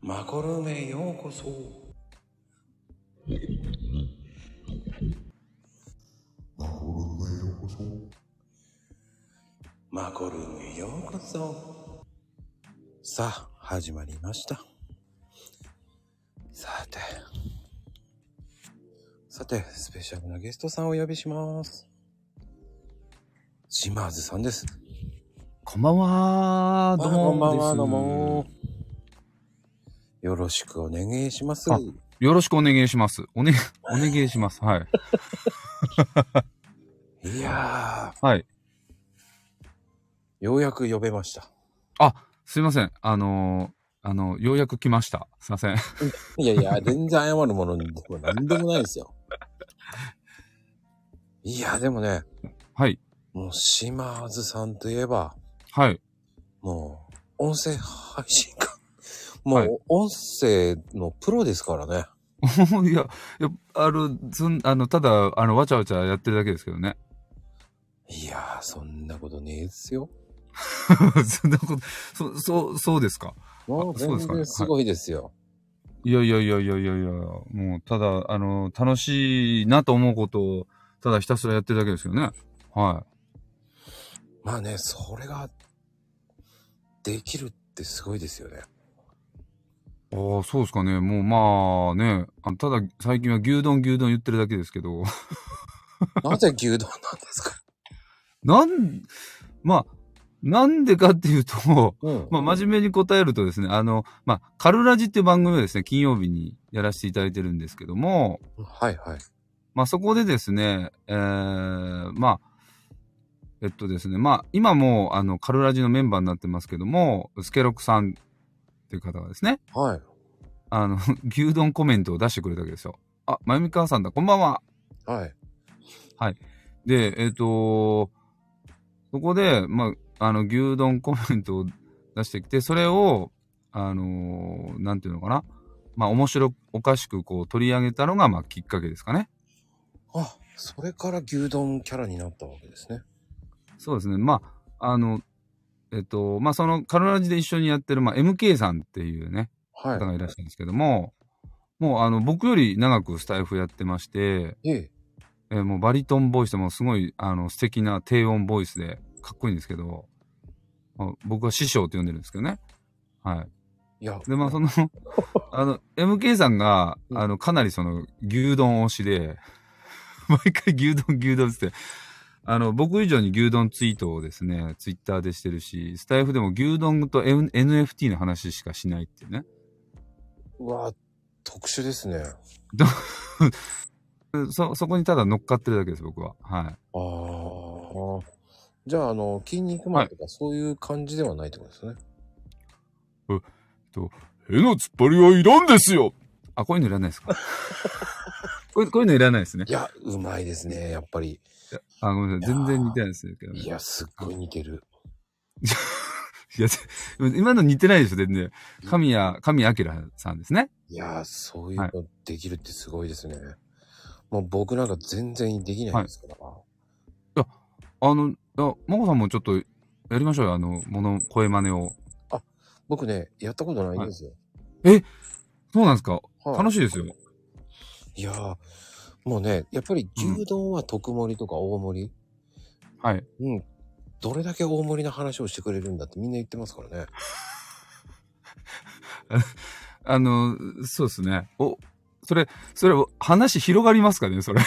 マコルームへようこそ。マコルームへようこそ。マコルームへようこそ。さあ、始まりました。さて、スペシャルなゲストさんをお呼びします。島津さんです。 こんばんは。どうも。 こんばんは、どうも。よろしくお願いします。 よろしくお願いします。お願いします。はい。 いやー。はい。 ようやく呼べました。 すいません。ようやく来ました。すいません。 いや、全然謝るものでも何でもないですよ。いや、でもね。 はい。 もう、島津さんといえば。 はい。 もう、音声配信か。もう、音声のプロですからね。 いや、ただ、わちゃわちゃやってるだけですけどね。 いやー、そんなことねえですよ。 そんなこと、そうですか。 もう全然すごいですよ。 いや、もう、ただ、楽しいなと思うことを、ただひたすらやってるだけですよね。はい。 まあね、それが、できるってすごいですよね。 そうですかね。もうまあね、ただ最近は牛丼言ってるだけですけど。 なぜ牛丼なんですか？ なんでかっていうと、まあ真面目に答えるとですね、カルラジっていう番組をですね、金曜日にやらせていただいてるんですけども、 はいはい。 まあそこでですね、ですね、まあ今もカルラジのメンバーになってますけども、スケロクさんっていう方がですね、 はい。 牛丼コメントを出してくれたわけですよ。まゆみかわさんだ、こんばんは。 はい。 はい。で、そこで、牛丼コメントを出してきて、それを、なんていうのかな。まあ、面白おかしくこう取り上げたのが、まあ、きっかけですかね。 それから牛丼キャラになったわけですね。 そうですね。まあ、そのカルラジで一緒にやってる、MK さんっていうね、方がいらっしゃるんですけども、もう僕より長くスタイフやってまして、もうバリトンボイスでもすごい素敵な低音ボイスでかっこいいんですけど、僕は師匠って呼んでるんですけどね。はい。で、まあそのMK さんが、かなりその牛丼推しで、毎回牛丼って、僕以上に牛丼ツイートをですね、ツイッターでしてるし、スタイフでも牛丼と NFT の話しかしないっていうね。 うわ、特殊ですね。 そこにただ乗っかってるだけです、僕は。はい。 じゃあ、筋肉マンとかそういう感じではないってことですね。 への突っ張りはいらんですよ。こういうのいらないですか？こういうのいらないですね。 いや、うまいですね、やっぱり。 ごめんなさい。全然似てないですけどね。 いや、すっごい似てる。 いや、今の似てないですよ、全然。神谷明さんですね。 いや、そういうのできるってすごいですね。もう僕なんか全然できないですから。 マコさんもちょっとやりましょうよ、声真似を。 僕ね、やったことないんですよ。 そうなんですか？楽しいですよ。 いやー、もうね、やっぱり牛丼は特盛りとか大盛り。 はい。 どれだけ大盛りな話をしてくれるんだってみんな言ってますからね。 そうですね。それ、話広がりますかね、それ。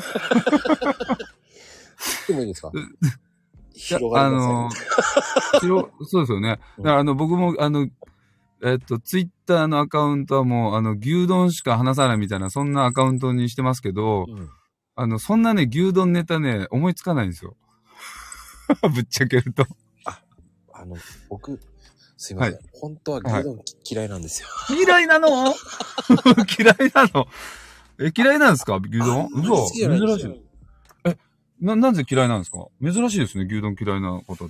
でもいいですか？広がりません。 そうですよね。だから僕もツイッターのアカウントはもう、牛丼しか話さないみたいな、そんなアカウントにしてますけど、そんなね、牛丼ネタね、思いつかないんですよ。ぶっちゃけると。 僕、すいません。本当は牛丼嫌いなんですよ。 嫌いなの？嫌いなの？嫌いなんですか？牛丼？嘘？珍しい。なぜ嫌いなんですか？珍しいですね、牛丼嫌いなことって。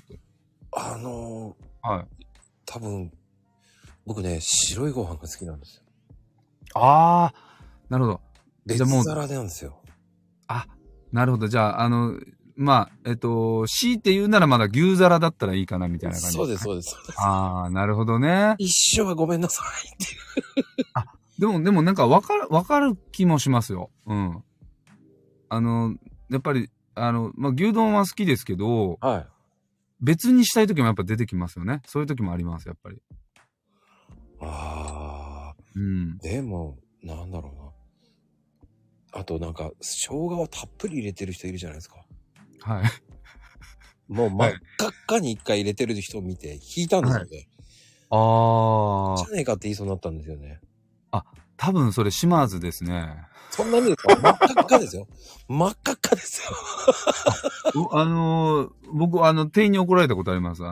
多分、僕ね、白いご飯が好きなんですよ。 なるほど。 別皿なんですよ。 なるほど。じゃあ、 まあ、強いて言うならまだ牛皿だったらいいかなみたいな感じ。 そうです、そうです。 ああ、なるほどね。 一生はごめんなさいっていう。 あ、でもなんかわかる気もしますよ。うん。やっぱり、まあ、牛丼は好きですけど、 はい。 別にしたい時もやっぱ出てきますよね。そういう時もあります、やっぱり。 ああ。 うん。 でも、なんだろうな。あとなんか、生姜をたっぷり入れてる人いるじゃないですか。 はい。 もう真っ赤っかに一回入れてる人を見て引いたんですよね。 はい、 じゃねえかって言いそうになったんですよね。 あ、多分それ島津ですね。 そんなにですか？真っ赤っかですよ。真っ赤っかですよ。 僕、店員に怒られたことあります。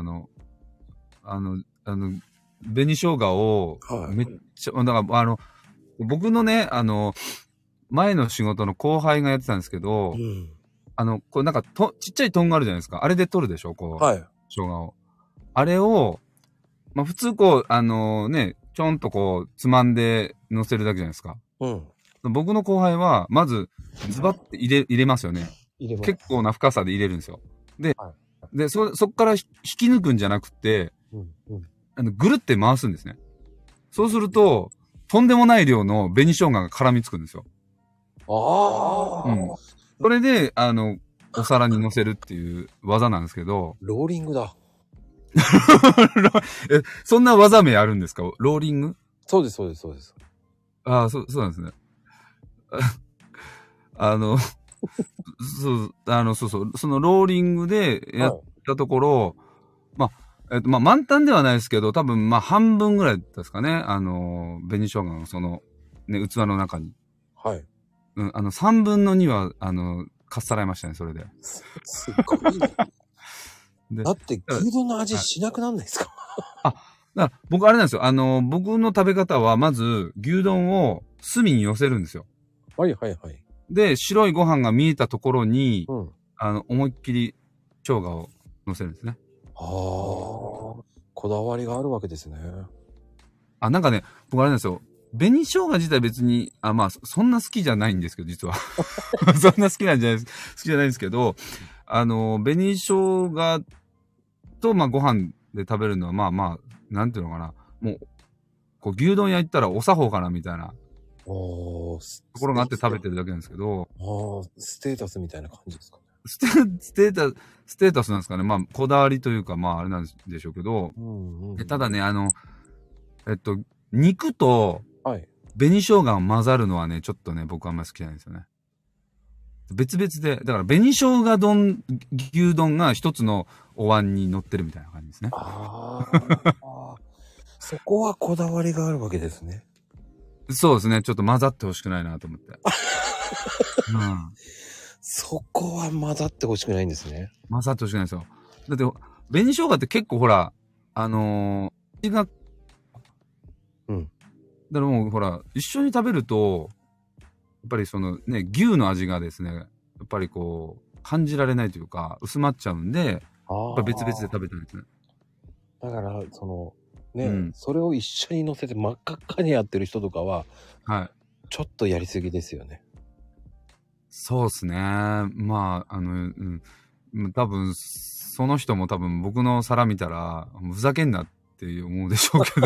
紅生姜を、めっちゃ、だから、僕のね、前の仕事の後輩がやってたんですけど、こうなんかちっちゃいトンがあるじゃないですか。あれで取るでしょこう。 はい。 生姜を。あれを、まあ、普通こう、ね、ちょんとこう、つまんで乗せるだけじゃないですか。 うん。 僕の後輩は、まず、ズバッて入れますよね。 入れます。 結構な深さで入れるんですよ。で、で、そっから引き抜くんじゃなくて、ぐるって回すんですね。そうすると、とんでもない量の紅生姜が絡みつくんですよ。 ああ。 うん。それで、お皿に乗せるっていう技なんですけど。 ローリングだ。 そんな技名あるんですか？ローリング？ そうです、そうです、そうです。 ああ、そうなんですね。そう、そのローリングでやったところ、まあ、満タンではないですけど、多分、まあ、半分ぐらいですかね。紅生姜のその、ね、器の中に。 はい。 うん、3分の2は、かっさらいましたね、それで。 すごいね。だって、牛丼の味しなくなんないですか？ あ、だから僕あれなんですよ。僕の食べ方は、まず、牛丼を隅に寄せるんですよ。 はいはいはい。 で、白いご飯が見えたところに、思いっきり生姜を乗せるんですね。 ああ、こだわりがあるわけですね。 あ、なんかね、僕あれなんですよ。紅生姜自体別に、まあ、そんな好きじゃないんですけど、実は。そんな好きなんじゃないです。好きじゃないんですけど、紅生姜と、まあ、ご飯で食べるのは、まあまあ、なんていうのかな。もう、こう、牛丼屋行ったらお作法かな、みたいな。ところがあって食べてるだけなんですけど。 ステータスみたいな感じですかね。 ステータスなんですかね。まあ、こだわりというか、まあ、あれなんでしょうけど。ただね、肉と、紅生姜が混ざるのはね、ちょっとね、僕はあんまり好きじゃないんですよね。別々で、だから紅生姜丼、牛丼が一つのお椀に乗ってるみたいな感じですね。 そこはこだわりがあるわけですね。 そうですね。ちょっと混ざってほしくないなと思って。うん。 そこは混ざってほしくないんですね。 混ざってほしくないですよ。だって、紅生姜って結構ほら、味が、だからもうほら、一緒に食べると、やっぱりそのね、牛の味がですね、やっぱりこう、感じられないというか、薄まっちゃうんで、やっぱ別々で食べたいですね。 だから、その、ね、それを一緒に乗せて真っ赤っかにやってる人とかは、 はい。 ちょっとやりすぎですよね。 そうですね。まあ、多分、その人も多分僕の皿見たら、ふざけんなって思うでしょうけど。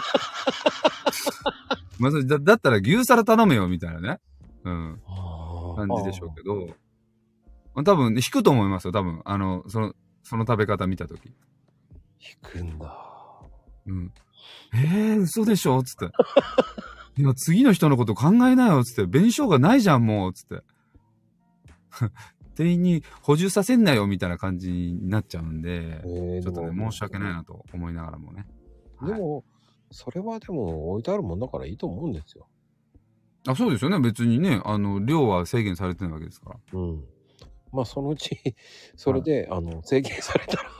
まあ、だったら牛皿頼めよ、みたいなね。感じでしょうけど。まあ、多分、引くと思いますよ、多分。その食べ方見たとき。 引くんだ。 嘘でしょつって。いや、次の人のこと考えなよ、つって。紅生姜ないじゃん、もう、つって。店員に補充させんなよ、みたいな感じになっちゃうんで、ちょっとね、申し訳ないなと思いながらもね。 でも、それはでも置いてあるもんだからいいと思うんですよ。 あ、そうですよね。別にね、量は制限されてないわけですから。 まあ、そのうち、それで、制限されたら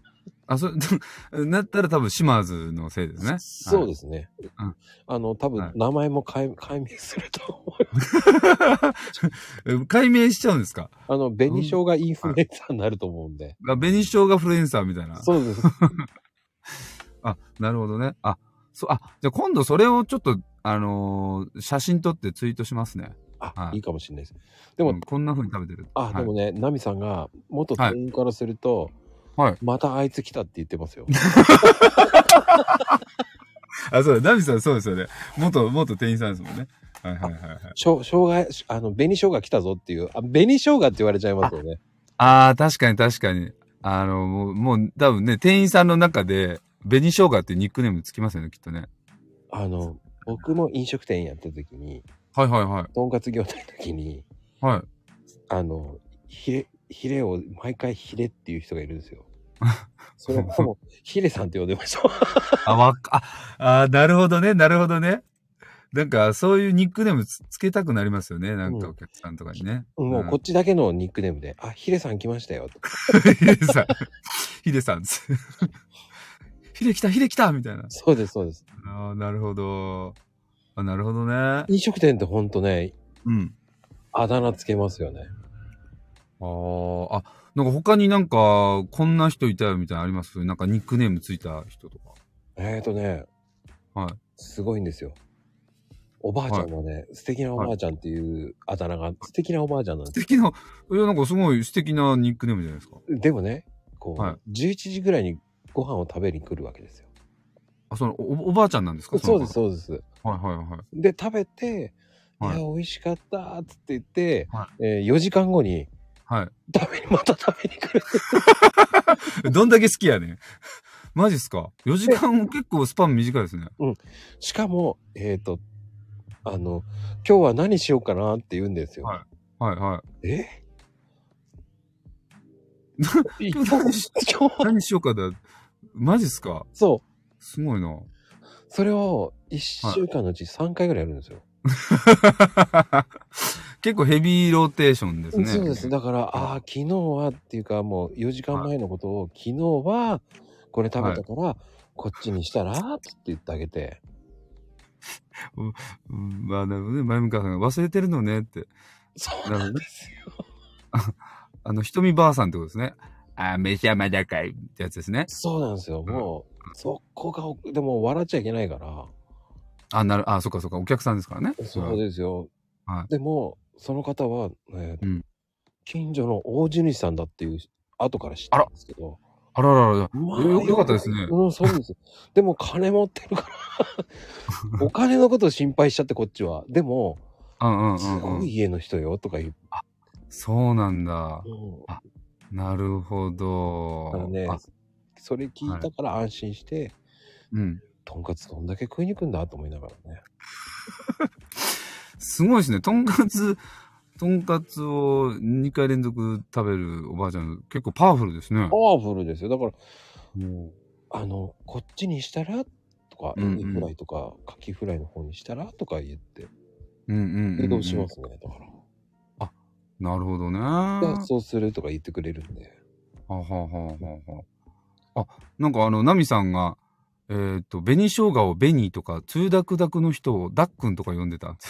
なったら多分島津のせいですね。 そうですね。多分、名前も解明すると思います。解明しちゃうんですか？ 紅生姜インフルエンサーになると思うんで。 紅生姜フルエンサーみたいな。 そうです。 なるほどね。じゃあ今度それをちょっと、写真撮ってツイートしますね。 あ、いいかもしれないです。でも、 こんな風に食べてる。 でもね、ナミさんが元店員からすると、またあいつ来たって言ってますよ。 そうだ、ナミさんそうですよね。元店員さんですもんね。はい。 生姜、紅生姜来たぞっていう、紅生姜って言われちゃいますよね。 確かに。もう多分ね、店員さんの中で、紅生姜ってニックネームつきますよね、きっとね。 僕も飲食店やった時に、とんかつ業態の時に、ヒレを毎回ヒレっていう人がいるんですよ。それもヒレさんって呼んでました。 なるほどね。なんか、そういうニックネームつけたくなりますよね。なんかお客さんとかにね。 もうこっちだけのニックネームで、ヒレさん来ましたよ。 ヒレさん。ヒレ来たみたいな。 そうです。 なるほど。なるほどね。 飲食店ってほんとね、あだ名つけますよね。 なんか他になんか、こんな人いたよみたいなのあります？なんかニックネームついた人とか。 すごいんですよ。おばあちゃんがね、素敵なおばあちゃんっていうあだ名が、素敵なおばあちゃんなんですよ。なんかすごい素敵なニックネームじゃないですか。 でもね、11時ぐらいにご飯を食べに来るわけですよ。 おばあちゃんなんですか？ そうです。で、食べて、いや、美味しかったって言って、4時間後に、また食べに来る。 どんだけ好きやねん。マジっすか？ 4 時間結構スパン短いですね。 しかも、今日は何しようかなって言うんですよ。 今日何しようかだ。マジっすか？ そう。 すごいな。 それを1週間のうち3回ぐらいやるんですよ。 結構ヘビーローテーションですね。 そうです。だから、昨日はっていうかもう4時間前のことを、昨日はこれ食べたから、こっちにしたらって言ってあげて。 まあね、前向さんが忘れてるのねって。 そうなんですよ。瞳ばあさんってことですね。飯はまだかいってやつですね。 そうなんですよ。もう、そこが、でも笑っちゃいけないから。 そっか。お客さんですからね。 そうですよ。でも、その方は、近所の大地主さんだっていう、後から知ったんですけど。 あら。よかったですね。 そうです。でも金持ってるからお金のことを心配しちゃってこっちは。でも、すごい家の人よとか言う。 そうなんだ。なるほど。 それ聞いたから安心して、とんかつどんだけ食いに行くんだと思いながらね。 すごいですね。とんかつを2回連続食べるおばあちゃん、結構パワフルですね。 パワフルですよ。だから、こっちにしたらとか、エビフライとか、カキフライの方にしたらとか言って、移動しますね。だから。 なるほどね。 そうするとか言ってくれるんで。 なんかナミさんが、紅生姜をベニーとか、ツーダクダクの人をダックンとか呼んでた。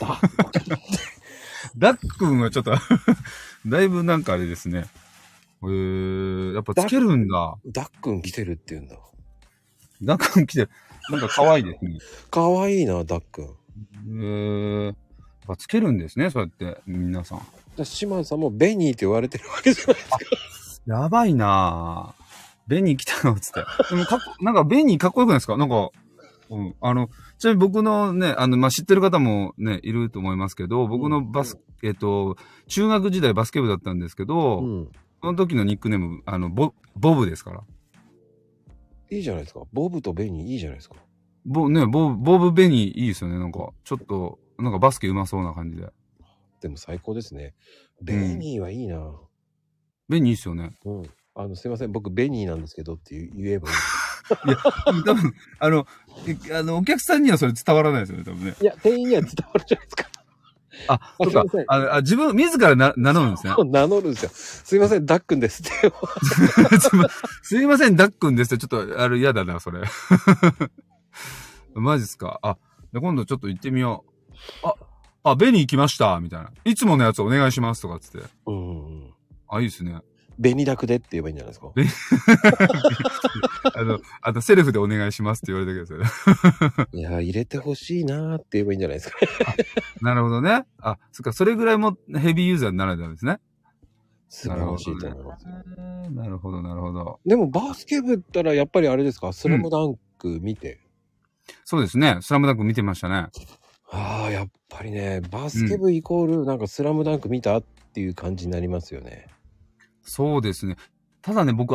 ダックンはちょっとだいぶなんかあれですね。やっぱつけるんだ。 ダックン来てるって言うんだ。 ダックン来てる。なんか可愛いですね。 可愛いな、ダックン。 やっぱつけるんですね、そうやって、皆さん。 島さんもベニーって言われてるわけじゃないですか。 やばいなぁ。ベニー来たのつって。でもなんかベニーかっこよくないですか？なんか、ちなみに僕のね、知ってる方もね、いると思いますけど、僕の中学時代バスケ部だったんですけど、その時のニックネーム、ボブですから。 いいじゃないですか。ボブとベニーいいじゃないですか。 ボブベニーいいですよね。なんか、ちょっと、なんかバスケうまそうな感じで。 でも最高ですね。ベニーはいいな。 ベニーいいっすよね。 すいません、僕ベニーなんですけどって言えばいい。 いや、多分、お客さんにはそれ伝わらないですよね、多分ね。 いや、店員には伝わるじゃないですか。 そうか。自ら名乗るんですね。 名乗るんですよ。すいません、ダックンですって。 すいません、ダックンですって、ちょっと、嫌だな、それ。マジっすか。今度ちょっと行ってみよう。ベニー来ました、みたいな。いつものやつお願いします、とかつって。いいですね。 ベニダクでって言えばいいんじゃないですか。 セルフでお願いしますって言われたけどいや、入れてほしいなーって言えばいいんじゃないですか。 なるほどね。そっか、それぐらいもヘビーユーザーになられたんですね。 素晴らしいと思います。 なるほど、なるほど。 でもバスケ部ったらやっぱりあれですか、スラムダンク見て。 そうですね。スラムダンク見てましたね。 やっぱりね、バスケ部イコールなんかスラムダンク見たっていう感じになりますよね。 そうですね。ただね、僕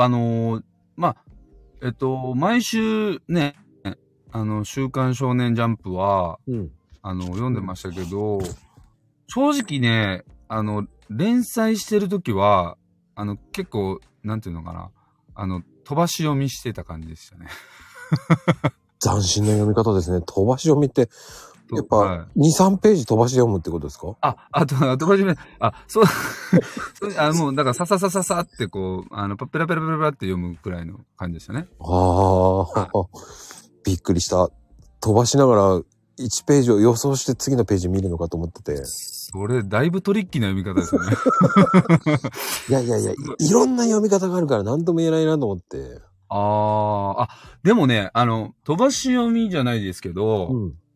毎週ね、週刊少年ジャンプは、読んでましたけど、正直ね、連載してるときは、結構、なんていうのかな、飛ばし読みしてた感じでしたね。 斬新な読み方ですね。飛ばし読みって、やっぱ、2、3ページ飛ばし読むってことですか？ 飛ばし読み、そう、もう、だからさってこう、ペラペラって読むくらいの感じでしたね。 びっくりした。飛ばしながら1ページを予想して次のページ見るのかと思ってて。 それ、だいぶトリッキーな読み方ですよね。 いや、いろんな読み方があるから何とも言えないなと思って。 でもね、飛ばし読みじゃないですけど、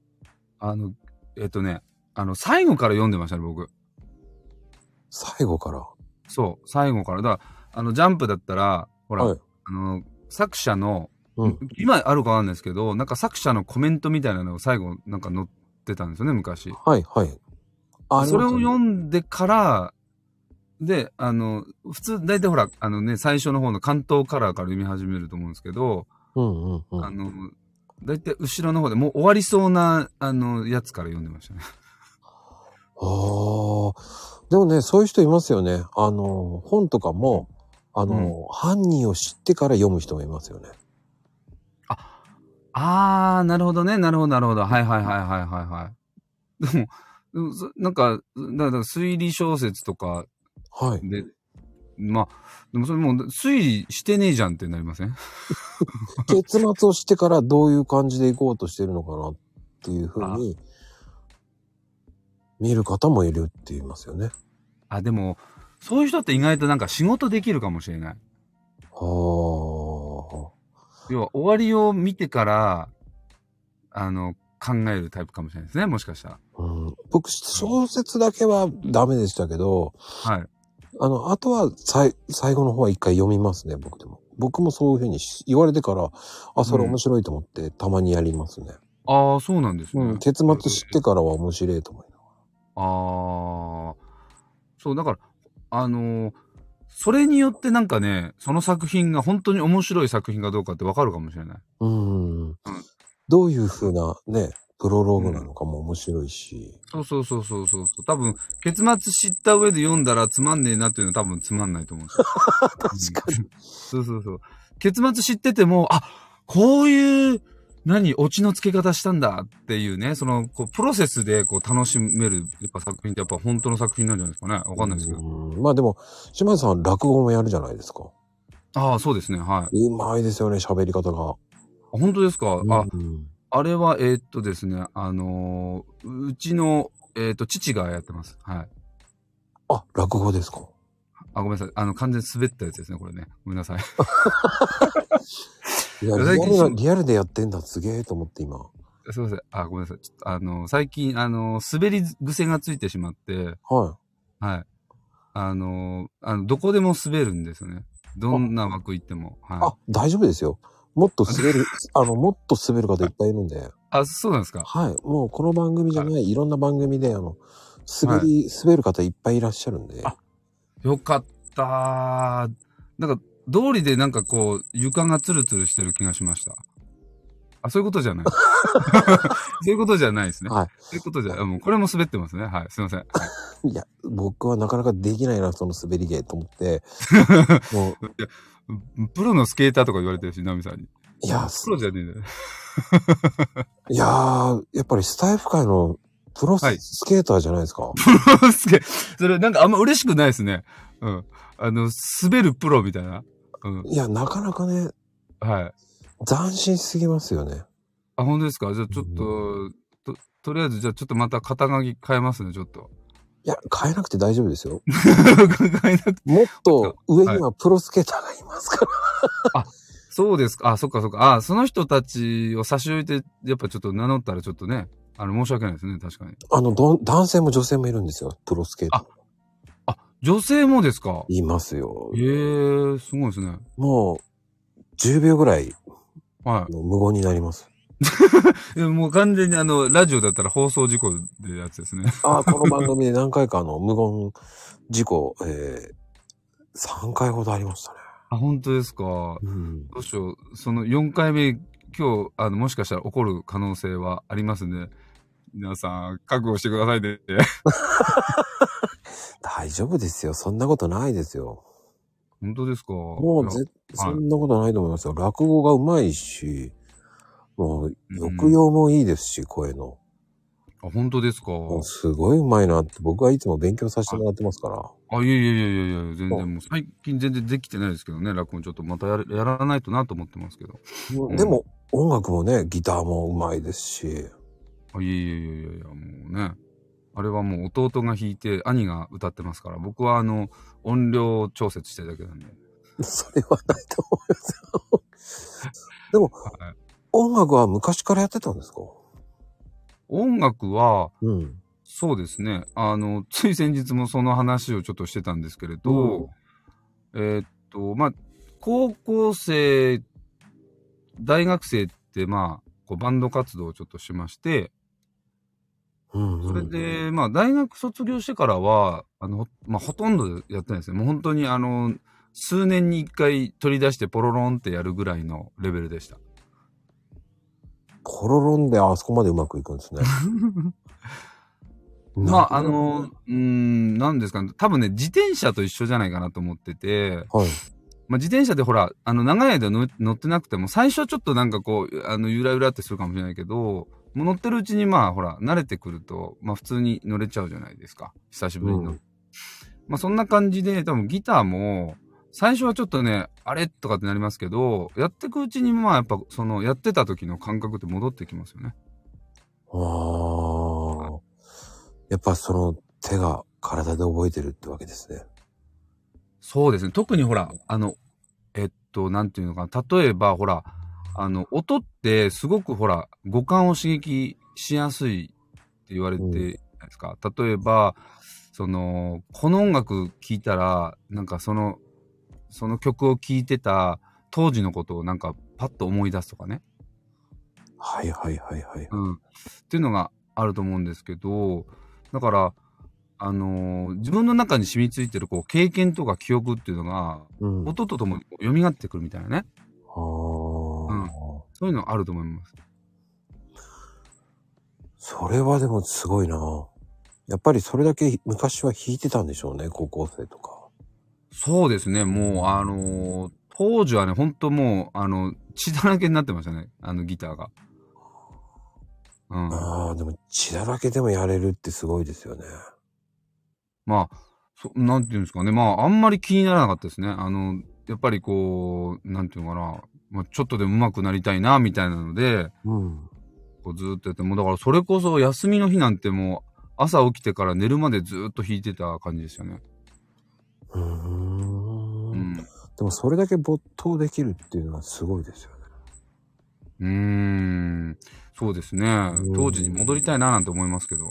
最後から読んでましたね、僕。 最後から？ そう、最後から。だから、ジャンプだったら、ほら、作者の、今あるかわかんないですけど、なんか作者のコメントみたいなのを最後なんか載ってたんですよね、昔。 はい。 それを読んでから、で、普通、大体ほら、最初の方の関東カラーから読み始めると思うんですけど、大体後ろの方でもう終わりそうな、やつから読んでましたね。 でもね、そういう人いますよね。本とかも、犯人を知ってから読む人もいますよね。 なるほどね。なるほど。はい。でも、なんか、だから推理小説とかで、でもそれもう推理してねえじゃんってなりません？ 結末をしてからどういう感じでいこうとしてるのかなっていうふうに見る方もいるって言いますよね。 でも、そういう人って意外となんか仕事できるかもしれない。要は終わりを見てから、考えるタイプかもしれないですね、もしかしたら。 僕、小説だけはダメでしたけど、あとは最後の方は一回読みますね、僕でも。僕もそういうふうに言われてから、それ面白いと思ってたまにやりますね。 そうなんですね。 結末知ってからは面白いと思いながら。 そう、だから、それによってなんかね、その作品が本当に面白い作品かどうかってわかるかもしれない。 どういう風なね、プロローグなのかも面白いし。 そう。多分、結末知った上で読んだらつまんねえなっていうのは多分つまんないと思うんですよ。確かに。 そう。結末知ってても、こういう、オチの付け方したんだっていうね、プロセスで楽しめる、やっぱ作品ってやっぱ本当の作品なんじゃないですかね。わかんないですけど。 まあでも、島津さん落語もやるじゃないですか。 そうですね、はい。 うまいですよね、喋り方が。 本当ですか？あれは、ですね、うちの、父がやってます。はい。 落語ですか？ ごめんなさい。完全に滑ったやつですね、これね。ごめんなさい。 いや、リアルでやってんだ、すげえと思って今。 すいません。ごめんなさい。ちょっと最近、滑り癖がついてしまって、はい。どこでも滑るんですよね。どんな枠行っても。 大丈夫ですよ。もっと滑る方いっぱいいるんで。 そうなんですか？ はい。もうこの番組じゃない、いろんな番組で、滑る方いっぱいいらっしゃるんで。 よかったー。なんか、道理でなんか床がツルツルしてる気がしました。そういうことじゃない。そういうことじゃないですね。はい。そういうことじゃ、もうこれも滑ってますね。はい。すいません。 いや、僕はなかなかできないな、その滑り芸と思って。 もうプロのスケーターとか言われてるし、ナミさんに。 いや、 プロじゃねえんだよ。 いやー、やっぱりスタイフ界のプロスケーターじゃないですか。 プロスケそれなんかあんま嬉しくないですね。滑るプロみたいな。 いや、なかなかね。 はい。 斬新すぎますよね。 本当ですか？じゃあちょっと、とりあえずじゃあちょっとまた肩書き変えますね、ちょっと。 いや、変えなくて大丈夫ですよ。 変えなくて。 もっと上にはプロスケーターがいますから。 そうですか。あ、そっかそっか。あ、その人たちを差し置いて、やっぱちょっと名乗ったらちょっとね、申し訳ないですね、確かに。 男性も女性もいるんですよ、プロスケート。 女性もですか？ いますよ。 すごいですね。 もう、10秒ぐらい、 はい。 無言になります。 もう完全にラジオだったら放送事故でやつですね。 この番組で何回か無言事故、3回ほどありましたね。 本当ですか。どうしよう。その4回目、今日、もしかしたら起こる可能性はありますね。皆さん、覚悟してくださいね。 大丈夫ですよ。そんなことないですよ。 本当ですか？ もうそんなことないと思いますよ。落語がうまいし、もう、抑揚もいいですし、声の。 本当ですか？ すごいうまいなって、僕はいつも勉強させてもらってますから。 いや、全然もう最近全然できてないですけどね、落語ちょっとまたやらないとなと思ってますけど。 でも、音楽もね、ギターもうまいですし。 いや、もうね。あれはもう弟が弾いて、兄が歌ってますから、僕は音量調節してるだけなんで。 それはないと思いますよ。でも、音楽は昔からやってたんですか？ 音楽は、そうですね。つい先日もその話をちょっとしてたんですけれど、まあ、高校生、大学生って、まあ、こうバンド活動をちょっとしまして、それで、まあ、大学卒業してからは、まあ、ほとんどやってないですね。もう本当に数年に一回取り出してポロロンってやるぐらいのレベルでした。 ポロロンであそこまでうまくいくんですね。 まあ、なんですかね。多分ね、自転車と一緒じゃないかなと思ってて、はい。まあ、自転車でほら、長い間乗ってなくても、最初はちょっとなんかこう、ゆらゆらってするかもしれないけど、もう乗ってるうちにまあ、ほら、慣れてくると、まあ、普通に乗れちゃうじゃないですか。久しぶりに乗る。まあ、そんな感じで、多分ギターも、最初はちょっとね、あれとかってなりますけど、やっていくうちにまあ、やっぱ、やってた時の感覚って戻ってきますよね。 やっぱその手が体で覚えてるってわけですね。 そうですね。特にほら、なんていうのかな。例えば、ほら、音ってすごくほら、五感を刺激しやすいって言われてないですか。例えば、この音楽聴いたら、なんかその曲を聴いてた当時のことをなんかパッと思い出すとかね。 はい。 っていうのがあると思うんですけど、だから、自分の中に染みついてるこう経験とか記憶っていうのが、音とともに蘇ってくるみたいなね。そういうのあると思います。 それはでもすごいな。やっぱりそれだけ昔は弾いてたんでしょうね、高校生とか。 そうですね、もう当時はね、ほんともう、血だらけになってましたね、ギターが。 でも血だらけでもやれるってすごいですよね。 まあ、なんていうんですかね。まあ、あんまり気にならなかったですね。やっぱりこう、なんていうのかな。まあ、ちょっとでも上手くなりたいな、みたいなので、こうずっとやって、もうだからそれこそ休みの日なんてもう、朝起きてから寝るまでずっと弾いてた感じですよね。 でもそれだけ没頭できるっていうのはすごいですよね。そうですね。当時に戻りたいななんて思いますけど。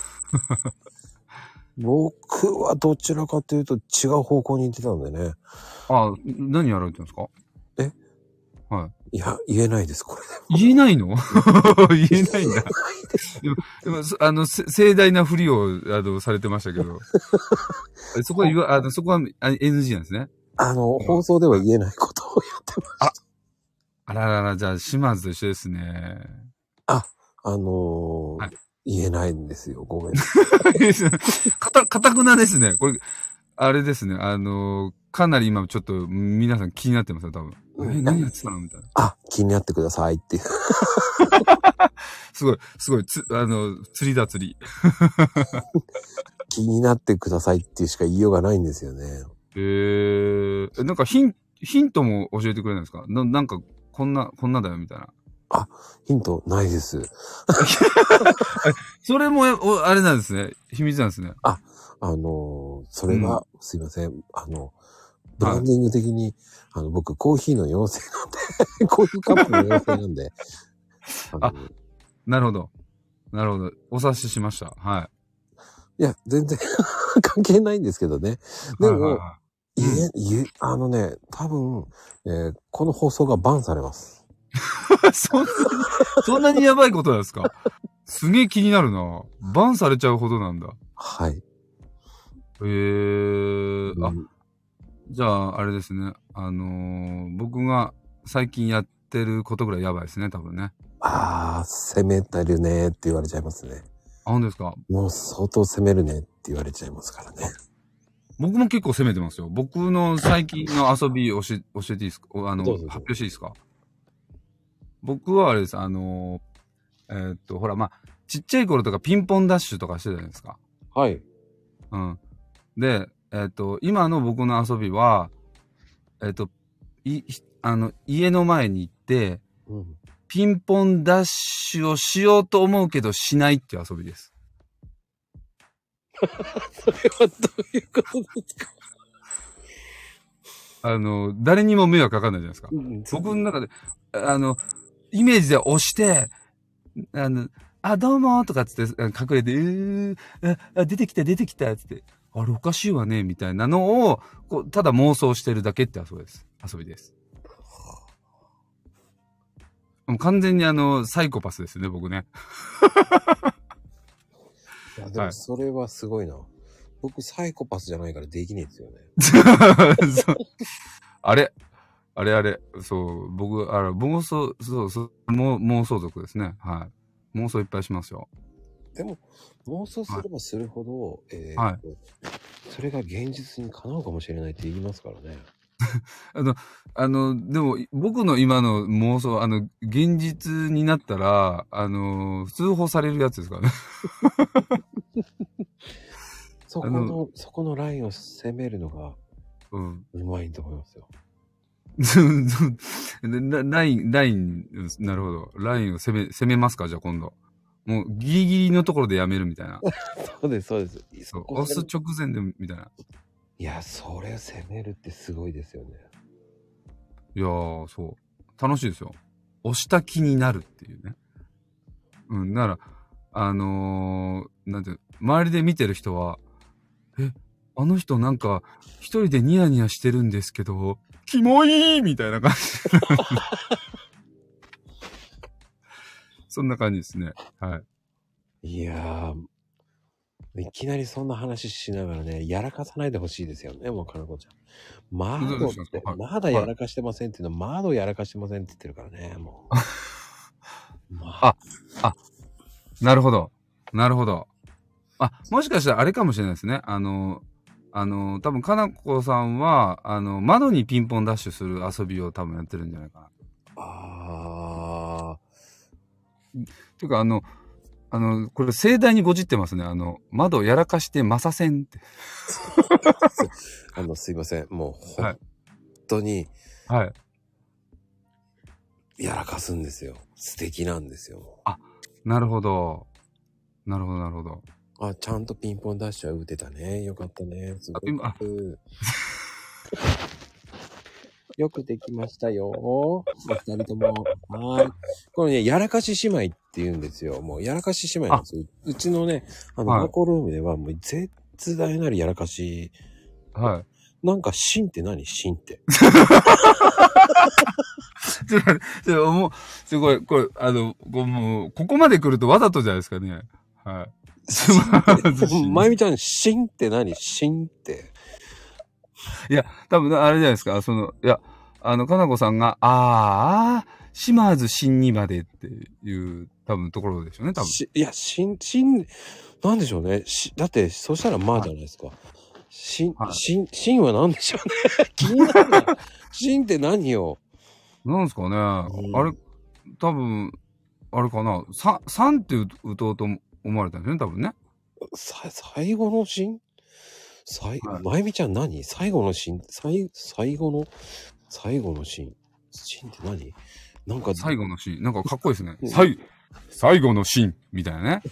僕はどちらかというと違う方向に行ってたんでね。 何やられてるんですか？はい。 いや、言えないです、これで。言えないの？言えないんだ。でも、盛大なふりを、されてましたけど。そこはそこは NG なんですね。 放送では言えないことをやってました。 あららら、じゃあ、島津と一緒ですね。 言えないんですよ。ごめん。 かたくなですね。これ、あれですね。かなり今ちょっと皆さん気になってますよ、多分。何やってたのみたいな。 気になってくださいっていう。 すごい、釣りだ、釣り。 気になってくださいっていうしか言いようがないんですよね。 なんかヒントも教えてくれないですか？なんか、こんなだよ、みたいな。 ヒントないです。 それも、あれなんですね。秘密なんですね。 それは、すいません。 ブランディング的に、僕、コーヒーの妖精なんで、コーヒーカップの妖精なんで。 なるほど。なるほど。お察ししました。はい。 いや、全然関係ないんですけどね。でも、多分、この放送がバンされます。 そんなにやばいことなんですか？すげえ気になるな。バンされちゃうほどなんだ。 はい。 じゃあ、あれですね。僕が最近やってることぐらいやばいですね、多分ね。 攻めてるねって言われちゃいますね。 本当ですか？ もう相当攻めるねって言われちゃいますからね。 僕も結構攻めてますよ。僕の最近の遊び教えていいですか？発表していいですか？僕はあれです。ほら、まあ、ちっちゃい頃とかピンポンダッシュとかしてたじゃないですか。 はい。 うん。で、今の僕の遊びは、家の前に行って、ピンポンダッシュをしようと思うけどしないっていう遊びです。 それはどういうことですか？ 誰にも迷惑かかんないじゃないですか。僕の中で、イメージで押して、どうもーとかつって、隠れて、出てきた、つって、あれおかしいわね、みたいなのを、ただ妄想してるだけって遊びです。もう完全にサイコパスですね、僕ね。 いや、でもそれはすごいな。僕サイコパスじゃないからできねえですよね。 あれ、そう、僕、妄想、妄想族ですね。はい。妄想いっぱいしますよ。 でも、妄想すればするほど、それが現実にかなうかもしれないって言いますからね。 でも、僕の今の妄想、現実になったら、通報されるやつですからね。 そこのラインを攻めるのが、うまいと思いますよ。 ライン、なるほど。ラインを攻めますか？じゃあ今度。もうギリギリのところでやめるみたいな。 そうです。 そう。押す直前で、みたいな。 いや、それを攻めるってすごいですよね。 いやー、そう。楽しいですよ。押した気になるっていうね。なら、なんて、周りで見てる人は、あの人なんか、一人でニヤニヤしてるんですけど、キモいみたいな感じ。そんな感じですね。はい。 いやー、いきなりそんな話しながらね、やらかさないでほしいですよね、もうかなこちゃん。まだやらかしてませんっていうのは、まだやらかしてませんって言ってるからね、もう。 なるほど。もしかしたらあれかもしれないですね。多分、かなこさんは、窓にピンポンダッシュする遊びを多分やってるんじゃないかな。ていうか、これ盛大にごじってますね。窓やらかしてまさせんって。 すいません。もう、本当に、 はい。 やらかすんですよ。素敵なんですよ。 なるほど。 ちゃんとピンポンダッシュは打てたね。よかったね。すごい。よくできましたよ。お二人とも。はい。これね、やらかし姉妹って言うんですよ。もう、やらかし姉妹なんですよ。うちのね、マコルームではもう絶大なるやらかし。 はい。 なんか、シンって何？シンって。 もう、すごい、これ、もう、ここまで来るとわざとじゃないですかね。はい。 前みたいに、シンって何？シンって。 いや、多分、あれじゃないですか。いや、かなこさんが、島津新にまでっていう、多分、ところでしょうね、多分。 いや、なんでしょうね。だって、そしたらまあじゃないですか。シンは何でしょうね。気になるな。シンって何よ。 なんですかね。あれ、多分、あれかな。3って打とうと思われたんですね、多分ね。 最後のシン？まゆみちゃん何？最後のシン？最後のシン？シンって何？なんか。 最後のシーン。なんかかっこいいですね。最後のシーンみたいなね。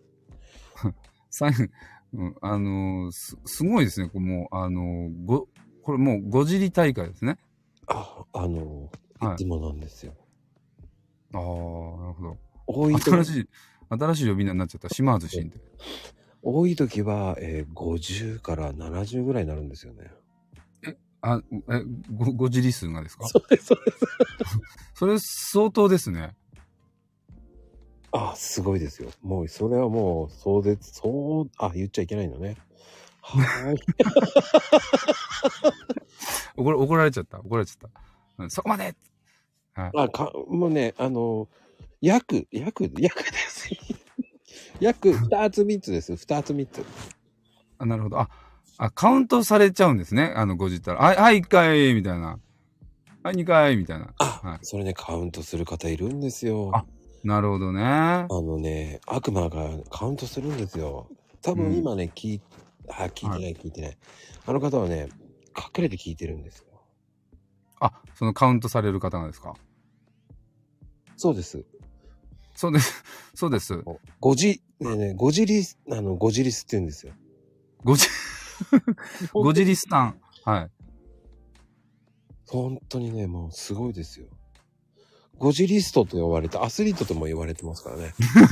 すごいですね。もう、 これもうごじり大会ですね。 いつもなんですよ。 ああ、なるほど。新しい呼び名になっちゃった。島津慎で。 多い時は、50から70ぐらいになるんですよね。 ごじり数がですか？ そうです。 それ相当ですね。 すごいですよ。もう、それはもう、言っちゃいけないのね。はい。 怒られちゃった。うん、そこまで。 はい。もうね、約です約2つ3つです。2つ3つ。 なるほど。カウントされちゃうんですね。ごじったら。はい、1回、みたいな。はい、2回、みたいな。 それね、カウントする方いるんですよ。 なるほどね。 悪魔がカウントするんですよ。多分今ね、聞いてない。あの方はね、隠れて聞いてるんですよ。 そのカウントされる方がですか？ そうです。 そうです。そうです。 ゴジリスって言うんですよ。 ゴジリスタン。はい。 本当にね、もうすごいですよ。ゴジリストと呼ばれて、アスリートとも言われてますからね。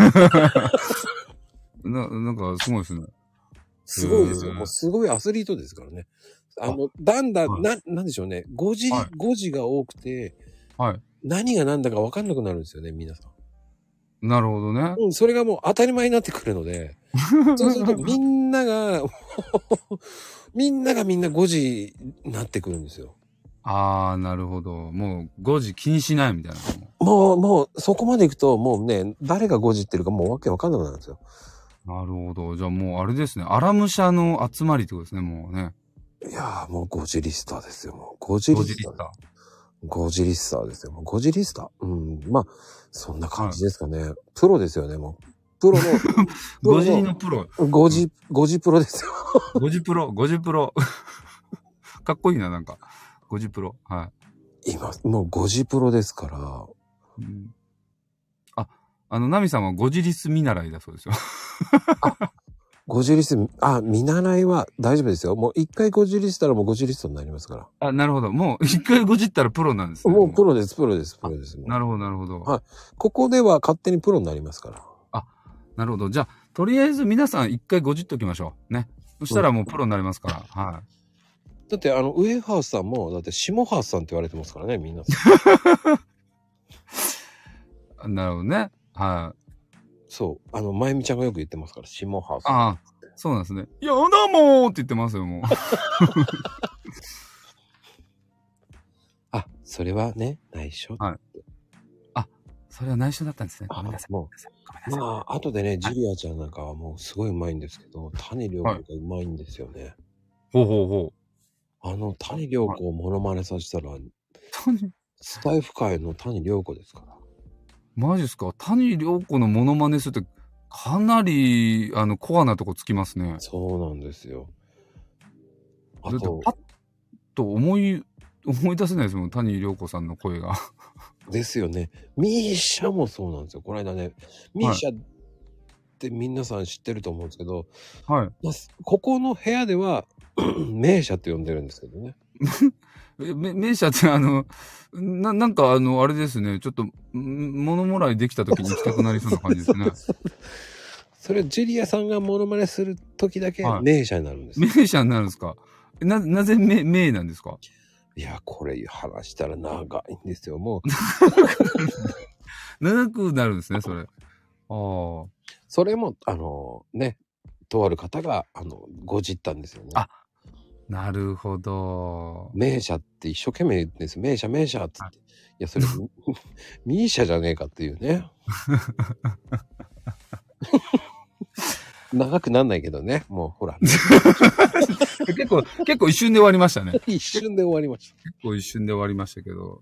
なんかすごいですね。 すごいですよ。もうすごいアスリートですからね。だんだん、なんでしょうね。5時が多くて、何が何だか分かんなくなるんですよね、皆さん。 なるほどね。 それがもう当たり前になってくるので、そうするとみんながみんな5時になってくるんですよ。 なるほど。もう5時気にしないみたいな。 もうそこまで行くと、もうね、誰が5時ってるかもうわけわかんなくなるんですよ。 なるほど。じゃあもうあれですね。アラム社の集まりってことですね、もうね。 いやーもうゴジリスターですよ、もう。ゴジリスターですよ。もうゴジリスター。まあ、そんな感じですかね。プロですよね、もう。プロの。 ゴジリのプロ。 ゴジプロですよ。 ゴジプロ。かっこいいな、なんか。ゴジプロ。はい。 今、もうゴジプロですから。 ナミさんはゴジリス見習いだそうですよ。 ゴジリスト、見習いは大丈夫ですよ。もう一回ゴジリストたらもうゴジリストになりますから。 なるほど。もう一回ゴジったらプロなんですね。 もうプロです。 なるほど。 はい。ここでは勝手にプロになりますから。 なるほど。じゃあ、とりあえず皆さん一回ゴジっときましょう。ね。そしたらもうプロになりますから。はい。 だってウエハースさんも、だって下ハースさんって言われてますからね、みんな。 なるほどね。はい。 そう。まゆみちゃんがよく言ってますから、下ハース。 そうなんですね。いやだもーって言ってますよ、もう。 それはね、内緒。 はい。それは内緒だったんですね。ごめんなさい。 後でね、ジュリアちゃんなんかはもうすごいうまいんですけど、谷涼子がうまいんですよね。 ほう。 谷涼子をモノマネさせたら、スタイフ界の谷涼子ですから。 マジですか？谷涼子のモノマネするって、かなり、コアなとこつきますね。 そうなんですよ。 パッと思い出せないですもん、谷涼子さんの声が。 ですよね。ミーシャもそうなんですよ。この間ね、ミーシャって皆さん知ってると思うんですけど、ここの部屋では、名車って呼んでるんですけどね。 名車ってなんかあれですね、ちょっと、物もらいできた時に行きたくなりそうな感じですね。 それ、ジュリアさんがモノマネする時だけ名車になるんです。 名車になるんですか？なぜ名なんですか？ いや、これ話したら長いんですよ、もう。 長くなるんですね、それ。 それも、ね、とある方が、ごじったんですよね。 なるほど。 名車って一生懸命言うんです。名車って。いや、それ、ミーシャじゃねえかっていうね。長くなんないけどね。もうほら。 結構一瞬で終わりましたね。 一瞬で終わりました。 結構一瞬で終わりましたけど。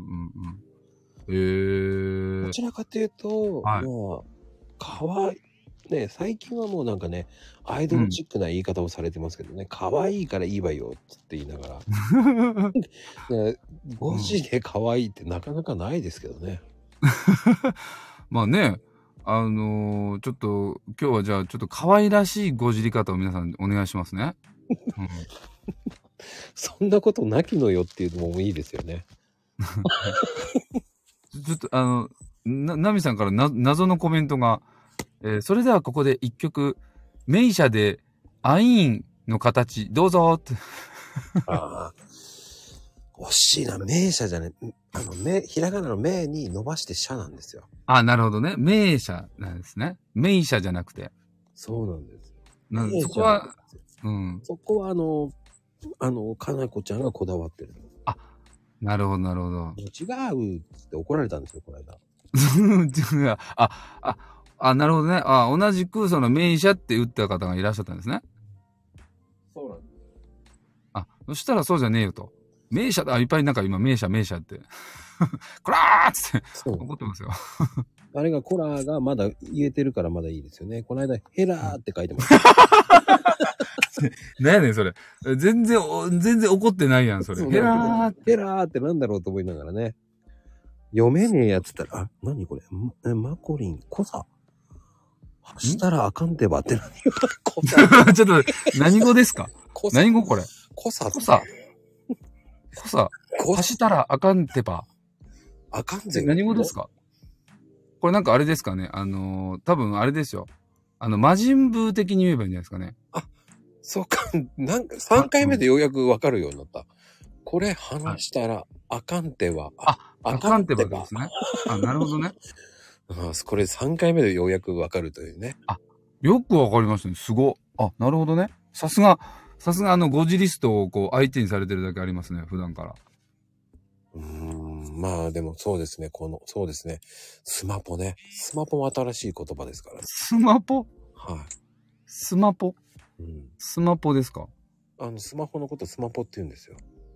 どちらかというと、まあ、かわいい。ね、最近はもうなんかね、アイドルチックな言い方をされてますけどね、可愛いからいいわよって言いながら。5時で可愛いってなかなかないですけどね。 まあね、ちょっと、今日はじゃあ、ちょっと可愛らしいごじり方を皆さんお願いしますね。 そんなことなきのよっていうのもいいですよね。 ちょっとナミさんから謎のコメントが、それではここで一曲、名車でアイーンの形、どうぞって。 ああ。惜しいな、名車じゃね、ひらがなの名に伸ばして車なんですよ。 あ、なるほどね。名車なんですね。名車じゃなくて。 そうなんです。 そこは、うん。 そこはかなこちゃんがこだわってる。 あ、なるほど、なるほど。 違うって怒られたんですよ、この間。 なるほどね。同じくその名車って打った方がいらっしゃったんですね。 そうなんです。 そしたらそうじゃねえよと。名車だ、いっぱいなんか今名車って。こらーっつって怒ってますよ。 あれがコラーがまだ言えてるからまだいいですよね。この間、ヘラーって書いてます。 何やねん、それ。全然怒ってないやん、それ。ヘラーってなんだろうと思いながらね。読めねえやつったら、何これマコリン、コサ。したらあかんてばって何コサ。ちょっと、何語ですか？何語これ？ コサ。 したらあかんてば。 あかんぜ。 何語ですか？これなんかあれですかね。多分あれですよ。魔人ブー的に言えばいいんじゃないですかね。 そうか、なんか3回目でようやくわかるようになった。これ話したらあかんては。 あかんてばですね。なるほどね。 これ3回目でようやくわかるというね。 よくわかりましたね。すご。なるほどね。さすがゴジリストをこう相手にされてるだけありますね、普段から。 まあでもそうですね、そうですね。スマポね。スマポも新しい言葉ですから。 スマポ？ はい。 スマポ？スマポですか？ スマホのことスマポって言うんですよ。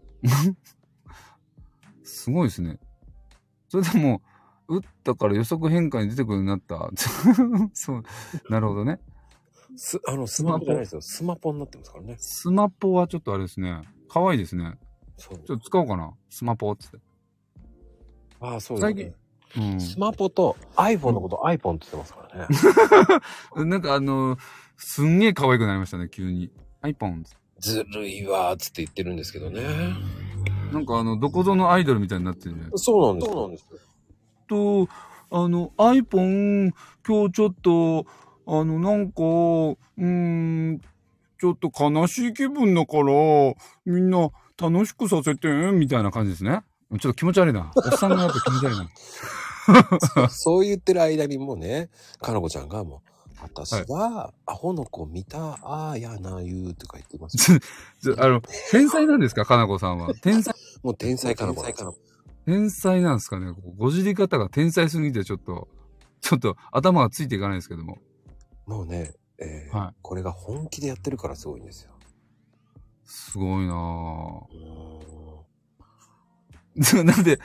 すごいですね。それでも、打ったから予測変換に出てくるようになった。そう、なるほどね。 スマポじゃないですよ。スマポになってますからね。 スマポはちょっとあれですね。可愛いですね。ちょっと使おうかな。スマポって。 そうですね。スマポと iPhone のこと iPhone って言ってますからね。 なんかすんげえ可愛くなりましたね、急に。iPhone。 ずるいわーつって言ってるんですけどね。 なんかどこぞのアイドルみたいになってるね。 そうなんです。 iPhone、今日ちょっと、なんか、ちょっと悲しい気分だから、みんな楽しくさせて、みたいな感じですね。ちょっと気持ち悪いな。おっさんがやっぱ気持ち悪いな。 そう言ってる間にもうね、かなこちゃんがもう、私は、アホの子見た、やな、言うとか言ってます。 天才なんですか、かなこさんは。天才。 もう天才かなこ。 天才なんですかね。ごじり方が天才すぎてちょっと頭がついていかないですけども。 もうね、これが本気でやってるからすごいんですよ。 すごいなぁ。なんで、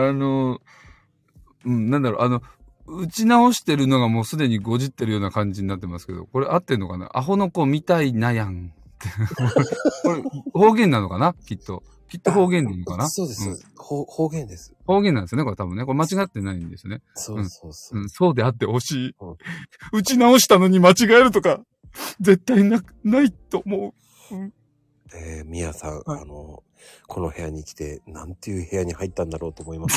なんだろう、打ち直してるのがもうすでにごじってるような感じになってますけど、これ合ってんのかな？アホの子みたいなやん。これ、方言なのかな？きっと方言なのかな？ そうです。方言です。 方言なんですね、これ多分ね。これ間違ってないんですね。 そう。 そうであってほしい。打ち直したのに間違えるとか、絶対ないと思う。 みやさん、この部屋に来て、なんていう部屋に入ったんだろうと思います。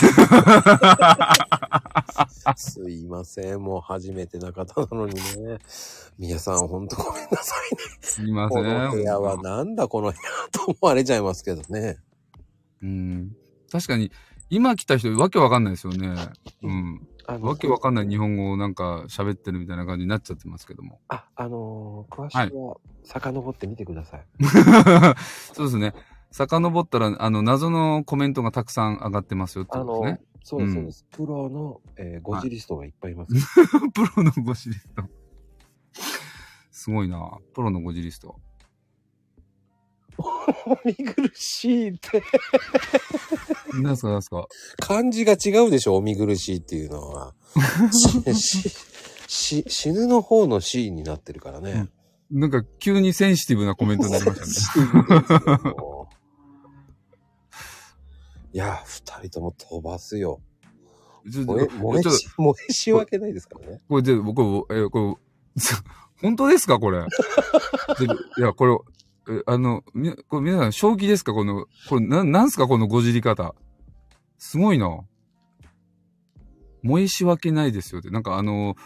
すいません、もう初めてな方なのにね。みやさん、ほんとごめんなさいね。 すいません。 この部屋はなんだこの部屋と思われちゃいますけどね。 確かに、今来た人わけわかんないですよね。わけわかんない日本語をなんか喋ってるみたいな感じになっちゃってますけども。 詳しくは遡ってみてください。 そうですね。遡ったら、謎のコメントがたくさん上がってますよってことですね。 そうです。プロの、ゴジリストがいっぱいいます。 プロのゴジリスト。すごいな。プロのゴジリスト。 お見苦しいって。 何すか漢字が違うでしょ、お見苦しいっていうのは。死ぬの方の死になってるからね。 なんか急にセンシティブなコメントになりましたね。 いや、二人とも飛ばすよ。燃えしわけないですからね。 これで、僕、本当ですかこれ。いや、これ、 これ皆さん、正気ですかこれなんすかこのごじり方。すごいな。燃えし訳ないですよって。なんか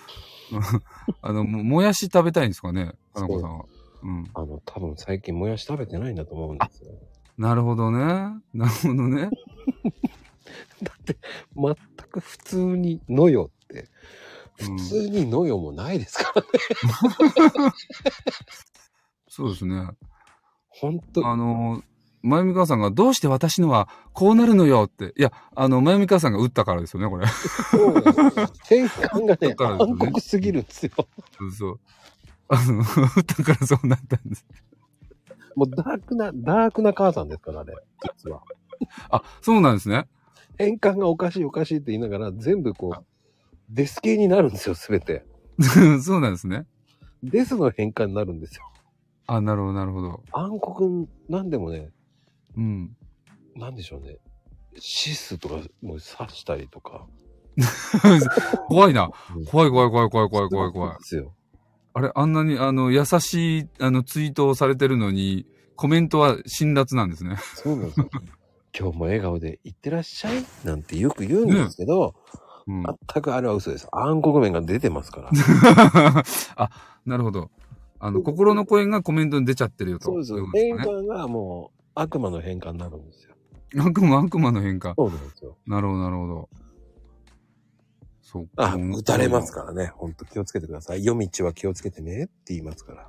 もやし食べたいんですかねかなこさんは。うん。 多分最近もやし食べてないんだと思うんですよ。 なるほどね。なるほどね。 だって、全く普通にのよって、普通にのよもないですからね。 そうですね。 本当まゆみかさんがどうして私のはこうなるのよって。いや、まゆみかさんが打ったからですよね、これ。 そうなんですよ。転換がね、暗黒すぎるんですよ。 そうそう。打ったからそうなったんです。 もうダークな母さんですから、ね、実は。 あ、そうなんですね。 変換がおかしいおかしいって言いながら、全部こう、デス系になるんですよ、すべて。 そうなんですね。 デスの変換になるんですよ。 あ、なるほど、なるほど。 暗黒なんでもね、 うん。 なんでしょうね。シスとかもう刺したりとか。 怖いな。怖い。 ですよ。 あれ、あんなに、優しい、ツイートをされてるのに、コメントは辛辣なんですね。 そうなんですよ。今日も笑顔でいってらっしゃいなんてよく言うんですけど、ね、全くあれは嘘です。暗黒面が出てますから。 あ、なるほど。心の声がコメントに出ちゃってるよと。 そうです。変換がもう悪魔の変換になるんですよ。 悪魔の変換。 そうなんですよ。 なるほど。そう。 あ、撃たれますからね。ほんと気をつけてください。夜道は気をつけてねって言いますから。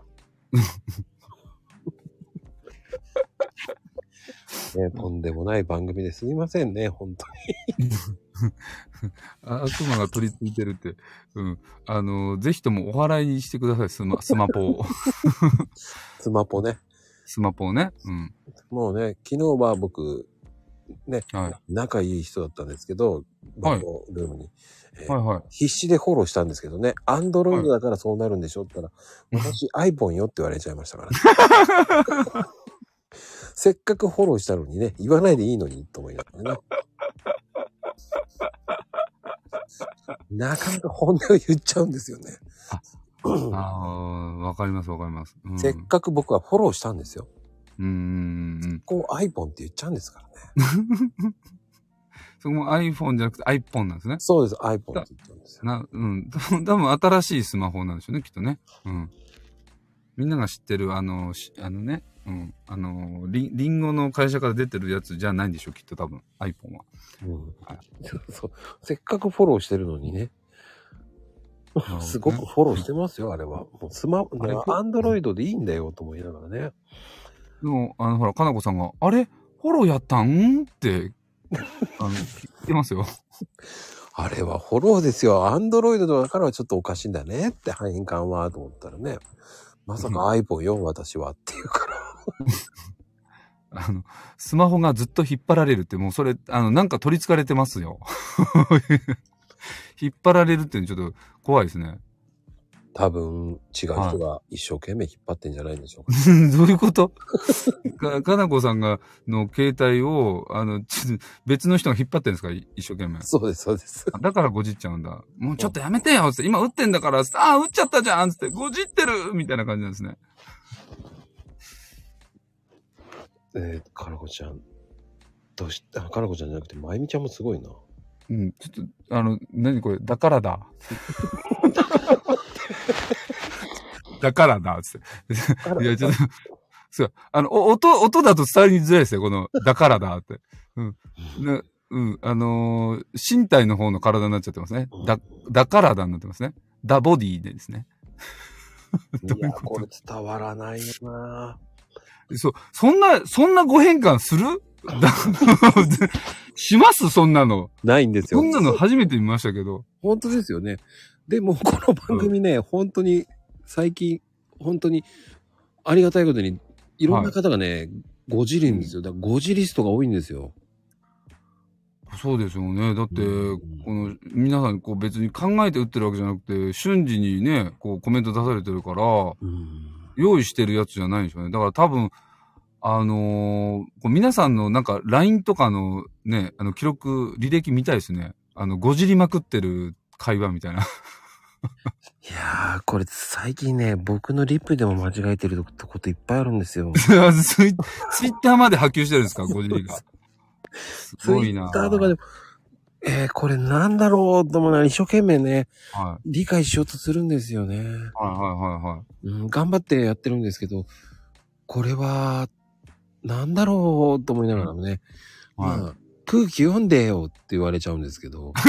ね、とんでもない番組ですみませんね、本当に。 悪魔が取り付いてるって。うん。ぜひともお祓いにしてください、スマポを。 スマポね。 スマポをね。うん。 もうね、昨日は僕、ね、はい、仲いい人だったんですけど、僕のルームに、必死でフォローしたんですけどね、アンドロイドだからそうなるんでしょって言ったら、私 iPhone よって言われちゃいましたからね。せっかくフォローしたのにね、言わないでいいのにと思いながらね。なかなか本音を言っちゃうんですよね。 わかります。 うん、せっかく僕はフォローしたんですよ。こう iPhone って言っちゃうんですからね。 そこも iPhone じゃなくて iPhone なんですね。 そうです、iPhone って言っちゃうんですよ。 うん。多分新しいスマホなんでしょうね、きっとね。うん。みんなが知ってる、ね、うん。リンゴの会社から出てるやつじゃないんでしょう、きっと多分、iPhone は。 うん。はい、そう。せっかくフォローしてるのにね。すごくフォローしてますよ、あれは。もうアンドロイドでいいんだよ、と思いながらね。 でも、ほら、かなこさんが、あれフォローやったんって、聞いてますよ。 あれはフォローですよ。アンドロイドだからはちょっとおかしいんだねって、変換は、と思ったらね。まさか iPhone よ、私はっていうから。 スマホがずっと引っ張られるって、もうそれ、なんか取り憑かれてますよ。引っ張られるっていうのちょっと怖いですね。 多分、違う人が一生懸命引っ張ってんじゃないんでしょうか。 どういうことかなこさんの携帯を、別の人が引っ張ってるんですか一生懸命。 そうです。 だからごじっちゃうんだ。もうちょっとやめてよつって、今打ってんだから、打っちゃったじゃんつって、ごじってるみたいな感じなんですね。 かなこちゃん。かなこちゃんじゃなくて、まゆみちゃんもすごいな。 うん、ちょっと、何これ、だからだ。だからだ、つって。いや、ちょっと、そう、音だと伝わりづらいですよ、この、だからだって。うん。身体の方の体になっちゃってますね。だからだになってますね。だボディでですね。 いや、これ伝わらないよな。 そんなご変換するしますそんなの。 ないんですよ。 そんなの初めて見ましたけど。 本当ですよね。でも、この番組ね、本当に、最近、本当に、ありがたいことに、いろんな方がね、ごじりんですよ。だからごじリストが多いんですよ。 そうですよね。だって、この、皆さん、別に考えて打ってるわけじゃなくて、瞬時にね、コメント出されてるから、用意してるやつじゃないんでしょうね。だから多分、皆さんのなんか LINE とかのね、記録、履歴見たいですね。ごじりまくってる会話みたいな。 いやー、これ最近ね、僕のリップでも間違えてることいっぱいあるんですよ。 ツイッターまで波及してるんですか、ゴジリが。すごいな。 ツイッターとかでも、これなんだろうと思うな、一生懸命ね、 はい、 理解しようとするんですよね。はいはい。 頑張ってやってるんですけど、これは、なんだろうと思いながらもね、まあ、空気読んでよって言われちゃうんですけど。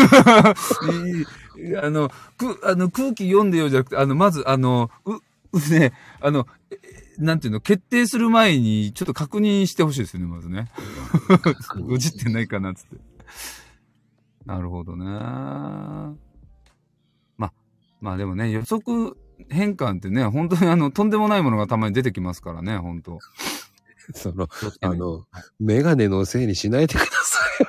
空気読んでよじゃなくて、まず、ね、なんていうの、決定する前に、ちょっと確認してほしいですよね、まずね。ごじってないかな、つって。なるほどね。まあでもね、予測変換ってね、本当にとんでもないものがたまに出てきますからね、本当メガネのせいにしないでくださ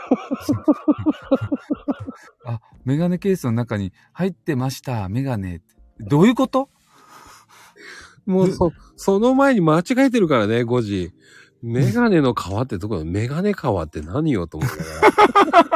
い。あ、メガネケースの中に入ってました、メガネ。どういうこと？ もうその前に間違えてるからね、5時。メガネの皮ってどこだ？メガネ皮って何よと思うから。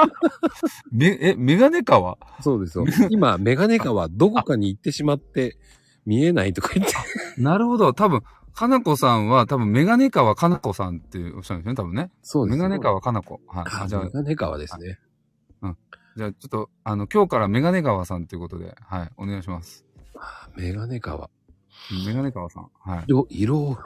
メガネ皮？ そうですよ。今、メガネ皮どこかに行ってしまって見えないとか言って。 なるほど。多分、かなこさんは多分メガネ皮かなこさんっておっしゃるんですね、多分ね。 そうです。 メガネ皮かなこ。はい。 じゃあ、メガネ皮ですね。 うん。じゃあ、ちょっと、今日からメガネ皮さんということで、はい。お願いします。 メガネ皮。 メガネ皮さん。はい。 いろ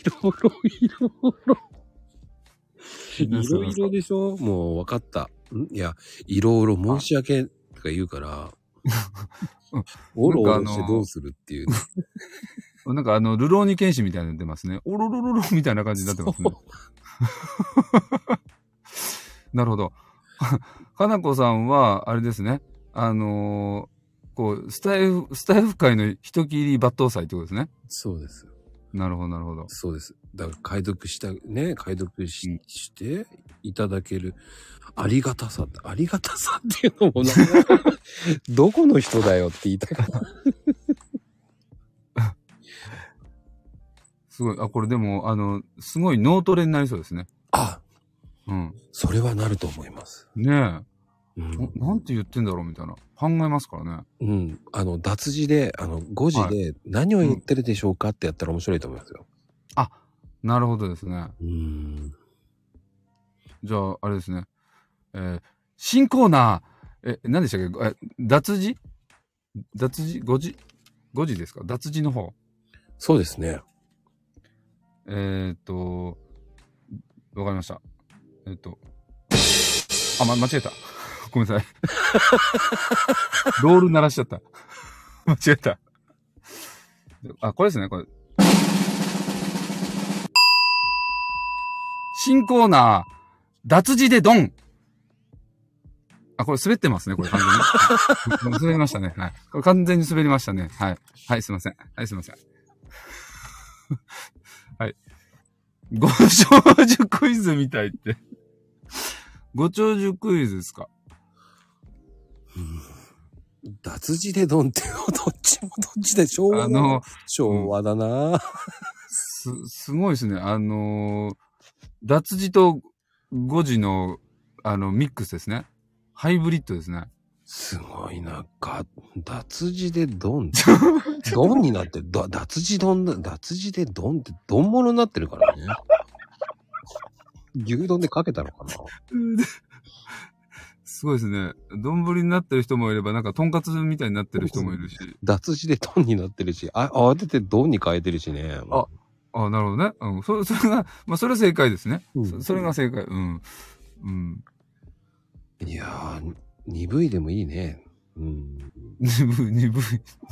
でしょ？もう分かった。いや、いろいろ申し訳とか言うから、おろおろしてどうするっていうね。 なんかルローニケンシみたいになってますね。おろろろろみたいな感じになってますね。なるほど。かなこさんは、あれですね。スタイフ界の人切り抜刀祭ってことですね。 そうです。 なるほど、なるほど。 そうです。だから解読していただけるありがたさっていうのもどこの人だよって言いたいから。 すごい。これでも、すごい脳トレになりそうですね。うん。 それはなると思います。 ねえ。なんて言ってんだろうみたいな。考えますからね。 脱字で、5時で何を言ってるでしょうかってやったら面白いと思いますよ。 なるほどですね。じゃあ、あれですね。新コーナー、何でしたっけ？脱字 ?5 時ですか？脱字の方。 そうですね。 わかりました。間違えた。ごめんなさい。ロール鳴らしちゃった。間違えた。これですね、これ。新コーナー、脱字でドン。これ滑ってますね、これ完全に。滑りましたね。はい。これ完全に滑りましたね。はい。はい、すいません。はい、すいません。はい。ご長寿クイズみたいって。ご長寿クイズですか？ 脱字でドンってどっちもどっちで昭和だな、 すごいですね。脱字と5字の、ミックスですね。ハイブリッドですね。 すごいな。脱字でドン。ドンになってる。脱字でドンってドン物になってるからね。牛丼でかけたのかなすごいですね。丼になってる人もいれば、なんか、とんかつみたいになってる人もいるし。 脱字でドンになってるし、慌ててドンに変えてるしね。 なるほどね。それが、それは正解ですね。それが正解。 いやー、鈍いでもいいね。 鈍い。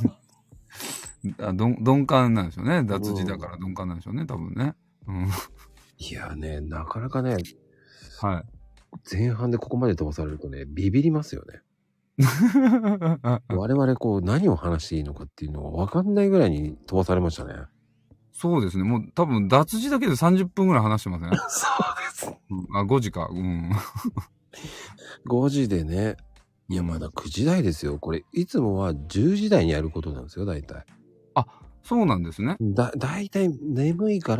鈍感なんでしょうね。脱字だから鈍感なんでしょうね、多分ね。 いやね、なかなかね。 はい。 前半でここまで飛ばされるとね、ビビりますよね。我々何を話していいのかっていうのが分かんないぐらいに飛ばされましたね。 そうですね。もう多分脱字だけで30分ぐらい話してません？ そうです。 5時か。 5時でね。いや、まだ9時台ですよ。これ、いつもは10時台にやることなんですよ、大体。 そうなんですね。 大体眠いから、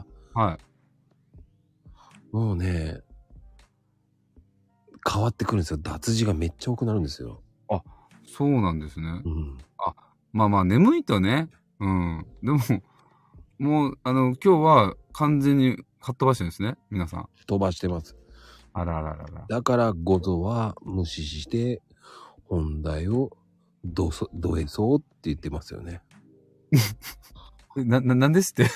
はい。 もうね、変わってくるんですよ。脱字がめっちゃ多くなるんですよ。 そうなんですね。うん。あ、まあまあ、眠いとね。うん。でも、もう、今日は完全にかっ飛ばしてるんですね。皆さん。 飛ばしてます。 あらららら。 だから、ごぞは無視して、本題をどえそうって言ってますよね。 なんですって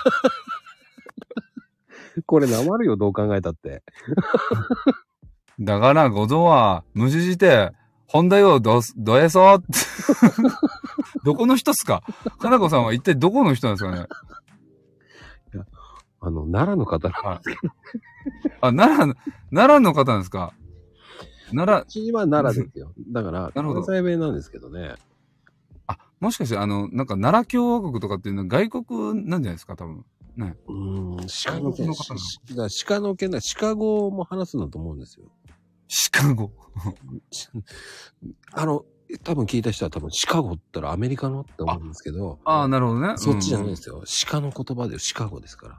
これなまるよ、どう考えたって。 だから、ごぞは無視して、本題をどえそうってどこの人っすか？かなこさんは一体どこの人なんですかね？ いや、奈良の方なんですけど。あ、奈良の方なんですか？奈良。 うちは奈良ですよ。だから、 関西弁なんですけどね。 あ、もしかして、なんか奈良共和国とかっていうのは外国なんじゃないですか、多分。ね。 鹿の県。鹿の県だ。鹿語も話すんだと思うんですよ。 鹿語多分聞いた人は多分シカゴって言ったらアメリカのって思うんですけど。 ああ、なるほどね。 そっちじゃないですよ。鹿の言葉でシカゴですから。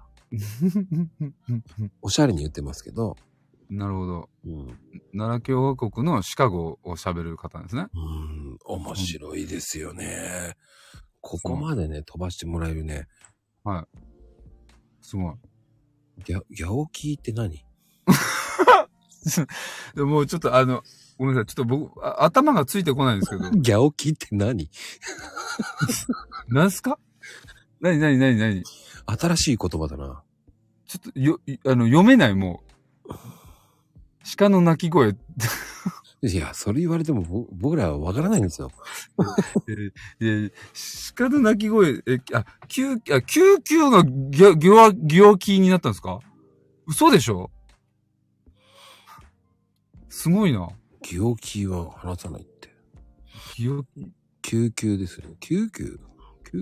おしゃれに言ってますけど。 なるほど。奈良共和国のシカゴを喋る方ですね。 面白いですよね。ここまでね、飛ばしてもらえるね。 はい。すごい。 ギャオキーって何？ でもちょっとごめんなさい。ちょっと僕、頭がついてこないんですけど。 ギャオキーって何？ 何すか？何新しい言葉だな。 ちょっと読めない、もう。鹿の鳴き声。 いや、それ言われても僕らはわからないんですよ。 鹿の鳴き声、救急がギョキになったんですか？嘘でしょ？すごいな。 ギョキは話さないって。 ギョキ？ 救急ですよ。救急。 ち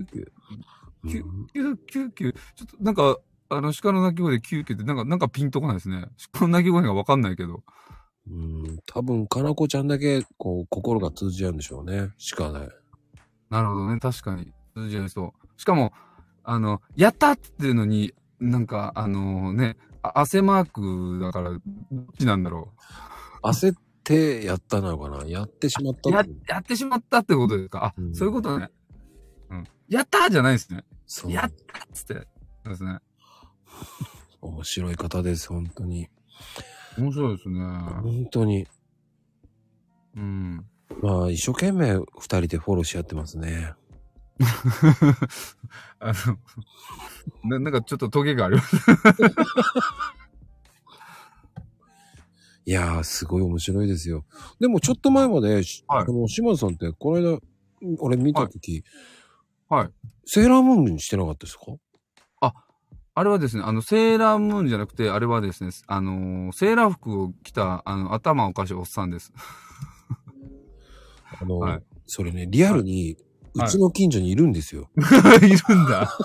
ょっとなんか、鹿の鳴き声で救急ってなんかピンとこないですね。鹿の鳴き声がわかんないけど。 多分、かなこちゃんだけ、心が通じ合うんでしょうね。鹿で。 なるほどね。確かに。通じ合いそう。しかも、やったっていうのに、なんか、汗マークだから、どっちなんだろう。焦ってやったのかな？やってしまったやってしまったってことですか？そういうことね。やったーじゃないですね。やったっつって。そうですね。 面白い方です、本当に。 面白いですね。 本当に。まあ、一生懸命二人でフォローし合ってますね。 なんかちょっとトゲがある。 いやー、すごい面白いですよ。でもちょっと前まで、島津さんって、この間、俺見たとき、 はい。 セーラームーンしてなかったですか？ あれはですね、セーラームーンじゃなくて、あれはですね、セーラー服を着た、頭おかしいおっさんです。 はい、それね、リアルに、うちの近所にいるんですよ。 いるんだ。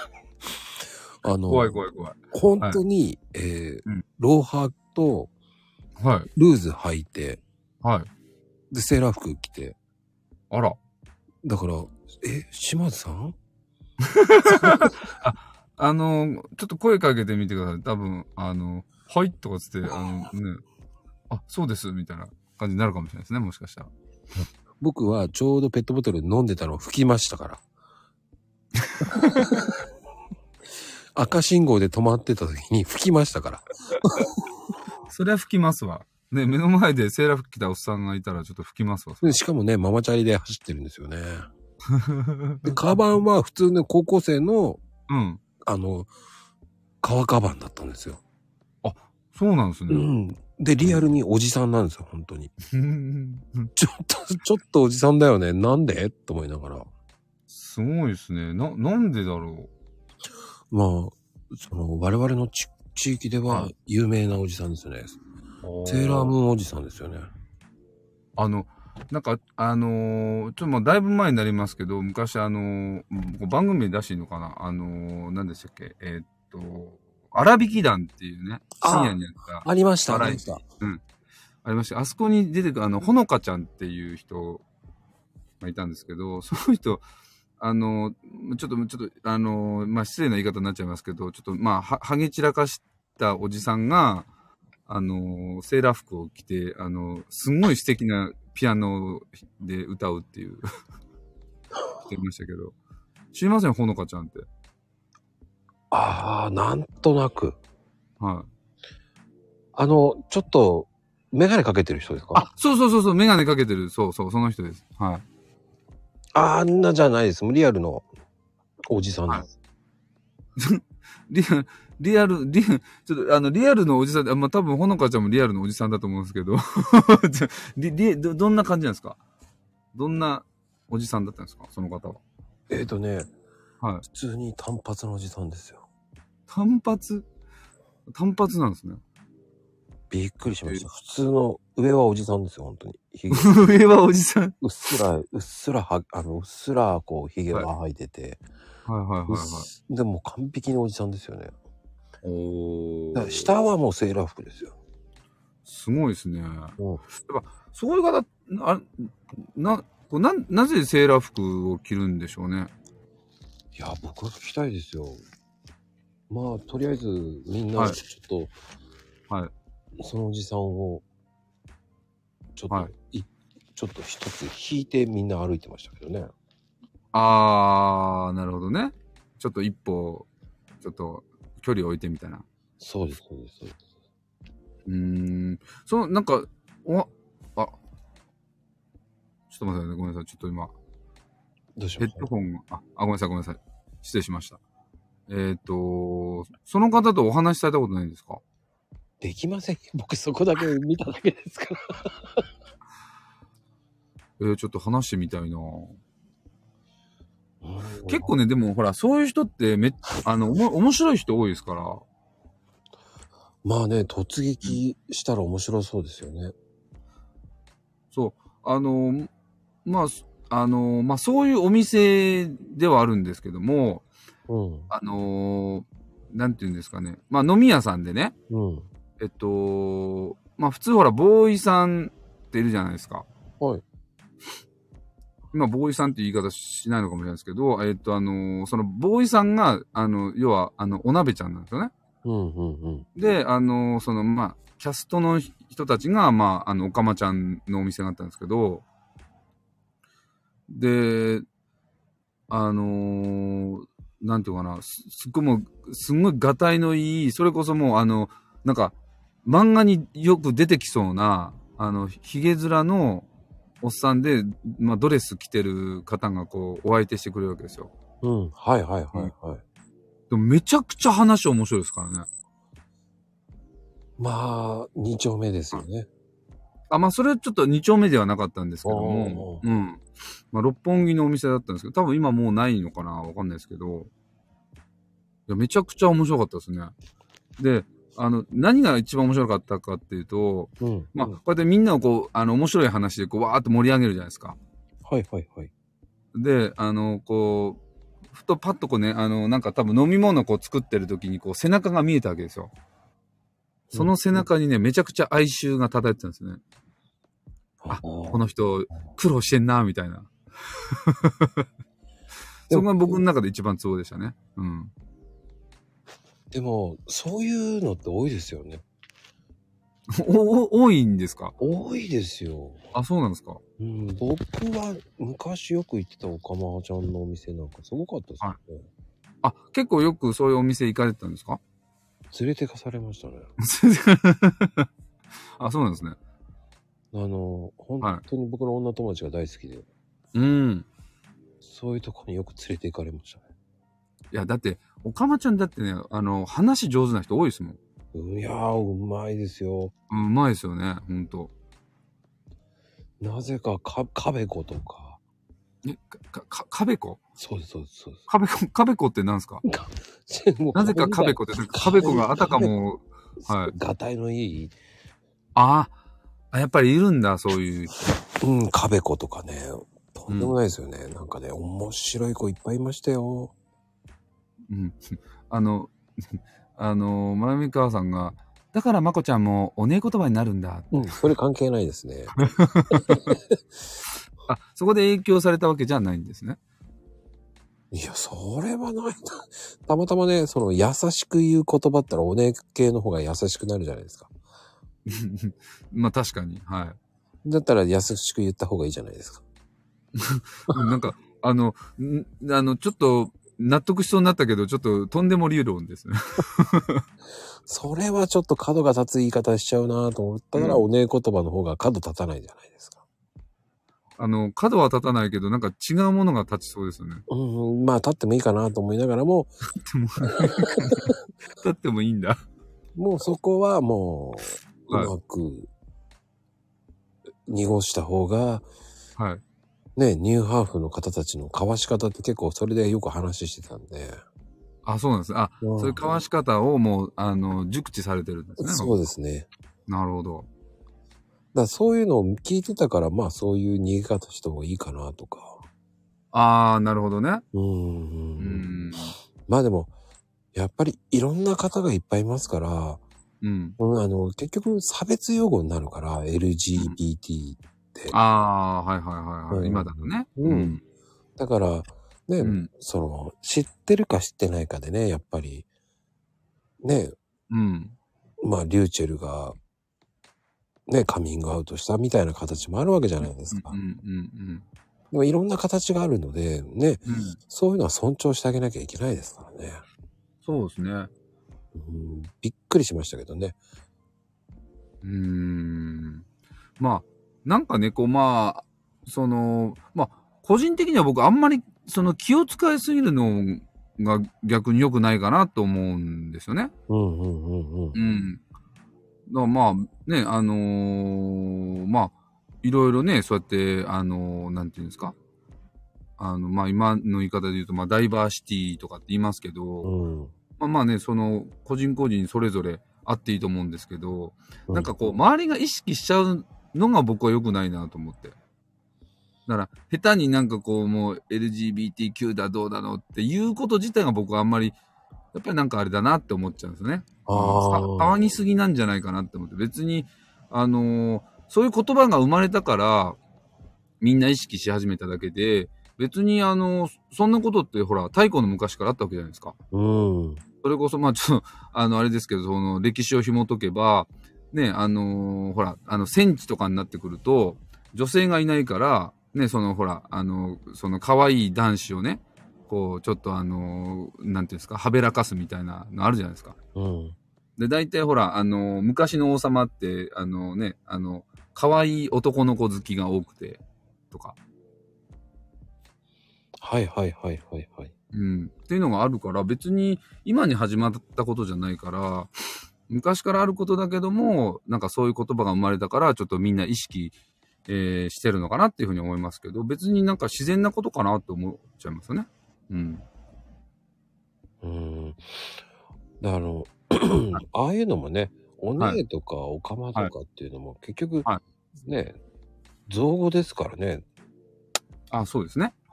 怖い。 本当に、ローハーと、ルーズ履いて、で、セーラー服着て。 あら。 だから、島津さんちょっと声かけてみてください。多分、はいとかつって、そうです、みたいな感じになるかもしれないですね、もしかしたら。 僕はちょうどペットボトル飲んでたのを吹きましたから。赤信号で止まってた時に吹きましたから。 そりゃ吹きますわ。ね、目の前でセーラー服着たおっさんがいたらちょっと吹きますわ。 でしかもね、ママチャリで走ってるんですよね。で、カバンは普通の高校生の、革カバンだったんですよ。 あ、そうなんですね。 で、リアルにおじさんなんですよ、本当に。ちょっとおじさんだよね。なんでと思いながら。 すごいですね。なんでだろう。まあ、我々の地域では有名なおじさんですよね。セーラームーンおじさんですよね。 なんか、ちょっともうだいぶ前になりますけど、昔番組で出していいのかな何でしたっけ荒引き団っていうね、深夜にやった。 ありました、 ありました。ありました。あそこに出てくるほのかちゃんっていう人がいたんですけど、その人、ちょっと、まあ、失礼な言い方になっちゃいますけど、ちょっと、まあ、はげ散らかしたおじさんが、 セーラー服を着て、すんごい素敵なピアノで歌うっていう、してましたけど。知りません、ほのかちゃんって。 ああ、なんとなく。 はい。 ちょっと、メガネかけてる人ですか？ あ、そう、メガネかけてる。そう、その人です。はい。 あんなじゃないです。リアルのおじさんです。 はい、ちょっとリアルのおじさん、まあ、多分ほのかちゃんもリアルのおじさんだと思うんですけど、どんな感じなんですか？どんなおじさんだったんですか、その方は。 はい。普通に単発のおじさんですよ。 単発なんですね。 びっくりしました。普通の、上はおじさんですよ、本当に。 上はおじさん。 うっすら、こう、髭が生えてて。 はい。 でも完璧におじさんですよね。だから下はもうセーラー服ですよ。 すごいですね。やっぱ、そういう方、なぜセーラー服を着るんでしょうね。 いや、僕は聞きたいですよ。まあ、とりあえず、みんな、ちょっと、はい。そのおじさんを、ちょっと、ちょっと一つ引いてみんな歩いてましたけどね。 なるほどね。ちょっと一歩、ちょっと距離を置いてみたいな。 そうです。 なんか、ちょっと待ってね、ごめんなさい。ちょっと今、 どうしました？ ヘッドホンが、ごめんなさい。失礼しました。その方とお話しされたことないんですか？ できませんよ。僕そこだけ見ただけですから。 ちょっと話してみたいな。結構ね、でもほら、そういう人って面白い人多いですから。 まあね、突撃したら面白そうですよね。 そう。まあ、そういうお店ではあるんですけども、なんていうんですかね。まあ、飲み屋さんでね。まあ、普通ほら、ボーイさんっているじゃないですか。 はい。 今、ボーイさんって言い方しないのかもしれないですけど、その、ボーイさんが、要は、お鍋ちゃんなんですよね。で、まあ、キャストの人たちが、まあ、おかまちゃんのお店があったんですけど、で、なんていうかな、すんごいがたいのいい、それこそもう、なんか、漫画によく出てきそうな、ヒゲ面のおっさんで、まあ、ドレス着てる方がこう、お相手してくれるわけですよ。 はい。 でもめちゃくちゃ話面白いですからね。 まあ、2丁目ですよね。 まあ、それはちょっと2丁目ではなかったんですけども、まあ、六本木のお店だったんですけど、多分今もうないのかなわかんないですけど、いや、めちゃくちゃ面白かったですね。で、何が一番面白かったかっていうと、まあ、こうやってみんなをこう、面白い話でこう、わーっと盛り上げるじゃないですか。 はい。 で、こう、ふとパッとこうね、なんか多分飲み物こう作ってる時にこう、背中が見えたわけですよ。その背中にね、めちゃくちゃ哀愁が漂ってたんですね。この人、苦労してんな、みたいな。そこが僕の中で一番ツボでしたね。 でも、そういうのって多いですよね。 多いんですか？ 多いですよ。 そうなんですか？ 僕は昔よく行ってたおかまちゃんのお店なんかすごかったですよね。 結構よくそういうお店行かれてたんですか？ 連れてかされましたね。 そうなんですね。 本当に僕の女友達が大好きで。そういうとこによく連れて行かれましたね。 いや、だって、おかまちゃんだってね、話上手な人多いですもん。 いやー、うまいですよ。 うまいですよね、ほんと。 なぜか、かべことか。 かべこ？ そうです。 かべこって何すか？なぜかかべこって、かべこがあたかも、はい。 がたいのいい。 やっぱりいるんだ、そういう。 かべことかね。とんでもないですよね。なんかね、面白い子いっぱいいましたよ。 まゆみかわさんが、だからまこちゃんもおねえ言葉になるんだ。 それ関係ないですね。 そこで影響されたわけじゃないんですね。 いや、それはないな。たまたまね、優しく言う言葉ったらおねえ系の方が優しくなるじゃないですか。 まあ確かに、はい。 だったら優しく言った方がいいじゃないですか。 なんか、ちょっと、納得しそうになったけど、ちょっととんでも理論ですね。 それはちょっと角が立つ言い方しちゃうなと思ったから、おねえ言葉の方が角立たないじゃないですか。 角は立たないけど、なんか違うものが立ちそうですよね。 まあ立ってもいいかなと思いながらも。 立ってもいいんだ。 もうそこはもう、うまく、濁した方が、 はい。 ね、ニューハーフの方たちの交わし方って結構それでよく話してたんで。 あ、そうなんです。そういう交わし方をもう、熟知されてるんですね。 そうですね。 なるほど。 だそういうのを聞いてたから、まあそういう逃げ方した方がいいかなとか。 なるほどね。 まあでも、やっぱりいろんな方がいっぱいいますから、結局差別用語になるから、LGBT って。 はいはいはいはい。今だとね。 だから、ね、知ってるか知ってないかでね、やっぱり、ね、まあ、リューチェルが、ね、カミングアウトしたみたいな形もあるわけじゃないですか。でもいろんな形があるので、ね、そういうのは尊重してあげなきゃいけないですからね。 そうですね。 びっくりしましたけどね。 まあ、なんかね、こう、まあ、個人的には僕あんまり、気を使いすぎるのが逆に良くないかなと思うんですよね。だからまあ、ね、まあ、いろいろね、そうやって、なんていうんですか。まあ今の言い方で言うと、まあダイバーシティとかって言いますけど、まあね、個人個人それぞれあっていいと思うんですけど、なんかこう、周りが意識しちゃうのが僕は良くないなと思って。だから、下手になんかこう、もう LGBTQ だどうだのっていうこと自体が僕はあんまり、やっぱりなんかあれだなって思っちゃうんですよね。騒ぎすぎなんじゃないかなって思って。別に、そういう言葉が生まれたから、みんな意識し始めただけで、別にそんなことってほら、太古の昔からあったわけじゃないですか。それこそ、まあちょっと、あれですけど、歴史を紐解けば、ね、ほら、戦地とかになってくると、女性がいないから、ね、ほら、可愛い男子をね、こう、ちょっとなんていうんですか、はべらかすみたいなのあるじゃないですか。で、大体ほら、昔の王様って、ね、可愛い男の子好きが多くて、とか。 はいはいはいはいはい。 っていうのがあるから、別に今に始まったことじゃないから、昔からあることだけども、なんかそういう言葉が生まれたから、ちょっとみんな意識、してるのかなっていうふうに思いますけど、別になんか自然なことかなって思っちゃいますよね。 ああいうのもね、お姉とかおかまとかっていうのも結局、ね、造語ですからね。 そうですね。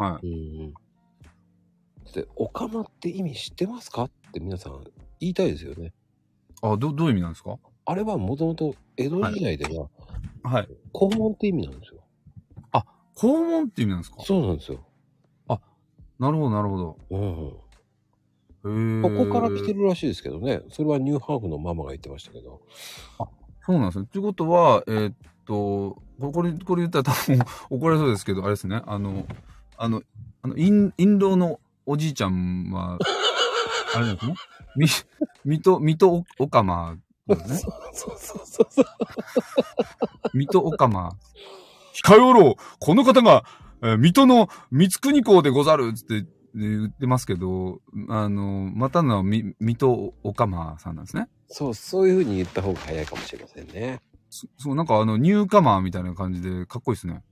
で、おかまって意味知ってますかって皆さん言いたいですよね。 どういう意味なんですか？ あれはもともと江戸時代では、肛門って意味なんですよ。 肛門って意味なんですか？ そうなんですよ。 なるほどなるほど。 ここから来てるらしいですけどね。それはニューハーフのママが言ってましたけど。 そうなんですね。ということは、これ言ったら多分怒られそうですけど、あれですね。インドのおじいちゃんは、あれなんですね。水戸オカマですね。 そう。 水戸オカマ。控えおろう、この方が、水戸の三国公でござるつって言ってますけど、またのは水戸オカマさんなんですね。 そういう風に言った方が早いかもしれませんね。 そう、なんかニューカマーみたいな感じでかっこいいですね。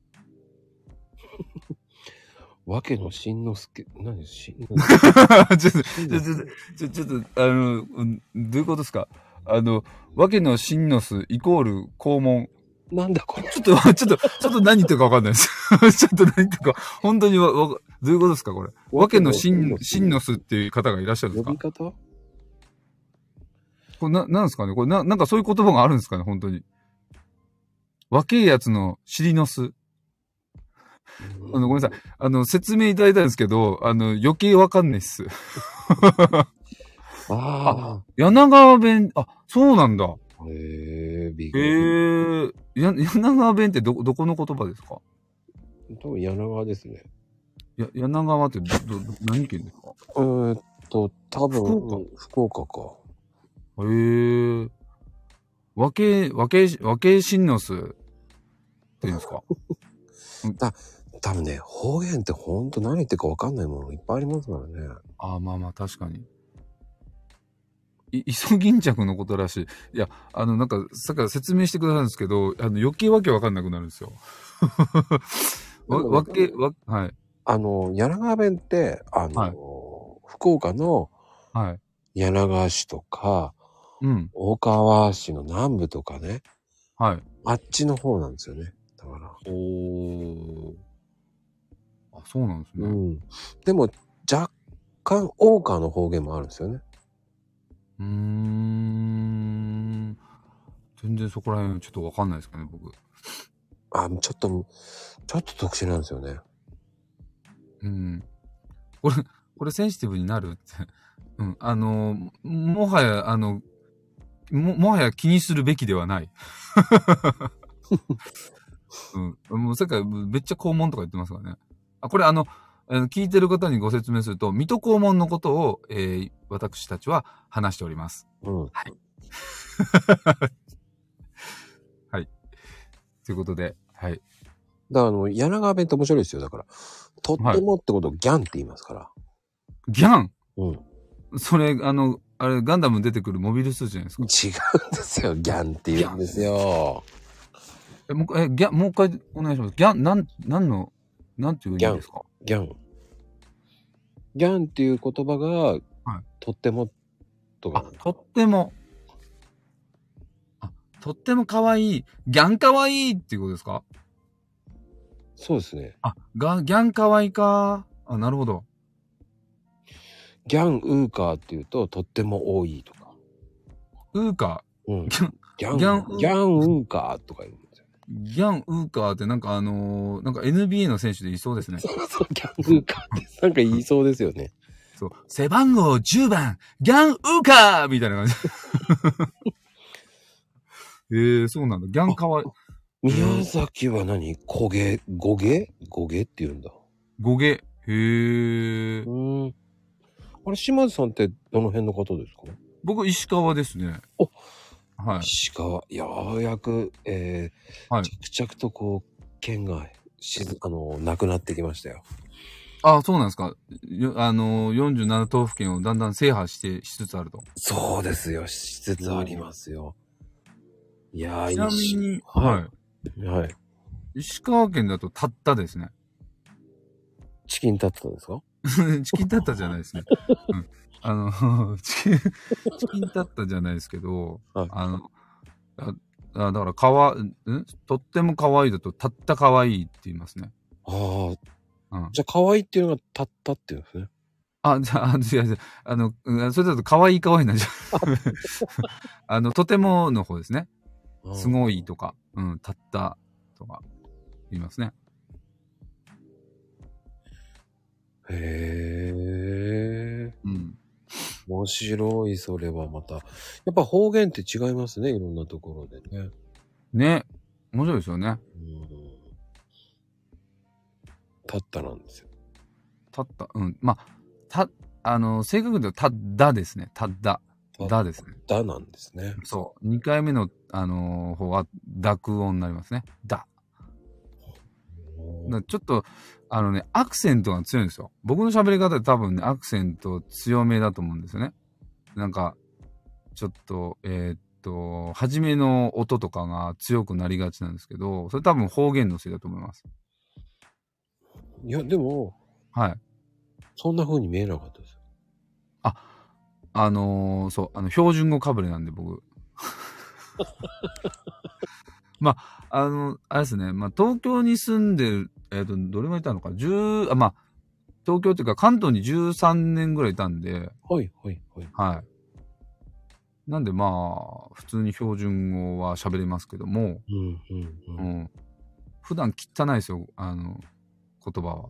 わけのしんのすけ、何しんのちょっと、どういうことですか？わけのしんのすイコール肛門。 なんだこれ。 ちょっと何言ってるかわかんないです。ちょっと何言ってるか、本当にどういうことですかこれ。わけのしんのすっていう方がいらっしゃるんですか？ 呼び方？ これなんですかねこれなんかそういう言葉があるんですかね本当に。若いやつの尻の巣。ごめんなさい。説明いただいたんですけど、余計わかんないっす。柳川弁、そうなんだ。 びっくり。 柳川弁ってどこの言葉ですか？ 多分柳川ですね。 柳川って何県ですか？ 多分、福岡か。 和系シンノスって言うんですか？ 多分ね、方言ってほんと何言ってるか分かんないものいっぱいありますからね。 まあ確かに。イソギンチャクのことらしい。いや、なんか、さっきから説明してくださるんですけど、余計わけわかんなくなるんですよ。はい。 柳川弁って、 はい、 福岡の、 はい。 柳川市とか、 うん。 大川市の南部とかね。 はい。 あっちの方なんですよね。だから。 そうなんですね。 うん。でも、若干、大川の方言もあるんですよね。 全然そこら辺ちょっとわかんないですかね、僕。 ちょっと特殊なんですよね。 これセンシティブになるって。もはや、もはや気にするべきではない。もうさっきからめっちゃ肛門とか言ってますからね。これ聞いてる方にご説明すると、水戸黄門のことを、私たちは話しております。はい。はい。ということで、はい。 だから柳川弁って面白いですよ。だから、とってもってことをギャンって言いますから。 ギャン？ うん。 それ、あれ、ガンダムに出てくるモビルスーツじゃないですか。 違うんですよ。ギャンって言うんですよ。 もう一回お願いします。ギャン、なんていう意味ですか？ ギャンっていう言葉が、とってもとか。 とっても可愛い。ギャン可愛いっていうことですか？ そうですね。 ギャン可愛いか。なるほど。 ギャンウーカーっていうと、とっても多いとか。 ウーカー。うん。ギャンウーカーとか言うんですよ。 ギャンウーカーってなんかなんか NBA の選手でいそうですね。 そう、ギャンウーカーってなんか言いそうですよね。 そう。背番号10番、ギャンウーカーみたいな感じ。そうなんだ。ギャンかわいい。 宮崎は何？ゴゲって言うんだ。 ゴゲ。 あれ、島津さんってどの辺の方ですか？ 僕、石川ですね。はい。 石川、ようやく、着々とこう、県が、なくなってきましたよ。 そうなんですか。47都府県をだんだん制覇しつつあると。 そうですよ。しつつありますよ。いやー、 ちなみに、 はい。 石川県だとたったですね。 チキンタッタですか？ チキンタッタじゃないですね。チキンタッタじゃないですけど、だからとっても可愛いだと、たった可愛いって言いますね。 じゃあ可愛いっていうのがたったっていうんですね。 それだと可愛いになっちゃう。とてもの方ですね。すごいとか、たったとか言いますね。 へー。面白い、それはまた。やっぱ方言って違いますね、いろんなところでね。 ね。面白いですよね。 たったなんですよ。 たった。まあ、正確に言うと、たったですね。たった。だですね。 だなんですね。 そう。2回目の、方は、濁音になりますね。だ。ちょっと、アクセントが強いんですよ。僕の喋り方で多分ね、アクセント強めだと思うんですよね。なんか、ちょっと、初めの音とかが強くなりがちなんですけど、それ多分方言のせいだと思います。 いや、でも、そんな風に見えなかったです。 そう、標準語かぶれなんで僕。まあ、あれですね、東京に住んでる、どれぐらいいたのか、東京っていうか関東に13年ぐらいいたんで、はい。なんで普通に標準語は喋れますけども、普段汚いですよ、言葉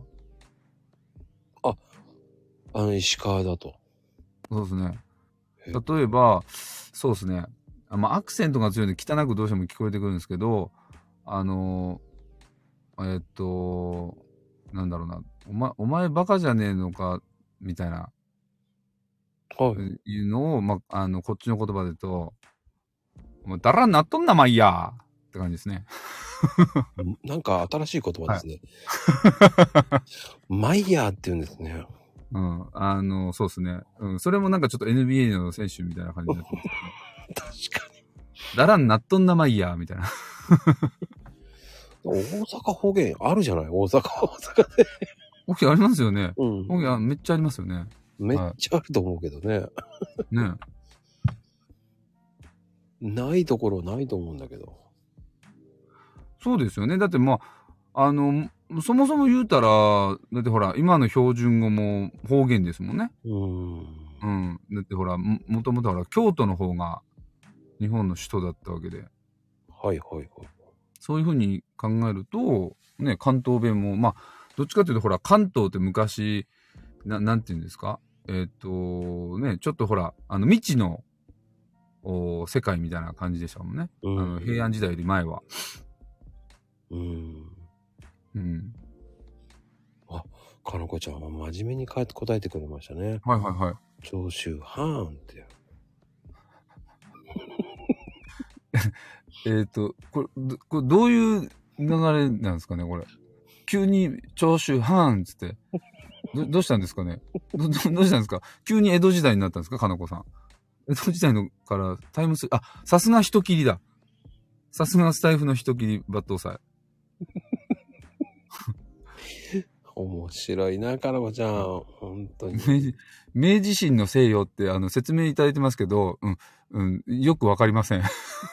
は。 石川だと。 そうですね。例えば、そうですね。 まあ、アクセントが強いんで汚くどうしても聞こえてくるんですけど、なんだろうな、お前バカじゃねえのか、みたいな、いうのを、まあ、こっちの言葉で言うと、お前、だらんなっとんな、まいやって感じですね。 なんか新しい言葉ですね。マイヤーって言うんですね。 うん。そうですね。うん。それもなんかちょっと NBA の選手みたいな感じになってます確かに。 だらんなっとんなまいやみたいな。 大阪方言あるじゃない大阪で。 大きいありますよね。 うん。 大きいめっちゃありますよね。 めっちゃあると思うけどね。 ねないところないと思うんだけど。 そうですよね。だってまあ、そもそも言うたら、だってほら、今の標準語も方言ですもんね。うん。だってほら、もともとほら、京都の方が日本の首都だったわけで。 はいはいはい。 そういうふうに考えると、ね、関東弁も、まあ、どっちかというとほら、関東って昔、なんて言うんですかね、ちょっとほら、未知の、世界みたいな感じでしたもんね。平安時代より前は。 あ、かのこちゃんは真面目に答えてくれましたね。 はいはいはい。 長州藩って。 これどういう流れなんですかね、これ。急に長州藩つって。どうしたんですかねどうしたんですか急に江戸時代になったんですかかなこさん。江戸時代のからタイムス、さすが人切りだ。さすがスタイフの人切り抜刀斎。 面白いな、かなこちゃん。本当に。 明治維新の西洋って説明いただいてますけど、よくわかりません。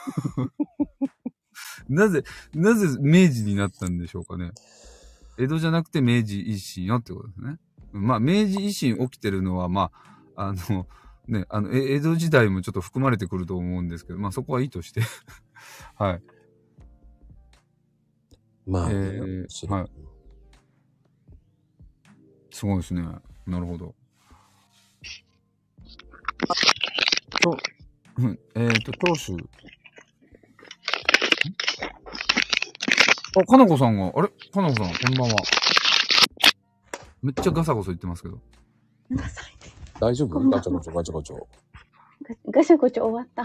なぜ明治になったんでしょうかね。江戸じゃなくて明治維新よってことですね。まあ、明治維新起きてるのは、まあ、ね、江戸時代もちょっと含まれてくると思うんですけど、まあそこはいいとして。はい。 まあ、はい。 すごいですね。なるほど。長州。かなこさんが、あれかなこさん、こんばんは。めっちゃガサゴソ言ってますけど。 大丈夫？ガチャゴチャガチャゴチャ。 ガシャゴチャ終わった。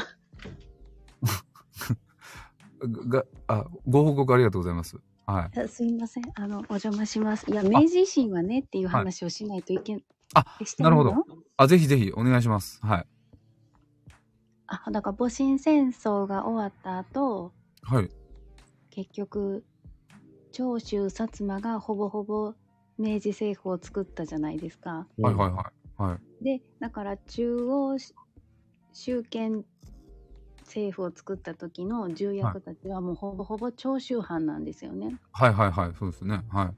ご報告ありがとうございます。はい。 すいません。お邪魔します。いや、明治維新はねっていう話をしないといけない。 なるほど。ぜひぜひお願いします。はい。 だから戊辰戦争が終わった後、 はい。 結局、長州薩摩がほぼほぼ明治政府を作ったじゃないですか。 はいはいはい。はい、 で、だから中央集権政府を作った時の重役たちはもうほぼほぼ長州藩なんですよね。 はいはいはい、そうですね。はい。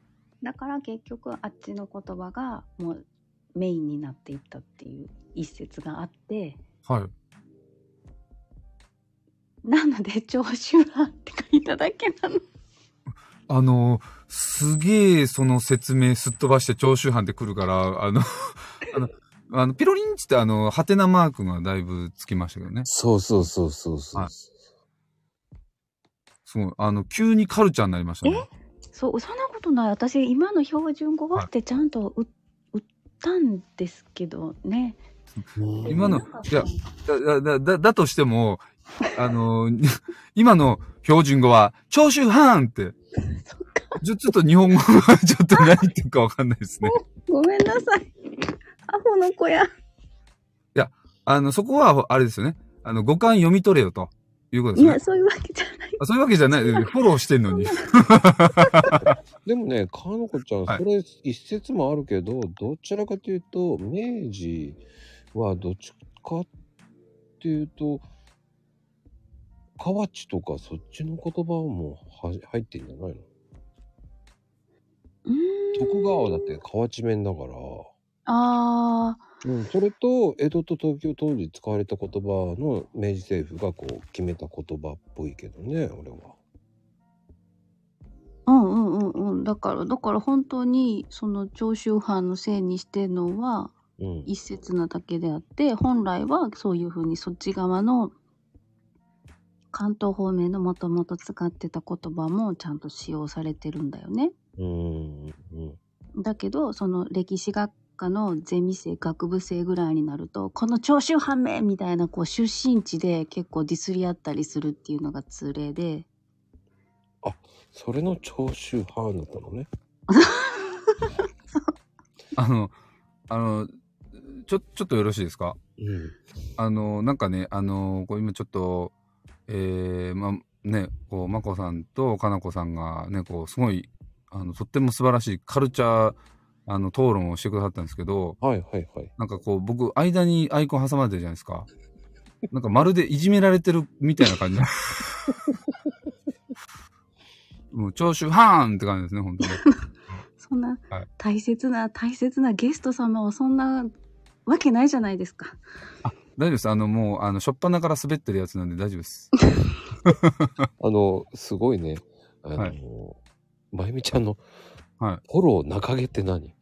だから結局あっちの言葉がもうメインになっていったっていう一節があって、 はい。 なので長州藩って書いただけなの。すげえその説明すっ飛ばして長州藩ってくるから、ピロリンチってハテナマークがだいぶつきましたけどね。 そうそうそうそうそう。はい、 すごい。急にカルチャーになりましたね。 そう、そんなことない。私、今の標準語はってちゃんと打ったんですけどね。 今の、いや、だとしても、今の標準語は、長州藩って、ちょっと日本語はちょっと何言ってるかわかんないですね。 ごめんなさい。アホの子や。いや、そこは、あれですよね。五感読み取れよということですね。 いや、そういうわけじゃない。 そういうわけじゃない。フォローしてんのに。 でもね、かのこちゃん、それ一説もあるけど、どちらかというと、明治はどっちかっていうと、河内とかそっちの言葉も入ってんじゃないの？徳川だって河内弁だから。それと江戸と東京当時使われた言葉の明治政府がこう決めた言葉っぽいけどね、俺は。 だから本当にその長州藩のせいにしてるのは一説なだけであって、本来はそういうふうにそっち側の関東方面のもともと使ってた言葉もちゃんと使用されてるんだよね。だけど、その歴史学科のゼミ生、学部生ぐらいになると、この長州藩名みたいなこう出身地で結構ディスり合ったりするっていうのが通例で。 あ、それの長州藩だったのね。 ちょっとよろしいですか？なんかね、こう今ちょっと、まね、こう、まこさんとかなこさんがね、こう、すごい、とっても素晴らしいカルチャー、討論をしてくださったんですけど、なんかこう、僕、間にアイコン挟まれてるじゃないですか。なんかまるでいじめられてるみたいな感じ。もう、長州ハーンって感じですね、本当に。 そんな大切なゲスト様をそんなわけないじゃないですか。 あ、大丈夫です。もう、初っ端から滑ってるやつなんで大丈夫です。 すごいね。まゆみちゃんの、フォロー中毛って何？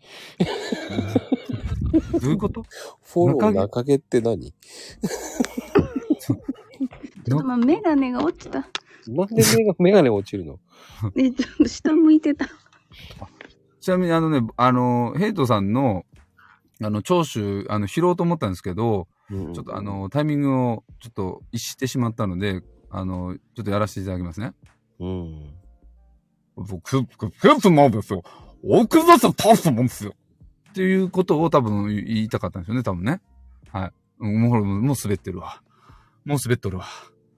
どういうこと？ フォロー中毛って何？ ちょっとメガネが落ちた。 なんでメガネ落ちるの？ ちょっと下向いてた。 ちなみにヘイトさんの、長州、拾おうと思ったんですけど、ちょっとタイミングをちょっと逸してしまったので、ちょっとやらせていただきますね。僕、ヘトなんですよ。奥田さん倒すもんですよ。っていうことを多分言いたかったんですよね、多分ね。はい。もう滑ってるわ。もう滑っとるわ。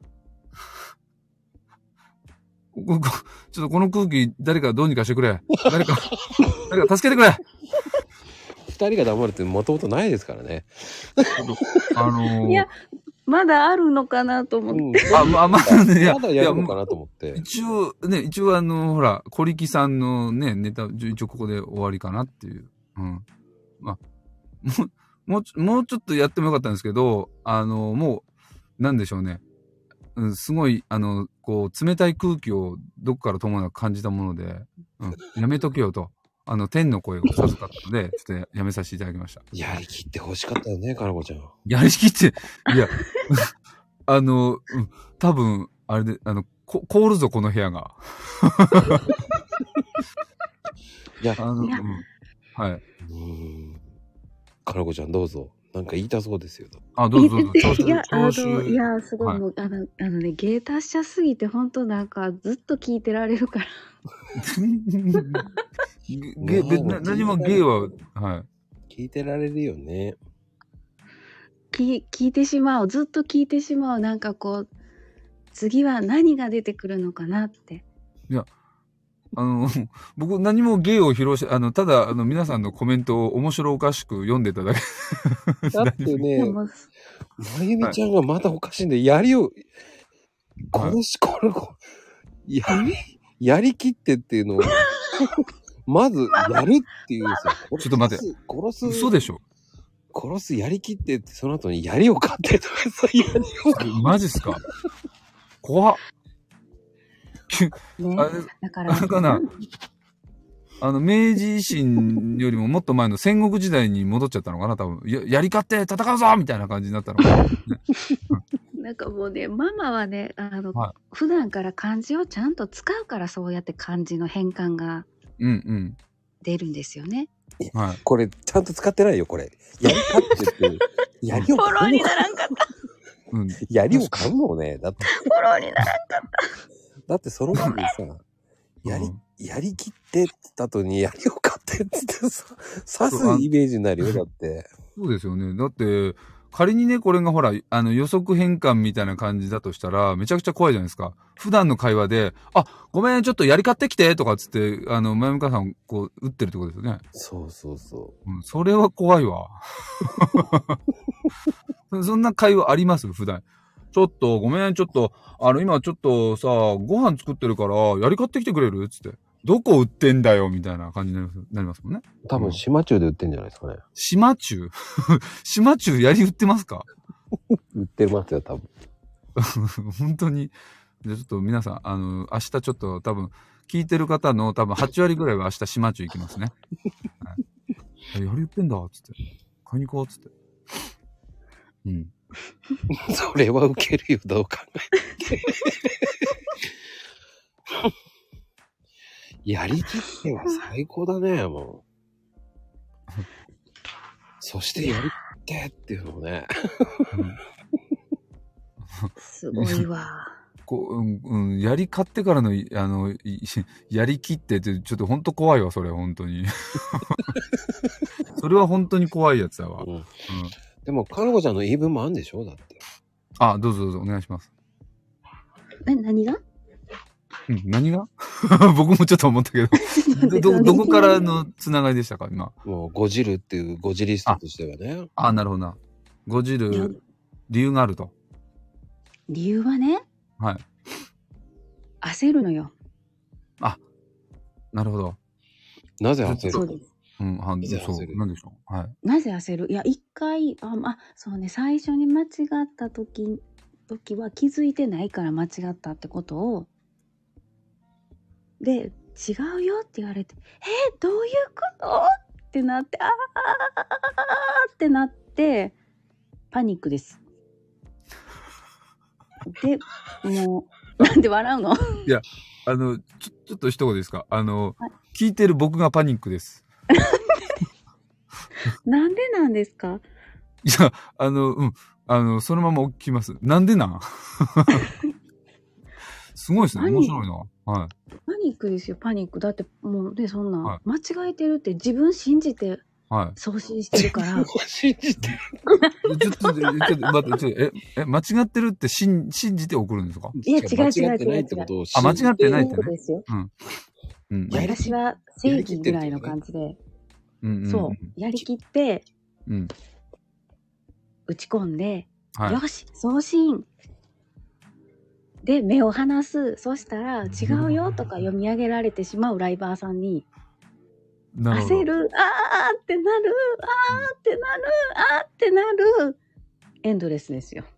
ちょっとこの空気、誰かどうにかしてくれ。誰か助けてくれ。 二人が黙るってもともとないですからね。 いや、まだあるのかなと思って。 まだやるのかなと思って。 一応ほら、小力さんのね、ネタ、一応ここで終わりかなっていう。まあ、もうちょっとやってもよかったんですけど、もう、なんでしょうね。すごい、こう、冷たい空気をどこからともなく感じたもので、やめとけよと。天の声を授かったので、ちょっとやめさせていただきました。 やりきって欲しかったよね、かなこちゃん。 やりきって、いや、多分、あれで、凍るぞ、この部屋が。 いや、 はい。 かなこちゃんどうぞ。なんか言いたそうですよ。 どうぞ。 いや、すごい、もう、芸達者すぎて、本当なんか、ずっと聞いてられるから。 何も芸は、はい。 聞いてられるよね。 聞いてしまう。ずっと聞いてしまう。なんかこう、次は何が出てくるのかなって。 いや、僕何も芸を披露して、ただ、皆さんのコメントを面白おかしく読んでただけ。 だってね、まゆみちゃんがまだおかしいんで、槍を、やりきってっていうのを、まずやるっていうさ、 ちょっと待って。嘘でしょ？ 殺すやりきってって、その後に槍を買ってとかさ、 マジっすか？怖っ。 だから。 あれかな。明治維新よりももっと前の戦国時代に戻っちゃったのかな、多分。やり勝って戦うぞみたいな感じになったのかな。 なんかもうね、ママはね、普段から漢字をちゃんと使うから、そうやって漢字の変換が出るんですよね。 はい。これ、ちゃんと使ってないよ、これ。やり勝ってって。槍をフォローにならんかった。 槍を買うのね。だって。 フォローにならんかった。 だってその前にさ、やりきってって言った後に槍を買ってって言ってさ、刺すイメージになるよ、だって。 そうですよね。だって、仮にね、これがほら、予測変換みたいな感じだとしたら、めちゃくちゃ怖いじゃないですか。普段の会話で、ごめん、ちょっと槍買ってきてとかつって、まゆみかさん、こう、撃ってるってことですよね。 そうそうそう。 それは怖いわ。そんな会話あります普段。ちょっと、ごめん、ちょっと、今ちょっとさ、ご飯作ってるから、槍買ってきてくれるつって。どこ売ってんだよみたいな感じになりますもんね。 多分、島中で売ってんじゃないですかね。 島中島中槍売ってますか？ 売ってますよ、多分。 本当に。じゃあちょっと皆さん、明日ちょっと多分、聞いてる方の多分8割ぐらいは明日島中行きますね。はい、槍売ってんだつって。買いに行こうつって。 それはウケるよ、どう考えて。やりきっては最高だね、もう。そしてやりきってっていうのもね。 すごいわ。 やり勝ってからの、やりきってって、ちょっとほんと怖いわ、それ、本当に。それは本当に怖いやつだわ。 でも、かのこちゃんの言い分もあるんでしょだって。 あ、どうぞどうぞ、お願いします。 何が？ 何が僕もちょっと思ったけど、どこからのつながりでしたか、今。 もう、ごじるっていうごじリストとしてはね。 なるほどな。ごじる、理由があると。 理由はね。 はい。 焦るのよ。 なるほど。 なぜ焦る？ そうです。 そう、なんでしょう。はい。 なぜ焦る？いや、一回、そうね、最初に間違った時は気づいてないから間違ったってことを、で、違うよって言われて、どういうことってなって、ってなって、パニックです。で、もう、なんで笑うの？ いや、ちょっと一言ですか。聞いてる僕がパニックです。 なんでなんですか？ いや、そのまま聞きます。なんでなんすごいですね。面白いな。はい。 パニックですよ、パニック。だって、もうね、そんな、間違えてるって自分信じて、送信してるから。 信じてる。 ちょっと待って、間違ってるって信じて送るんですか？ いや、違う。 間違ってないってことを間違ってないってね。 ですよ。私は正義ぐらいの感じで、そう、やりきって、打ち込んで、よし、送信で目を離す。そしたら、違うよとか読み上げられてしまうライバーさんに、焦る、ってなる、ってなる、エンドレスですよ。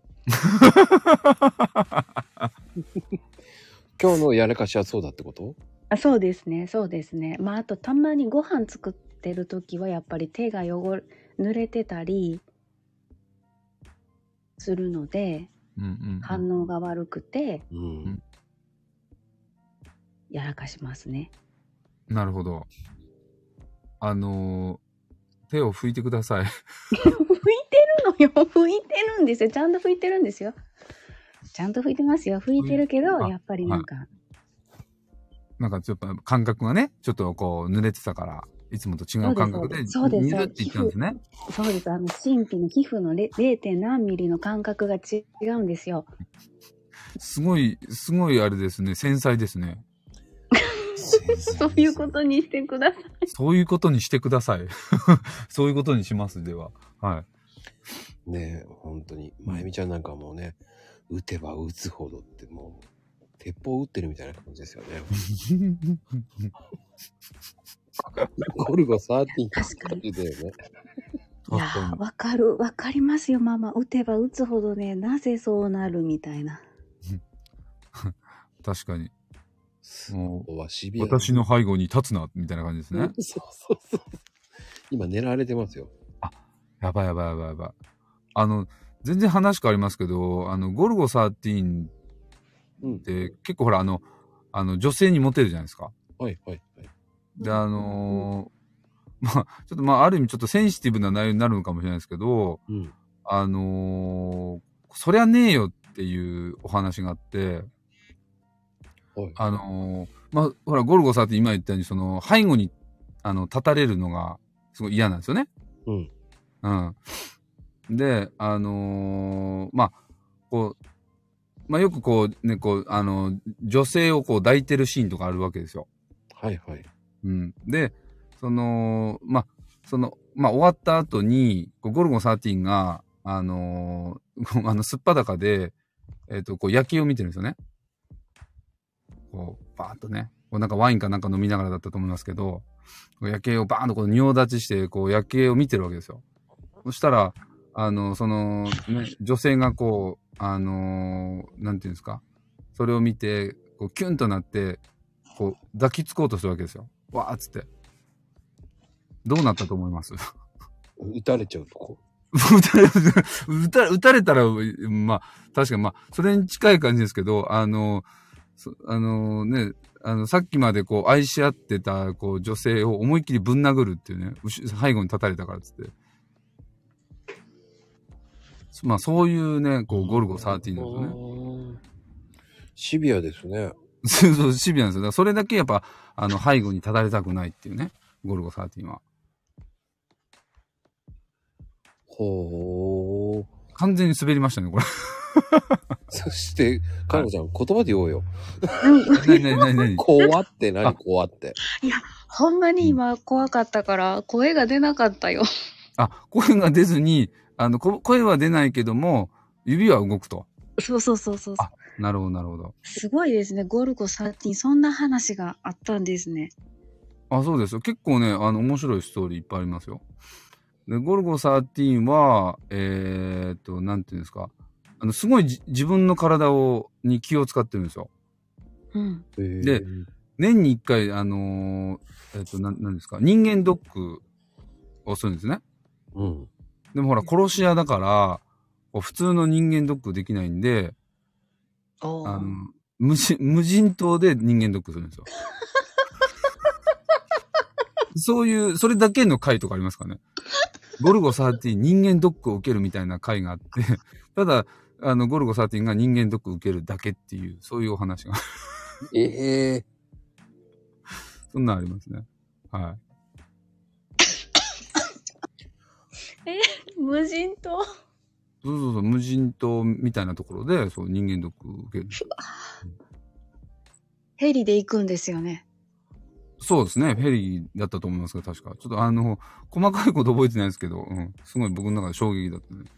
今日のやらかしはそうだってこと？ そうですね。あとたまにご飯作ってる時はやっぱり手が濡れてたりするので、反応が悪くて、やらかしますね。 なるほど。手を拭いてください。 拭いてるのよ。拭いてるんですよ。ちゃんと拭いてるんですよ。ちゃんと拭いてますよ。拭いてるけど、やっぱりなんかちょっと感覚がね、ちょっとこう濡れてたから、いつもと違う感覚で煮るって言ったんですね。 そうです。真皮の皮膚の 0. 何ミリの感覚が違うんですよ。 すごいあれですね。繊細ですね。 そういうことにしてください。 そういうことにしてください。そういうことにします、では。はい。 ねえ、本当に。まゆみちゃんなんかもうね、打てば打つほどってもう、鉄砲撃ってるみたいな感じですよね。ゴルゴ13 確かに。 だよね。 いやー、わかりますよ、ママ。打てば打つほどね、なぜそうなるみたいな。 確かに。 もう私の背後に立つな、みたいな感じですね。 そう。今狙われてますよ。 やばい。全然話変わりますけど、ゴルゴ13って結構ほら、女性にモテるじゃないですか。 はい。 で、ちょっとある意味ちょっとセンシティブな内容になるのかもしれないですけど、そりゃねえよっていうお話があって、ほら、ゴルゴ13って今言ったように、その、背後に、立たれるのが、すごい嫌なんですよね。で、よくこう、ね、女性をこう抱いてるシーンとかあるわけですよ。 はい。 で、終わった後に、ゴルゴ13が、すっぱだかで、夜景を見てるんですよね。こう、バーンとね、なんかワインかなんか飲みながらだったと思いますけど、夜景をバーンとこう仁王立ちして、こう夜景を見てるわけですよ。そしたら、女性がこう、なんていうんですか、それを見て、こう、キュンとなって、こう、抱きつこうとするわけですよ。わーっつって。どうなったと思います？ 撃たれちゃうとこ？ 撃たれたら、まあ、確かに、まあ、それに近い感じですけど、ね、さっきまでこう、愛し合ってた、こう、女性を思いっきりぶん殴るっていうね、背後に立たれたからっつって。まあ、そういうね、こう、ゴルゴ13なんですよね。 シビアですね。 そう、シビアなんですよ。だからそれだけやっぱ、背後に立たれたくないっていうね、ゴルゴ13は。 ほー。 完全に滑りましたね、これ。 そして、かのちゃん、言葉で言おうよ。 何怖って何怖って。 いや、ほんまに今怖かったから、声が出なかったよ。 声が出ずに、声は出ないけども、指は動くと。 そう。 なるほど、なるほど。 すごいですね。ゴルゴ13、そんな話があったんですね。 そうですよ。結構ね、面白いストーリーいっぱいありますよ。で、ゴルゴ13は、なんていうんですか。すごい自分の体に気を使ってるんですよ。 うん。 で、年に一回、何ですか、人間ドックをするんですね。 うん。 でもほら、殺し屋だから、普通の人間ドックできないんで、無人島で人間ドックするんですよ。それだけの回とかありますかね。ゴルゴ13人間ドックを受けるみたいな回があって、ただ、ゴルゴ13が人間ドックを受けるだけっていう、そういうお話が。そんなんありますね。はい。 無人島そう、無人島みたいなところで、そう、人間ドックを受ける。 ヘリで行くんですよね。 そうですね。フェリーだったと思いますが、確か。ちょっと細かいこと覚えてないですけど、すごい僕の中で衝撃だったね。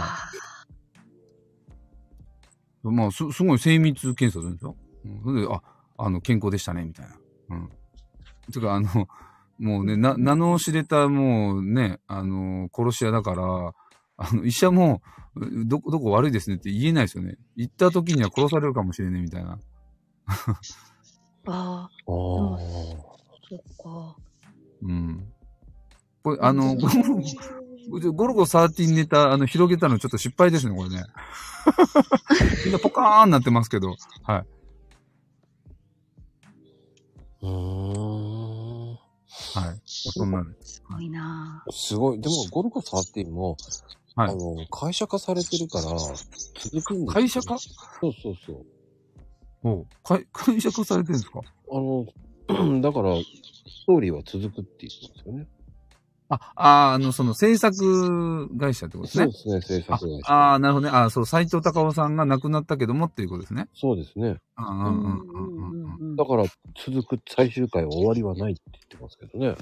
まあ、すごい精密検査するんですよ。それで、健康でしたね、みたいな。てか、もうね、名の知れた、もうね、殺し屋だから、医者も、どこ悪いですねって言えないですよね。行った時には殺されるかもしれないみたいな。 そっか。 うん。これ、ゴルゴ13ネタ、広げたのちょっと失敗ですね、これね。みんなポカーンなってますけど。はい。はい。そんなの。 すごいなぁ。 すごい。でも、ゴルゴ13も、はい、会社化されてるから、続くんです。 会社化？ そう。 会社化されてるんですか？ だから、ストーリーは続くって言ってますよね。 その制作会社ってことですね。 そうですね、制作会社。 なるほどね。そう、斎藤隆夫さんが亡くなったけどもっていうことですね。 そうですね。だから、続く最終回は終わりはないって言ってますけどね。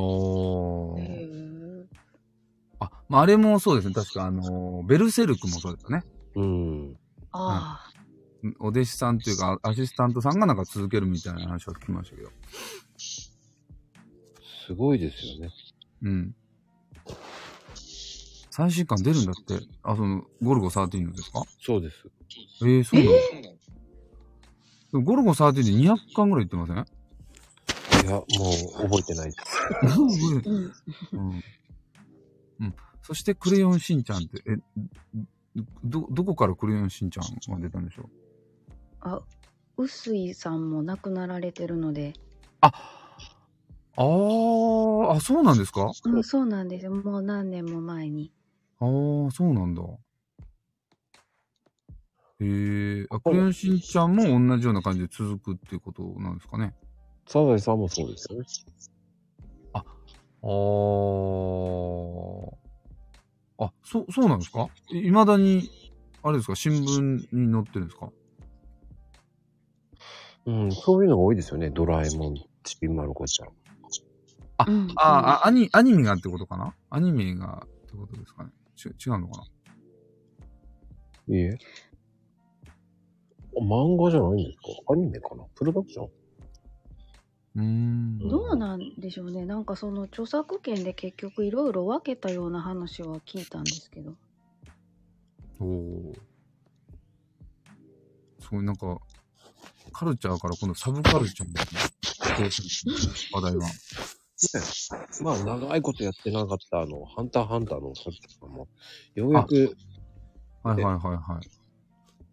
あれもそうですね。確か、ベルセルクもそうですよね。お弟子さんというか、アシスタントさんがなんか続けるみたいな話は聞きましたけど。 すごいですよね。 最新刊出るんだって。ゴルゴ13のですか？ そうです。 そうなんだ。ゴルゴ13で200巻ぐらい言ってません？ いや、もう覚えてないです。 そしてクレヨンしんちゃんって、どこからクレヨンしんちゃんが出たんでしょう？ 臼井さんも亡くなられてるので。 そうなんですか？ そうなんですよ。もう何年も前に。 そうなんだ。クレヨンしんちゃんも同じような感じで続くっていうことなんですかね。 サザエさんもそうですよね。 そうなんですか？未だに、あれですか、新聞に載ってるんですか？ そういうのが多いですよね。ドラえもん、ちびまる子ちゃん。 アニメがってことかな？アニメがってことですかね。違うのかな？ いいえ。漫画じゃないんですか？アニメかな？プロダクション？ どうなんでしょうね。なんかその著作権で結局いろいろ分けたような話は聞いたんですけど。 すごいなんか、カルチャーから今度サブカルチャーに話題が。 まあ、長いことやってなかった、ハンターハンターの時とかも、ようやく、 はいはいはいはい。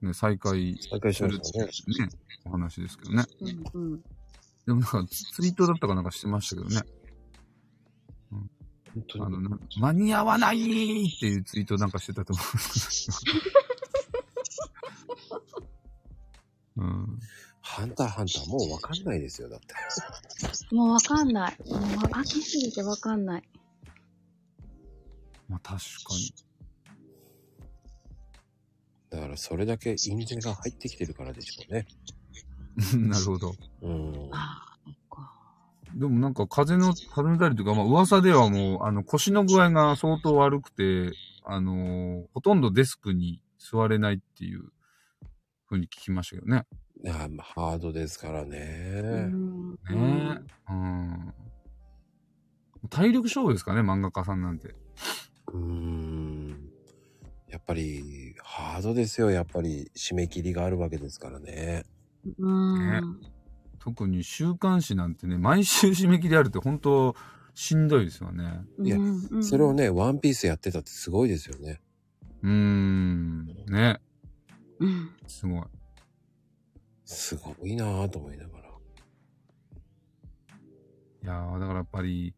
ね、再開しましたね。 お話ですけどね。 うんうん。 でもなんか、ツイートだったかなんかしてましたけどね。 本当に間に合わないっていうツイートなんかしてたと思うんですけど。うん。 ハンターハンターもうわかんないですよ、だって。 もうわかんない。もう飽きすぎてわかんない。 まあ確かに。 だからそれだけ印税が入ってきてるからでしょうね。 なるほど。 ああ、そっか。 でもなんか風のたりというか、まあ噂ではもう、腰の具合が相当悪くて、ほとんどデスクに座れないっていう風に聞きましたけどね。 いや、ハードですからね。 ねえ。体力勝負ですかね、漫画家さんなんて。 やっぱり、ハードですよ。やっぱり、締め切りがあるわけですからね。 ね、特に週刊誌なんてね、毎週締め切りあるって本当しんどいですよね。 いや、それをね、ワンピースやってたってすごいですよね。 ね。すごい。 すごいなぁと思いながら。 いやー、だからやっぱり、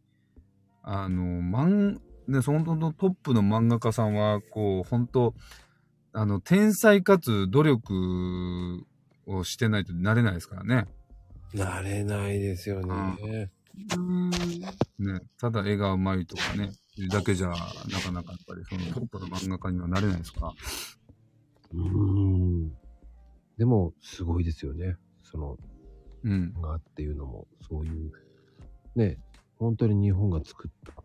ね、そのトップの漫画家さんは、こう、本当天才かつ努力をしてないとなれないですからね。 なれないですよね。 ね、ただ絵がうまいとかね、だけじゃ、なかなかやっぱりそのトップの漫画家にはなれないですから。 でも、すごいですよね。漫画っていうのも、そういう、ね、本当に日本が作った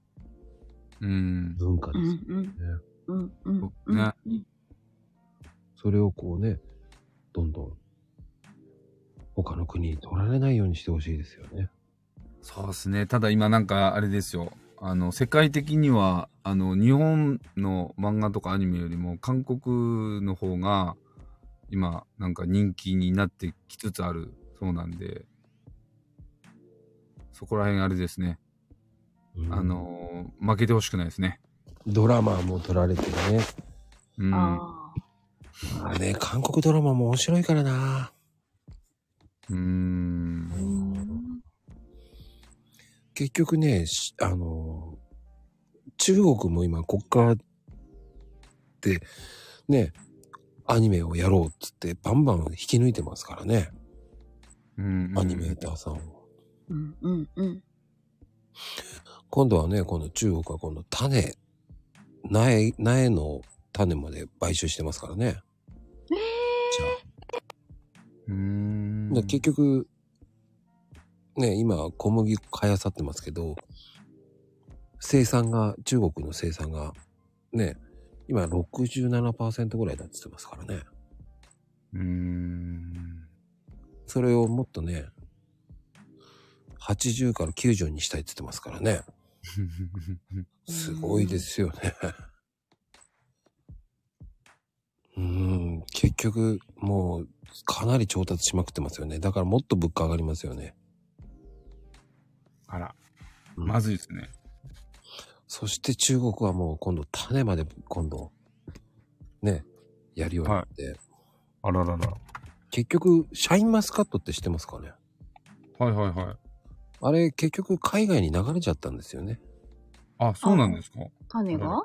文化ですよね。それをこうね、どんどん他の国に取られないようにしてほしいですよね。 そうですね。ただ今なんかあれですよ。世界的には、日本の漫画とかアニメよりも韓国の方が今なんか人気になってきつつあるそうなんで、そこら辺あれですね。負けてほしくないですね。 ドラマも撮られてね。まあね、韓国ドラマも面白いからな。結局ね、中国も今国家でね、アニメをやろうっつってバンバン引き抜いてますからね。アニメーターさんを。今度はね、今度中国は今度苗の種まで買収してますからね。結局、ね、今小麦買い漁ってますけど、中国の生産が、ね、今 67% ぐらいだって言ってますからね。それをもっとね、80から90にしたいって言ってますからね。すごいですよね。結局、もう、かなり調達しまくってますよね。だからもっと物価上がりますよね。 あら。まずいですね。 そして中国はもう今度種までね、やるようになって。 あららら。 結局、シャインマスカットって知ってますかね？ はいはいはい。 あれ、結局海外に流れちゃったんですよね。 あ、そうなんですか？ 種が？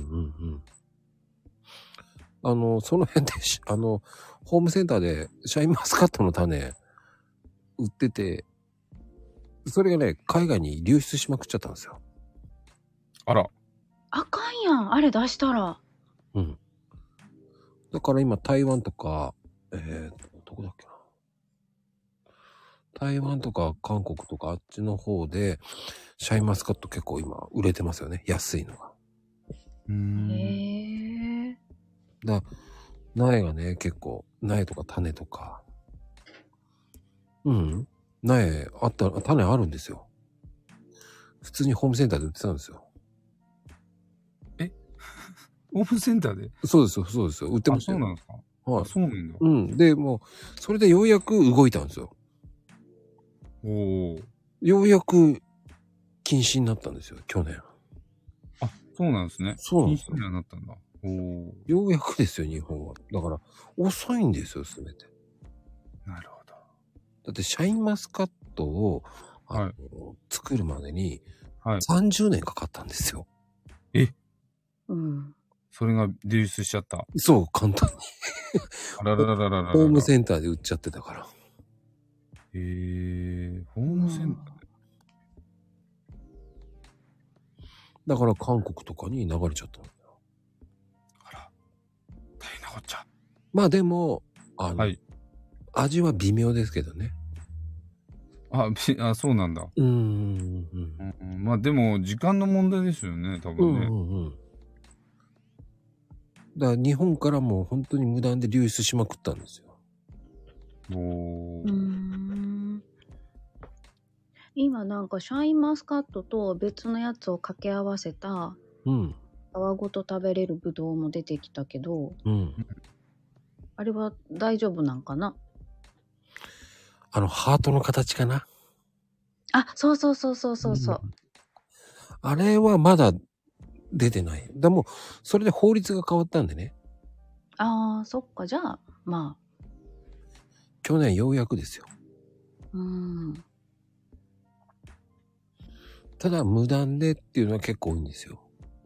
その辺で、ホームセンターでシャインマスカットの種売ってて、それがね、海外に流出しまくっちゃったんですよ。 あら。 あかんやん、あれ出したら。 だから今台湾とか、どこだっけな。台湾とか韓国とかあっちの方で、シャインマスカット結構今売れてますよね。安いのが。苗がね、結構、苗とか種とか。種あるんですよ。普通にホームセンターで売ってたんですよ。 ホームセンターで？ そうですよ、そうですよ。売ってましたよ。 そうなんですか？ はい。 そうなんだ。 で、もう、それでようやく動いたんですよ。ようやく禁止になったんですよ、去年。 あ、そうなんですね。 そうなんですよ。 禁止にはなったんだ。 ようやくですよ、日本は。だから、遅いんですよ、すべて。 なるほど。 だって、シャインマスカットを、作るまでに、30年かかったんですよ。 うん。 それが流出しちゃった。 そう、簡単に。 あらららららら。 ホームセンターで売っちゃってたから。 ホームセンターで。 だから韓国とかに流れちゃったんだよ。 あら、大変なこっちゃ。 まあでも、味は微妙ですけどね。 そうなんだ。まあでも、時間の問題ですよね、多分ね。 だから日本からもう本当に無断で流出しまくったんですよ。 今なんかシャインマスカットと別のやつを掛け合わせた皮ごと食べれるブドウも出てきたけど、あれは大丈夫なんかな？ ハートの形かな？ あ、そうそうそうそうそうそう。 あれはまだ出てない。でも、それで法律が変わったんでね。 ああ、そっか、じゃあ、まあ。 去年ようやくですよ。ただ、無断でっていうのは結構多いんですよ。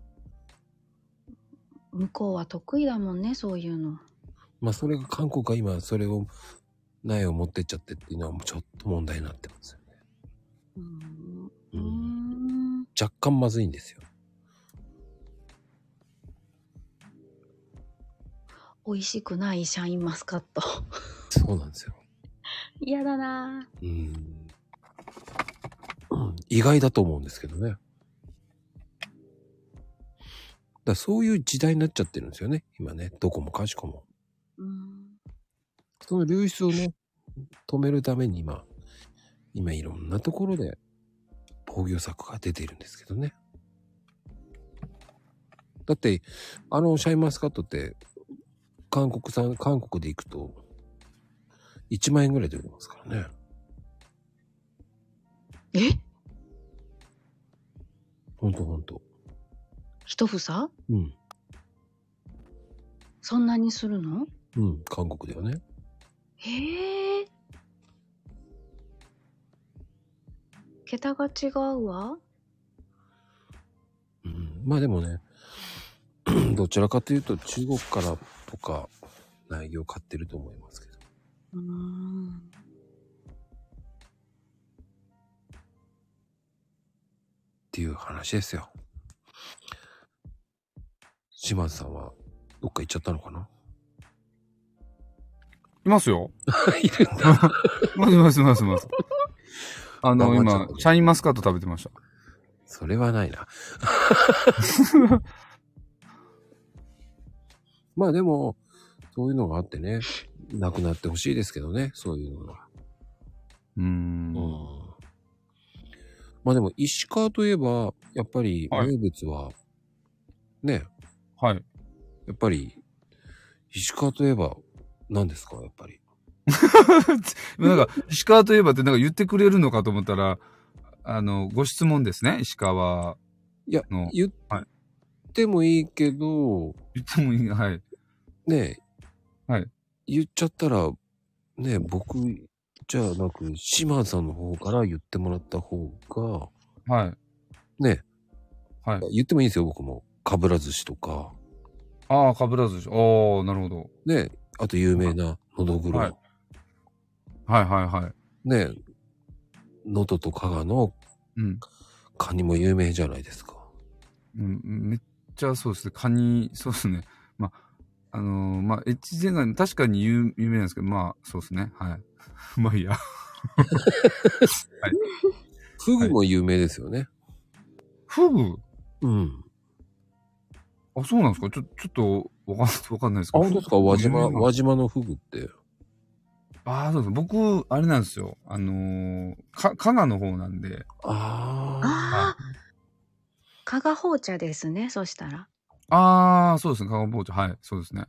向こうは得意だもんね、そういうの。 まあ、それが韓国が今、それを、苗を持ってっちゃってっていうのはもうちょっと問題になってますよね。若干まずいんですよ。 美味しくないシャインマスカット。 そうなんですよ。 嫌だなぁ。 意外だと思うんですけどね。だそういう時代になっちゃってるんですよね。今ね、どこもかしこも。その流出をね、止めるために今いろんなところで防御策が出ているんですけどね。だって、シャインマスカットって、韓国で行くと、1万円ぐらいで売れますからね。 え？ ほんと。 一房？そんなにするの？ 韓国ではね。 へえ。桁が違うわ。 まあでもね、どちらかというと中国からとか苗木を買ってると思いますけど。っていう話ですよ。島津さんはどっか行っちゃったのかな？ いますよ。 いるんだ。 います。今、シャインマスカット食べてました。 それはないな。まあでも、そういうのがあってね、なくなってほしいですけどね、そういうのが。まあでも、石川といえば、やっぱり名物は、ね。やっぱり、石川といえば、何ですか、やっぱり。 なんか、石川といえばってなんか言ってくれるのかと思ったら、ご質問ですね、石川の。 いや、言ってもいいけど、 言ってもいい、 ねえ。言っちゃったら、ね、僕じゃなく、島津さんの方から言ってもらった方が、ね、言ってもいいんですよ、僕も。かぶら寿司とか。 ああ、かぶら寿司。ああ、なるほど。 ね、あと有名なのどぐろ。ね、能登と加賀のカニも有名じゃないですか。 めっちゃそうですね。カニ、そうですね。越前ガニ、確かに有名なんですけど、まあ、そうですね。まあいいや。 フグも有名ですよね。 フグ？あ、そうなんですか？ちょっと、わかんないですけど。 本当ですか？輪島のフグって。 ああ、そうです。僕、あれなんですよ。加賀の方なんで。 加賀紅茶ですね、そしたら。 ああ、そうですね。加賀紅茶。そうですね。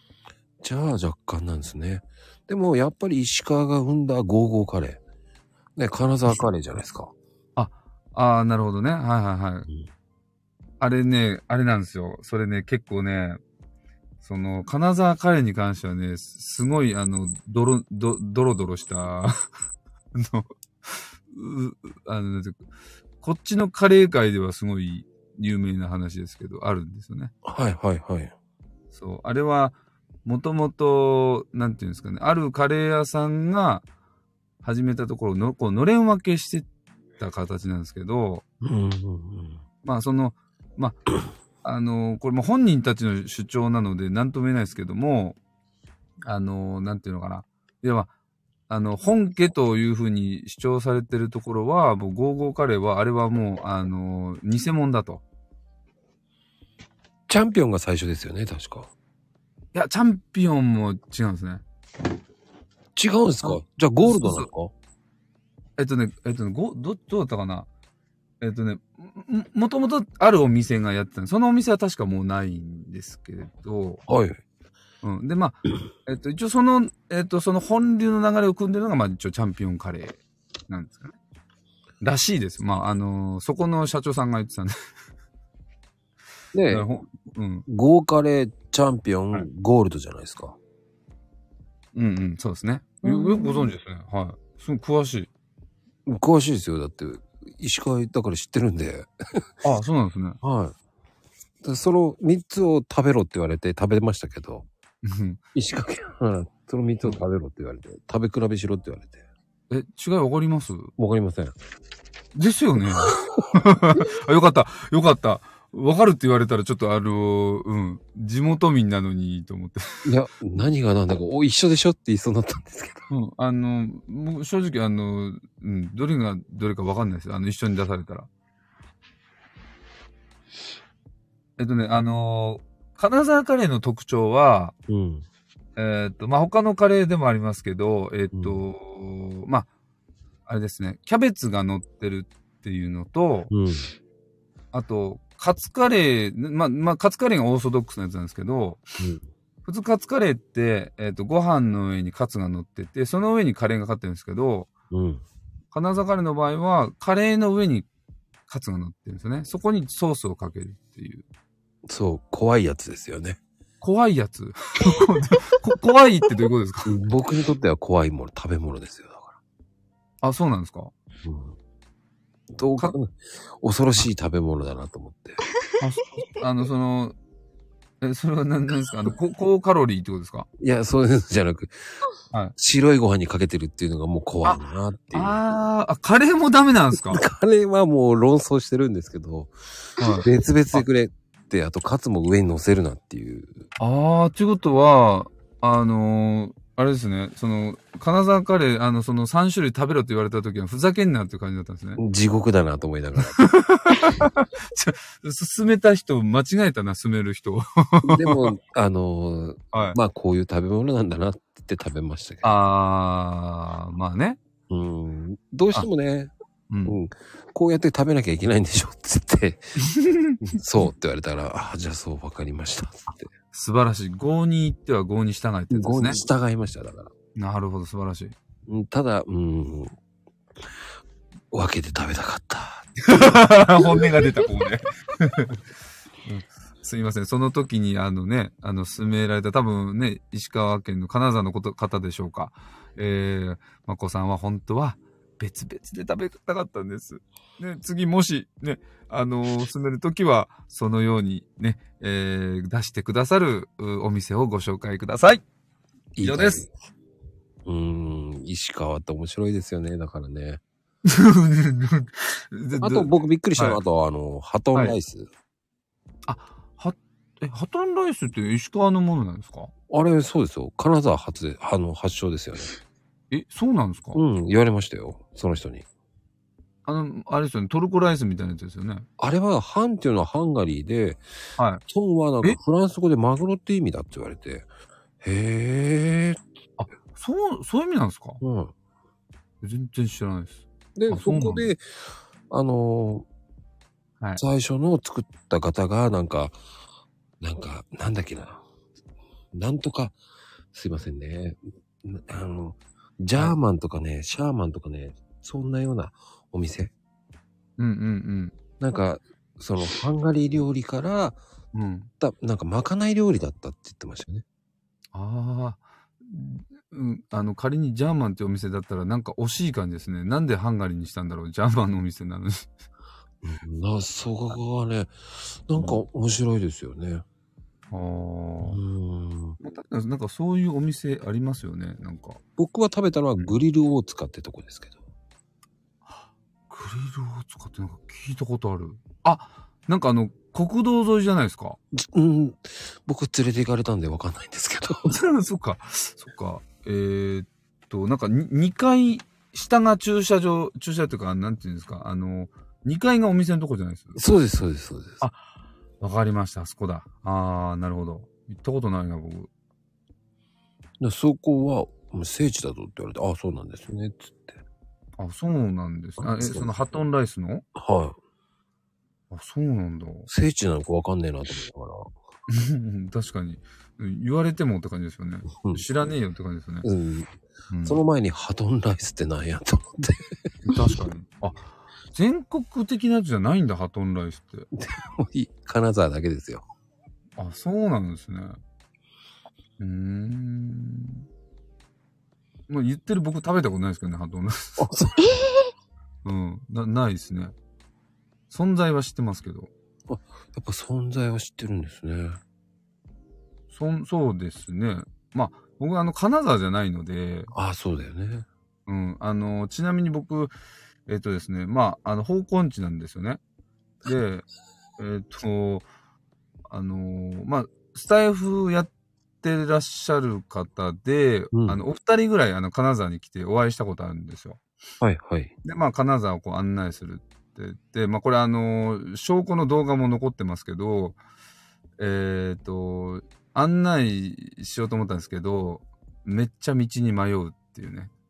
じゃあ若干なんですね。でもやっぱり石川が生んだゴーゴーカレー。 ね、金沢カレーじゃないですか。 なるほどね。はいはいはい。あれね、あれなんですよ。それね、結構ね、その、金沢カレーに関してはね、すごい、ドロドロした、こっちのカレー界ではすごい有名な話ですけど、あるんですよね。 はいはいはい。 そう。あれは、もともと、なんていうんですかね、あるカレー屋さんが始めたところの、こう、のれん分けしてた形なんですけど、まあ、その、まあ、これも本人たちの主張なので、なんとも言えないですけども、なんていうのかな。いや、まあ、本家というふうに主張されてるところは、もう、ゴーゴーカレーは、あれはもう、偽物だと。 チャンピオンが最初ですよね、確か。 いや、チャンピオンも違うんですね。 違うんですか？じゃあゴールドなのか？ どうだったかな？もともとあるお店がやってたそのお店は確かもうないんですけれど。 はい。 うん。で、まあ、一応その本流の流れを組んでるのが、まあ一応チャンピオンカレーなんですかね。らしいです。まあ、そこの社長さんが言ってたんで。 ねえ、ゴーカレーチャンピオンゴールドじゃないですか。 うんうん、そうですね。よくご存知ですね。はい。すごい詳しい。 詳しいですよ。だって、石川だから知ってるんで。 あ、そうなんですね。 はい。その3つを食べろって言われて食べましたけど、石川県はその3つを食べろって言われて、食べ比べしろって言われて。 違いわかります？ わかりません。 ですよね。よかった。よかった。わかるって言われたらちょっと地元民なのにと思って。 いや、何がなんだか、一緒でしょって言いそうになったんですけど。 もう正直どれがどれかわかんないです。一緒に出されたら。金沢カレーの特徴は、まあ、他のカレーでもありますけど、まあ、あれですね、キャベツが乗ってるっていうのと、あと、カツカレー、まあ、カツカレーがオーソドックスなやつなんですけど、普通カツカレーって、ご飯の上にカツが乗ってて、その上にカレーがかかってるんですけど、金沢カレーの場合は、カレーの上にカツが乗ってるんですよね。そこにソースをかけるっていう。 そう、怖いやつですよね。 怖いやつ怖いってどういうことですか？ 僕にとっては怖いもの、食べ物ですよ、だから。 あ、そうなんですか？ どうか恐ろしい食べ物だなと思って。 それは何ですか？高カロリーってことですか？ いや、そういうのじゃなく、白いご飯にかけてるっていうのがもう怖いなっていう。 カレーもダメなんですか？ カレーはもう論争してるんですけど、別々でくれって、あとカツも上に乗せるなっていう。 っていうことは、あれですね、金沢カレー、その3種類食べろって言われた時はふざけんなっていう感じだったんですね。 地獄だなと思いながら。 勧めた人、間違えたな、勧める人。 でも、まあこういう食べ物なんだなって言って食べましたけど。 まあね。 どうしてもね、こうやって食べなきゃいけないんでしょって言って、そうって言われたら、じゃあそうわかりましたって。 素晴らしい。業に行っては業に従えってやつですね。 業に従いました、だから。 なるほど、素晴らしい。 ただ、分けて食べたかった。 本音が出た、ここで。すいません。その時に勧められた多分ね、石川県の金沢の方でしょうか。まこさんは本当は別々で食べたかったんです。ね、次もしね、勧める時は、そのようにね、出してくださるお店をご紹介ください。以上です。 石川って面白いですよね、だからね。あと僕びっくりしたのは、あとハトンライス。 ハトンライスって石川のものなんですか？ あれ、そうですよ。金沢発祥ですよね。 そうなんですか？ 言われましたよ。その人に。 あれですよね。トルコライスみたいなやつですよね。 あれは、ハンっていうのはハンガリーで、トンはなんかフランス語でマグロって意味だって言われて、へー。 そういう意味なんですか？全然知らないです。 で、そこで、最初の作った方が、なんだっけな。なんとか、すいませんね。ジャーマンとかね、シャーマンとかね、 そんなようなお店。 うんうんうん。 なんか、その、ハンガリー料理から、 うん。 なんか、まかない料理だったって言ってましたよね。 ああ。うん、仮にジャーマンってお店だったらなんか惜しい感じですね。なんでハンガリーにしたんだろう、ジャーマンのお店なのに。 そこがね、なんか面白いですよね。 ああ。なんかそういうお店ありますよね、なんか。 僕は食べたのはグリル大塚ってとこですけど。 グリル大塚ってなんか聞いたことある。あ、なんか国道沿いじゃないですか。 僕連れて行かれたんでわかんないんですけど。 そっか。そっか。なんか2階、下が駐車というか、なんていうんですか、2階がお店のとこじゃないですか。 そうです、そうです、そうです。 あ、わかりました、あそこだ。あー、なるほど。行ったことないな、僕。 そこは、もう聖地だぞって言われて、あ、そうなんですね、つって。 あ、そうなんですね。そのハトンライスの？ はい。 あ、そうなんだ。 聖地なのかわかんねえなと思いながら。確かに。言われてもって感じですよね。知らねえよって感じですよね。 その前にハトンライスってなんやと思って。 確かに。あ、全国的なやつじゃないんだ、ハトンライスって。 金沢だけですよ。 あ、そうなんですね。まあ言ってる僕食べたことないですけどね、ハトンライス。うん。ないですね。存在は知ってますけど。 やっぱ存在は知ってるんですね。 そうですね。まあ、僕金沢じゃないので。 ああ、そうだよね。 うん。ちなみに僕、ですね、まあ、方向地なんですよね。で、まあ、スタイフやってらっしゃる方で、お二人ぐらい金沢に来てお会いしたことあるんですよ。 はいはい。 で、まあ、金沢をこう案内するって言って、まあ、これ証拠の動画も残ってますけど、案内しようと思ったんですけど、めっちゃ道に迷うっていうね。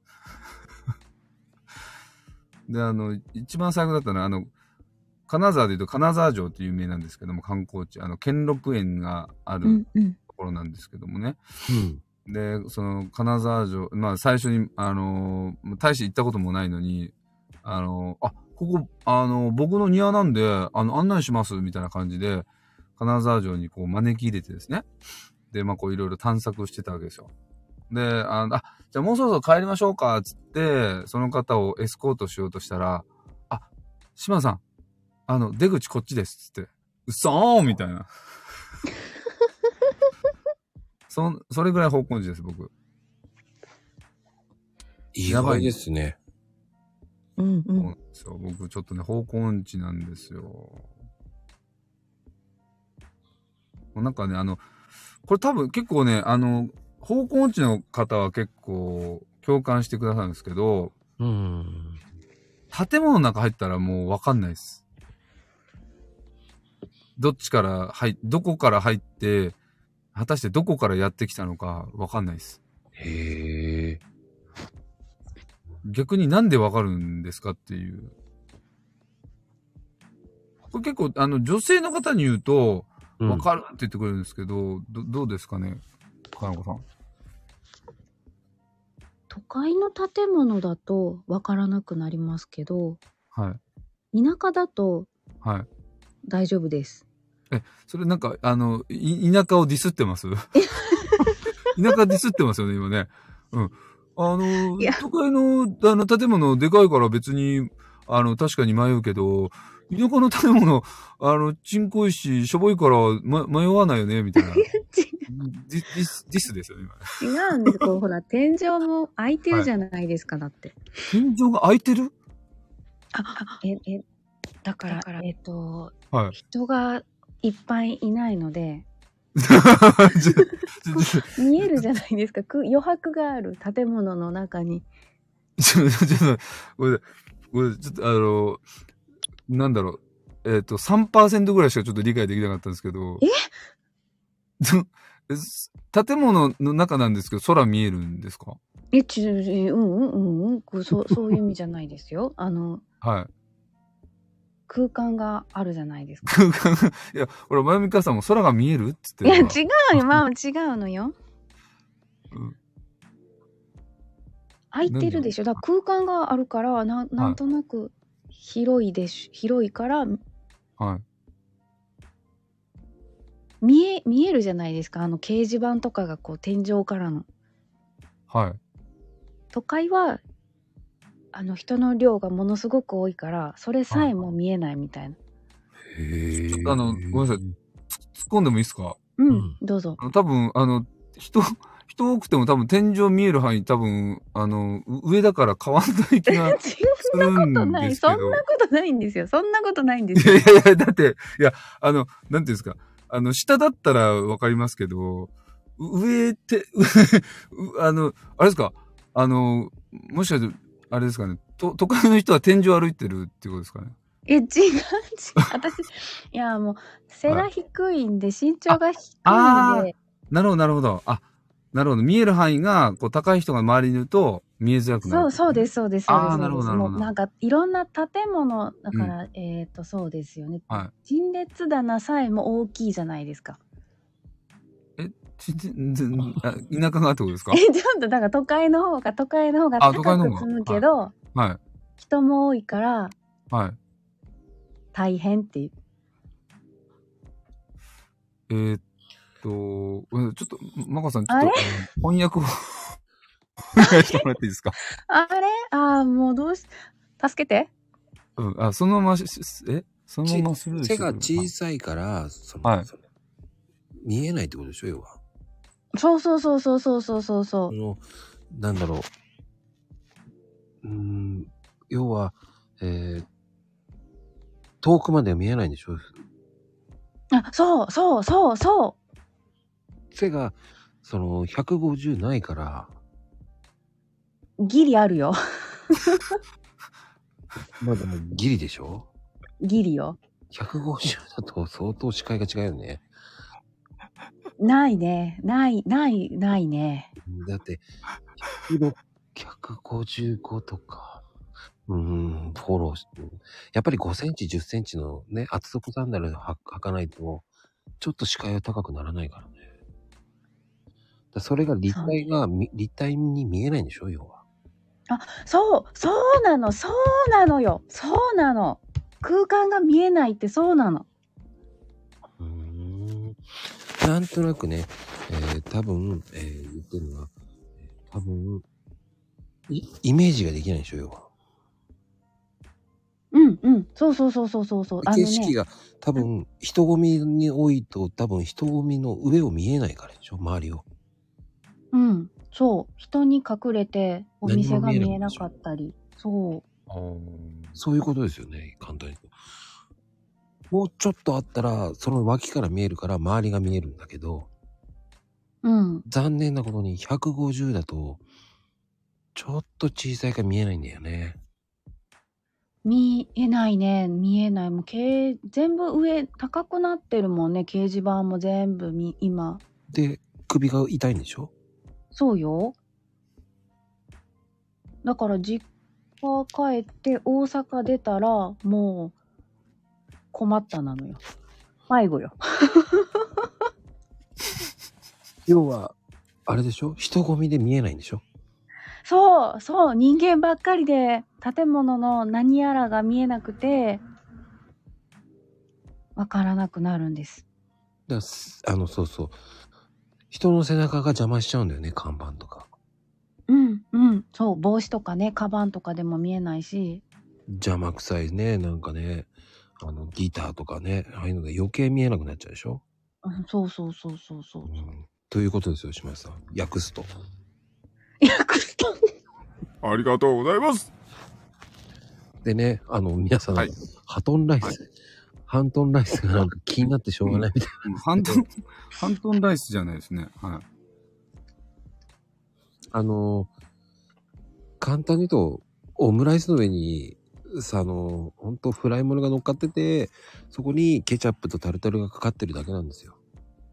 で、一番最後だったのは、金沢で言うと金沢城って有名なんですけども、観光地、兼六園があるところなんですけどもね。で、その金沢城、まあ最初に、大して行ったこともないのに、ここ、僕の庭なんで、案内します、みたいな感じで、金沢城にこう招き入れてですね。で、まあこういろいろ探索してたわけですよ。で、じゃあもうそろそろ帰りましょうか、つって、その方をエスコートしようとしたら、島さん、出口こっちです、つって。うそーみたいな。それぐらい方向地です、僕。 意外ですね。 そうなんですよ。僕ちょっとね、方向地なんですよ。なんかね、これ多分結構ね、方向音痴の方は結構共感してくださるんですけど、建物の中入ったらもうわかんないです。どこから入って、果たしてどこからやってきたのかわかんないです。 へー。 逆になんでわかるんですかっていう。これ結構、女性の方に言うと、わかるって言ってくれるんですけど、どうですかね、かなこさん。 都会の建物だとわからなくなりますけど、 はい。 田舎だと、 はい。 大丈夫です。 それなんか、田舎をディスってます田舎ディスってますよね、今ね。うん。都会の、建物でかいから別に、確かに迷うけど、田舎の建物、ちんこいし、しょぼいから、迷わないよね、みたいな。ディスですよね、 今。違うんです。こう、ほら、天井も開いてるじゃないですか、だって。 天井が開いてる？ だから、 はい。 人がいっぱいいないので、見えるじゃないですか。余白がある建物の中に。 これ、ちょっとなんだろう。3% ぐらいしかちょっと理解できなかったんですけど。建物の中なんですけど、空見えるんですか？ そういう意味じゃないですよ。 はい。 空間があるじゃないですか。 空間が、いや、ほら、まゆみかさんも空が見えるって言ってる。いや、違うよ。まあ、違うのよ。 空いてるでしょ。だから空間があるから、なんとなく広いから、 はい。 見えるじゃないですか。掲示板とかがこう天井からの。 はい。 都会は、人の量がものすごく多いから、それさえも見えないみたいな。 へぇ。 ごめんなさい。突っ込んでもいいですか？ うん、どうぞ。 多分、人多くても多分天井見える範囲多分、上だから変わんない気がするんですけど。 そんなことないんですよ。そんなことないんですよ。 いや、だって、なんていうんですか。下だったらわかりますけど、上って、あれですか、もしかして、あれですかね、都会の人は天井歩いてるっていうことですかね。 違う。私、いや、もう、背が低いんで、身長が低いんで。 なるほど、なるほど。なるほど。見える範囲が、こう、高い人が周りにいると、見えづらくなる、 そうです。 なるほど。 もうなんか、いろんな建物、だから、そうですよね。はい。陳列棚さえも大きいじゃないですか。 全然、田舎がってことですか？ ちょっと、だから都会の方が高く積むけど、 はい。 人も多いから、 はい。 大変っていう。 ちょっと、マコさん、ちょっと、翻訳をお願いしてもらっていいですか？ もう助けて。 そのまま、そのままスルーして背が小さいから、 はい。 見えないってことでしょ、要は。 そう。 なんだろう。要は、遠くまでは見えないんでしょ。 そう。 背が、150ないから。 ギリあるよ。 まあでもギリでしょ？ ギリよ。 150だと相当視界が違うよね。 ないね。ないね。 だって、155とか。フォローして。やっぱり5センチ、10センチのね、厚底サンダル履かないと、ちょっと視界が高くならないからね。それが立体に見えないんでしょ、要は。 そうなのよ。そうなの。空間が見えないってそうなの。 なんとなくね、多分、言ってるのは、多分、イメージができないでしょ、要は。 そう。 景色が多分、人混みに多いと、多分人混みの上を見えないからでしょ、周りを。 そう。人に隠れて、お店が見えなかったり。そういうことですよね、簡単に。もうちょっとあったら、その脇から見えるから、周りが見えるんだけど、残念なことに150だと、ちょっと小さいから見えないんだよね。 見えないね。もう全部上高くなってるもんね。掲示板も全部今。 で、首が痛いんでしょ？ そうよ。だから実家帰って大阪出たらもう困ったなのよ。迷子よ。 要は、あれでしょ？人混みで見えないんでしょ？ そう。人間ばっかりで建物の何やらが見えなくて、わからなくなるんです。 そう。人の背中が邪魔しちゃうんだよね、看板とか。 そう、帽子とかね、カバンとかでも見えないし。 邪魔くさいね、なんかね、ギターとかね、ああいうので余計見えなくなっちゃうでしょ？ そう。 ということですよ、島田さん。訳すと。 ありがとうございます。 でね、皆さん、ハトンライス、ハントンライスがなんか気になってしょうがないみたいな。 ハントンライスじゃないですね。はい。 簡単に言うと、オムライスの上に、ほんとフライ物が乗っかってて、そこにケチャップとタルタルがかかってるだけなんですよ。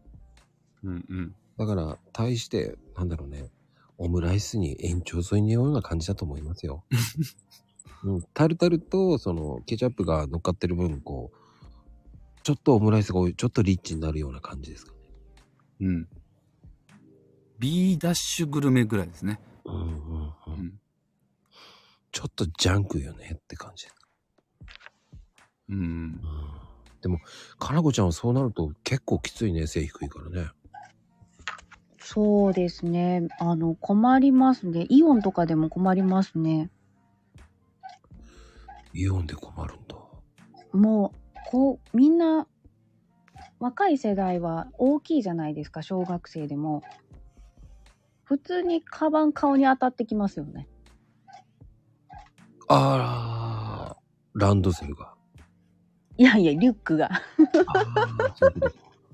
だから、対して、なんだろうね、オムライスに延長沿いのような感じだと思いますよ。タルタルと、ケチャップが乗っかってる分、こう、ちょっとオムライスが多い、ちょっとリッチになるような感じですかね。 B ダッシュグルメぐらいですね。 ちょっとジャンクよねって感じ。でも、かなこちゃんはそうなると結構きついね、背低いからね。 そうですね。困りますね。イオンとかでも困りますね。 イオンで困るんだ。 もう、みんな、若い世代は大きいじゃないですか、小学生でも。普通にカバン顔に当たってきますよね。 あら、ランドセルが。 いやいや、リュックが。 そういうこと。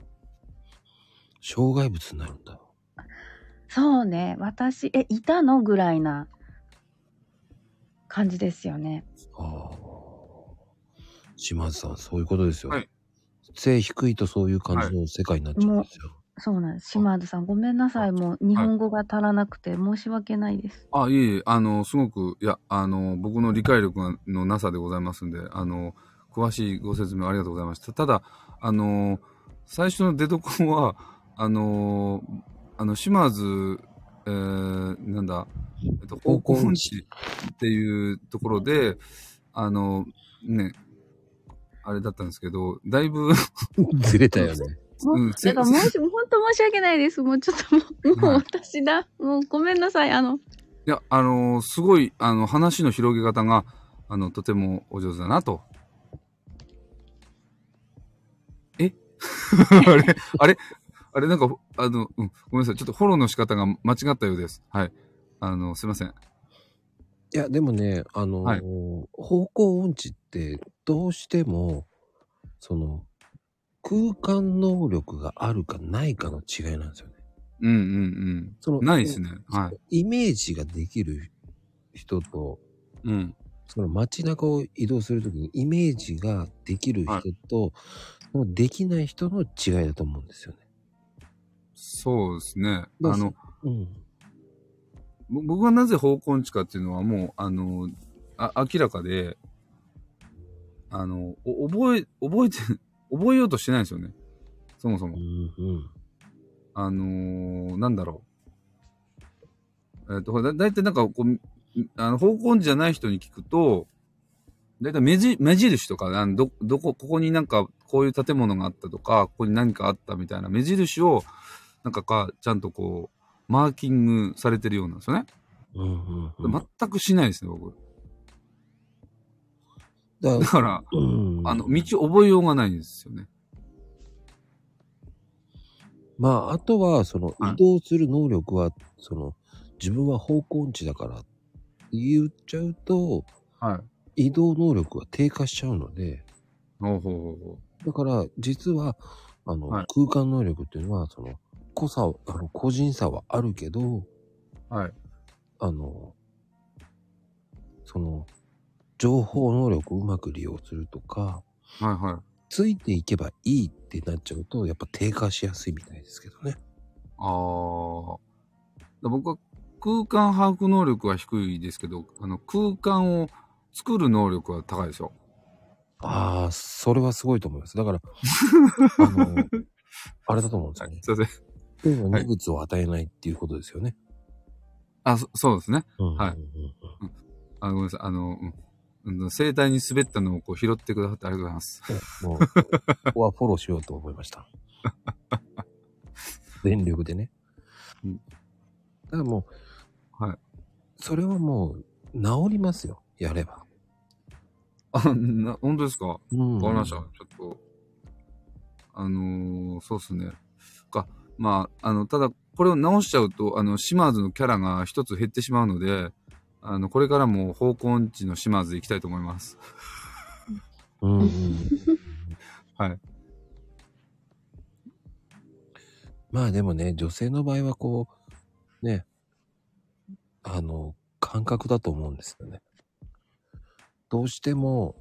障害物になるんだ。 そうね。私、いたのぐらいな感じですよね。 島津さん、そういうことですよ。 はい。 背低いとそういう感じの世界になっちゃうんですよ。 そうなんです。島津さん、ごめんなさい。もう日本語が足らなくて申し訳ないです。 いえいえ、すごく、僕の理解力のなさでございますんで、詳しいご説明ありがとうございました。ただ、最初の出どころは、島津、なんだ、方向音痴っていうところで、ね、あれだったんですけど、だいぶずれたよね。 もう、だから本当申し訳ないです。もうちょっともう私だ。もうごめんなさい。 いや、すごい、話の広げ方が、とてもお上手だなと。あれなんか、ごめんなさい。ちょっとフォローの仕方が間違ったようです。はい。すいません。いや、でもね、 はい、 方向音痴ってどうしても、空間能力があるかないかの違いなんですよね。 ないですね。はい。 イメージができる人と、街中を移動するときにイメージができる人と、できない人の違いだと思うんですよね。 そうですね。 うん、 僕がなぜ方向音痴かっていうのはもう、明らかで、覚えようとしてないんですよね。そもそも。なんだろう。だいたいなんかこう、方向音痴じゃない人に聞くと、だいたい目印とか、ここになんかこういう建物があったとか、ここに何かあったみたいな目印を、ちゃんとこう、マーキングされてるようなんですよね。全くしないですね、僕。だから、道を覚えようがないんですよね。 まあ、あとは、移動する能力は、自分は方向音痴だからって言っちゃうと、移動能力が低下しちゃうので、だから、実は、空間能力っていうのは、個人差はあるけど、情報能力をうまく利用するとか、ついていけばいいってなっちゃうと、やっぱ低下しやすいみたいですけどね。 僕は空間把握能力は低いですけど、空間を作る能力は高いですよ。 それはすごいと思います。だから、あれだと思うんですよね。 すいません。 荷物を与えないっていうことですよね。 そうですね。はい。ごめんなさい。盛大に滑ったのをこう拾ってくださってありがとうございます。 もう、ここはフォローしようと思いました。全力でね。だからもう、それはもう、治りますよ。やれば。 本当ですか？わかりました。ちょっと、そうっすね。ただ、これを直しちゃうと、島津のキャラが一つ減ってしまうので、これからも方向音痴の島津行きたいと思います。はい。 まあでもね、女性の場合はこう、ね、感覚だと思うんですよね。どうしても、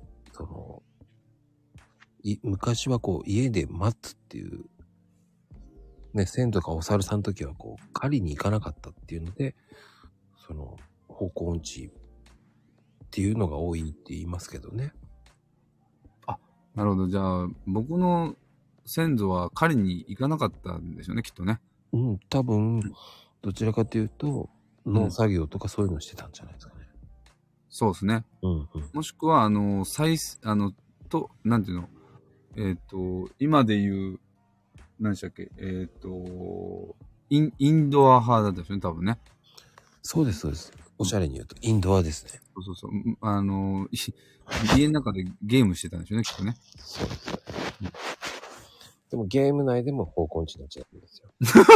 昔はこう、家で待つっていう、ね、先祖かお猿さんの時はこう、狩りに行かなかったっていうので、方向音痴っていうのが多いって言いますけどね。 なるほど。じゃあ、僕の先祖は狩りに行かなかったんでしょうね、きっとね。 多分、どちらかというと、農作業とかそういうのしてたんじゃないですかね。 そうですね。 うんうん。 もしくは、なんていうの、今で言う、何でしたっけ、インドア派だったですね、多分ね。 そうです、そうです。おしゃれに言うと、インドアですね。 そうそうそう。家の中でゲームしてたんですよね、きっとね。 そうです。でもゲーム内でも方向音痴になっちゃうんですよ。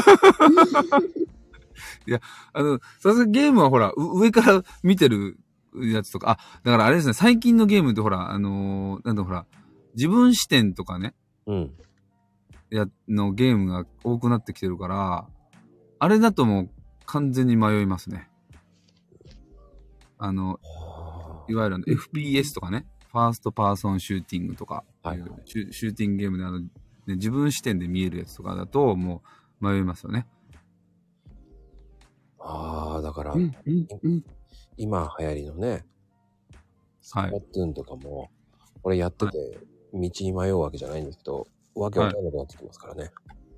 いや、さすがにゲームはほら、上から見てるやつとか、だからあれですね、最近のゲームってほら、なんだほら、自分視点とかね、 うん。 のゲームが多くなってきてるから、あれだともう完全に迷いますね。いわゆるFPS とかね、ファーストパーソンシューティングとか、はい、シューティングゲームでね、自分視点で見えるやつとかだともう迷いますよね。 だから、今流行りのね、スプラトゥーンとかも、これやってて、道に迷うわけじゃないんですけど、わけわかんなくなってきますからね。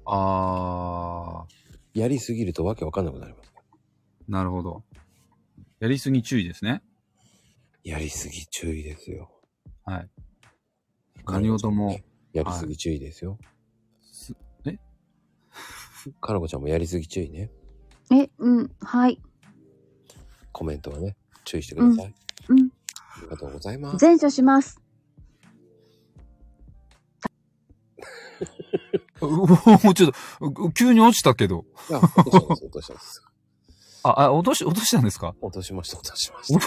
やりすぎるとわけわかんなくなります。 なるほど。やりすぎ注意ですね。 やりすぎ注意ですよ。 はい。何事も。 やりすぎ注意ですよ。かなこちゃんもやりすぎ注意ね。 はい。 コメントはね、注意してください。ありがとうございます。 前処します。 もうちょっと、急に落ちたけど。 いや、落としたんです。 落としたんですか？ 落としました。 落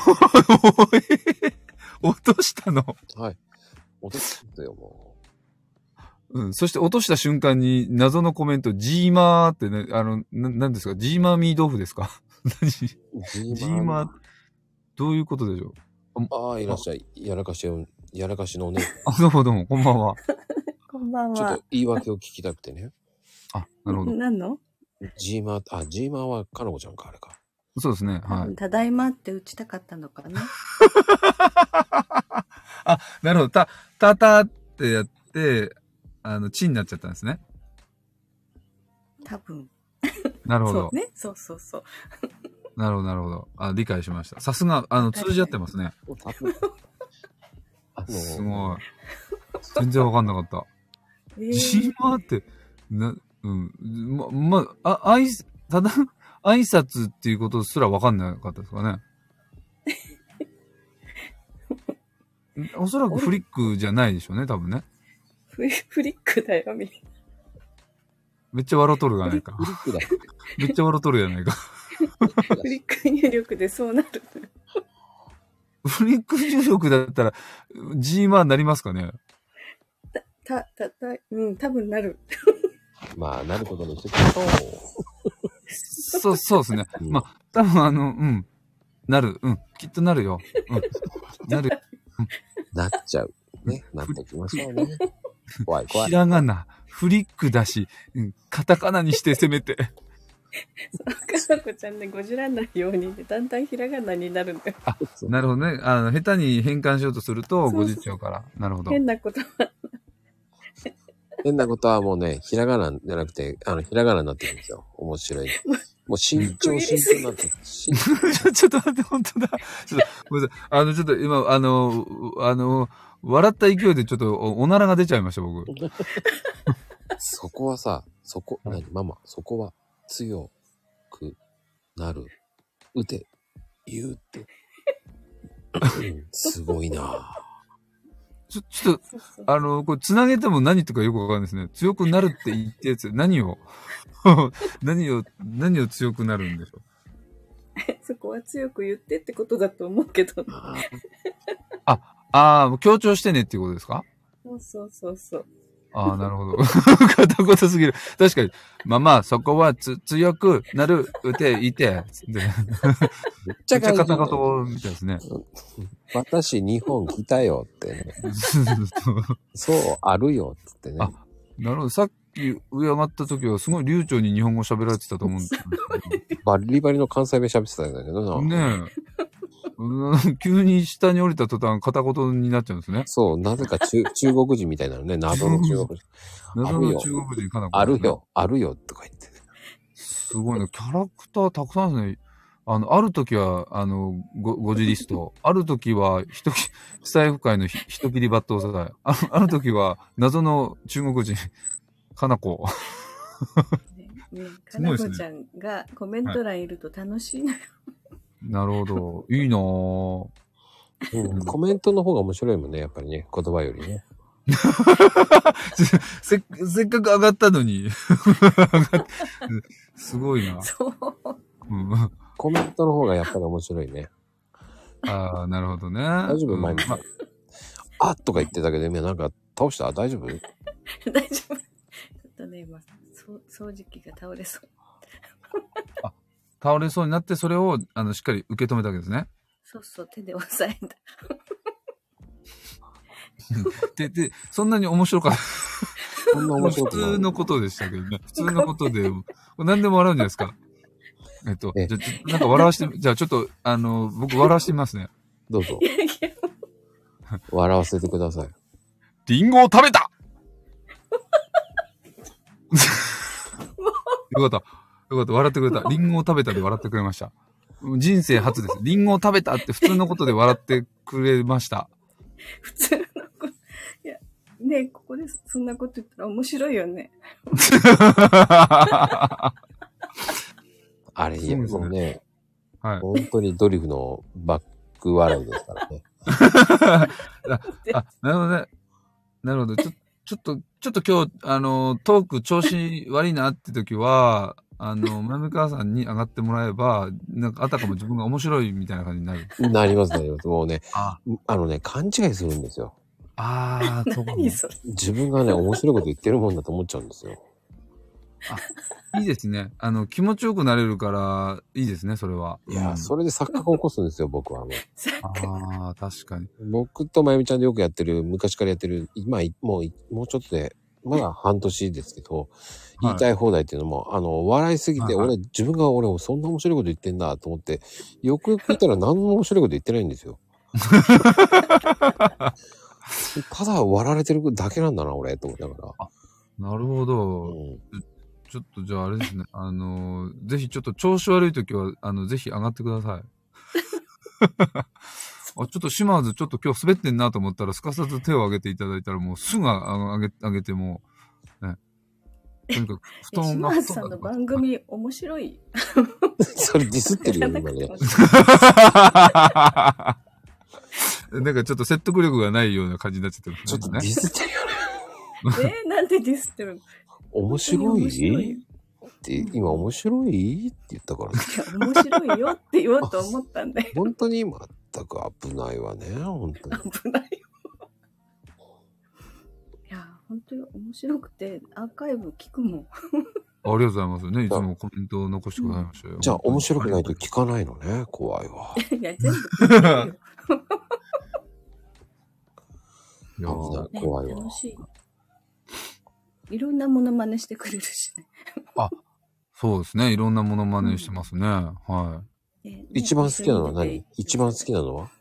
としたの？ はい。落としたよ、もう。そして落とした瞬間に謎のコメント、ジーマーってね、何ですか？ジーマーミー豆腐ですか？ジーマー、どういうことでしょう？いらっしゃい。やらかしのね。 どうもどうも、こんばんは。 こんばんは。 ちょっと言い訳を聞きたくてね。 なるほど。 何の？ ジーマーはかなこちゃんか、あれか。 そうですね。はい。 ただいまって打ちたかったのかな。 なるほど。たってやって、チになっちゃったんですね。 多分。 なるほど。 そうね。そうそうそう。 なるほど、なるほど。理解しました。さすが、通じ合ってますね。すごい。全然わかんなかった。ジーマーって、ただ、挨拶っていうことすらわかんなかったですかね。おそらくフリックじゃないでしょうね、多分ね。 フリックだよ、みんな。 めっちゃ笑うとるじゃないか。 フリックだ。 めっちゃ笑うとるじゃないか。 フリック入力でそうなる。 フリック入力だったら、G マーになりますかね？ 多分なる。 まあ、なることにしてくそうですね。まあ、多分なる。きっとなるよ。なる。 なっちゃう。ね。なってきましょうね。怖い。 ひらがな、フリックだし、カタカナにしてせめて。 かなこちゃんね、ごじらんないようにね、だんだんひらがなになるんだよ。 なるほどね。下手に変換しようとすると、ごじっちゃうから。なるほど。 変なことはもうね、ひらがなじゃなくて、ひらがなになってるんですよ。面白い。もう慎重になってる。 ちょっと待って、本当だ。ちょっと、ごめんなさい。ちょっと今、笑った勢いでちょっとおならが出ちゃいました、僕。 そこはさ、ママ、そこは強くなる。言うって。すごいなちょっと、これ繋げても何とかよくわかんないですね。強くなるって言ったやつ、何を強くなるんでしょう。 そこは強く言ってってことだと思うけど。 強調してねっていうことですか？ そう。 なるほど。片言すぎる。確かに。まあ、そこは強くなる、いて。めっちゃ片言みたいですね。 私、日本来たよってね。そう、あるよってね。 なるほど。さっき上上がった時はすごい流暢に日本語喋られてたと思うんですけど。 バリバリの関西弁喋ってたんだけどな。 ねえ。急に下に降りた途端片言になっちゃうんですね。 そう、なぜか中国人みたいなのね、謎の中国人。 謎の中国人かな。 あるよとか言って。 すごいね。キャラクターたくさんですね。 ある時は、5時リスト。ある時は、スタイフ界の人切り抜刀世代。ある時は、謎の中国人、かなこ。 かなこちゃんがコメント欄いると楽しいのよ。 なるほど。いいなぁ。 コメントの方が面白いもんね、やっぱりね。言葉よりね。 せっかく上がったのに。すごいな。 そう。 コメントの方がやっぱり面白いね。 ああ、なるほどね。 大丈夫、前に。あっとか言ってたけど、今なんか倒した？大丈夫？ 大丈夫。ちょっとね、今、掃除機が倒れそう。 倒れそうになって、それを、しっかり受け止めたわけですね。 そうそう、手で押さえた。 で、そんなに面白かった。 そんな面白くない。 普通のことでしたけどね。普通のことで、何でも笑うんじゃないですか。じゃなんか笑わして、じゃあちょっと、僕笑わしてみますね。 どうぞ。笑わせてください。 リンゴを食べたよかった。笑ってくれた。リンゴを食べたで笑ってくれました。人生初です。リンゴを食べたって普通のことで笑ってくれました。 普通のこと。いや、ねえ、ここでそんなこと言ったら面白いよね。 あれ、もうね、はい、本当にドリフのバック笑いですからね。 なるほどね。なるほど。ちょっと今日、トーク調子悪いなって時は、まゆみかわさんに上がってもらえば、なんかあたかも自分が面白いみたいな感じになる。 なります。もうね、勘違いするんですよ。 そうか。 自分がね、面白いこと言ってるもんだと思っちゃうんですよ。 いいですね。気持ちよくなれるから、いいですね、それは。 いや、それで錯覚を起こすんですよ、僕は。 確かに。 僕とまゆみちゃんでよくやってる、昔からやってる、今、もうちょっとで、まだ半年ですけど、言いたい放題っていうのも、笑いすぎて、自分がそんな面白いこと言ってんだと思って、よくよく聞いたら何も面白いこと言ってないんですよ。ただ笑われてるだけなんだな、俺、と思いながら。 なるほど。ちょっとじゃああれですね。ぜひちょっと調子悪いときは、ぜひ上がってください。ちょっと島津ちょっと今日滑ってんなと思ったら、すかさず手を挙げていただいたら、もうすぐ上げてもね。とにかく、布団が。 島津さんの番組面白い。 それディスってるよ、今ね。 なんかちょっと説得力がないような感じになっちゃってる、ね。 ちょっとディスってるよね。なんでディスってるの？ 面白いって今面白いって言ったから、 ね。いや、面白いよって言おうと思ったんだよ。 本当に全く危ないわね、本当に。 危ないよ。いや、本当に面白くて、アーカイブ聞くもん。 ありがとうございますね。いつもコメントを残してくださいましたよ。 じゃあ面白くないと聞かないのね。怖いわ。 いや、全部聞いてるよ。怖いわ。 楽しい。いろんなモノマネしてくれるしね。 そうですね。いろんなモノマネしてますね。はい。 一番好きなのは何？一番好きなのは？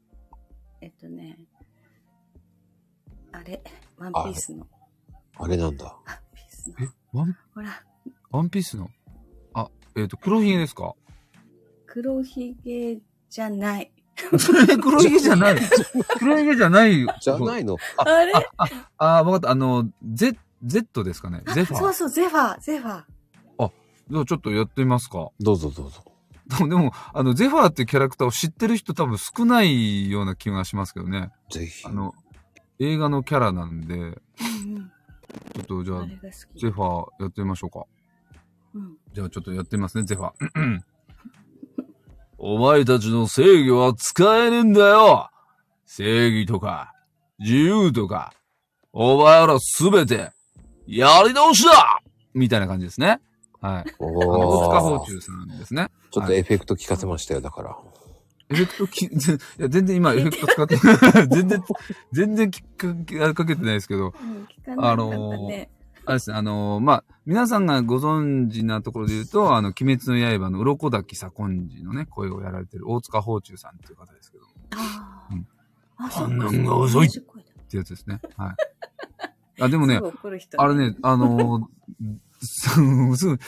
あれ、ワンピースの。 あれなんだ。 ワンピースの。 ほら。ワンピースの。黒ひげですか？ 黒ひげじゃない。 黒ひげじゃない。黒ひげじゃない。 じゃないの？ あれ？ わかった。Z ですかね。ゼファー。 そうそう、ゼファー。 じゃあちょっとやってみますか。 どうぞ。 でも、ゼファーっていうキャラクターを知ってる人多分少ないような気がしますけどね。 ぜひ。 映画のキャラなんで、ちょっとじゃあ、ゼファーやってみましょうか。じゃあちょっとやってみますね、ゼファー。お前たちの制御は使えねえんだよ。正義とか、自由とか、お前らすべて、やり直しだみたいな感じですね。はい。大塚芳忠さんですね。 ちょっとエフェクト聞かせましたよ、だから。 エフェクトいや、全然今エフェクト使って、全然かけてないですけど、あれですね、皆さんがご存知なところで言うと、鬼滅の刃の鱗滝左近次のね、声をやられてる大塚芳忠さんっていう方ですけども。反応が遅いってやつですね。はい。でもね、あれね、 すぐ、そう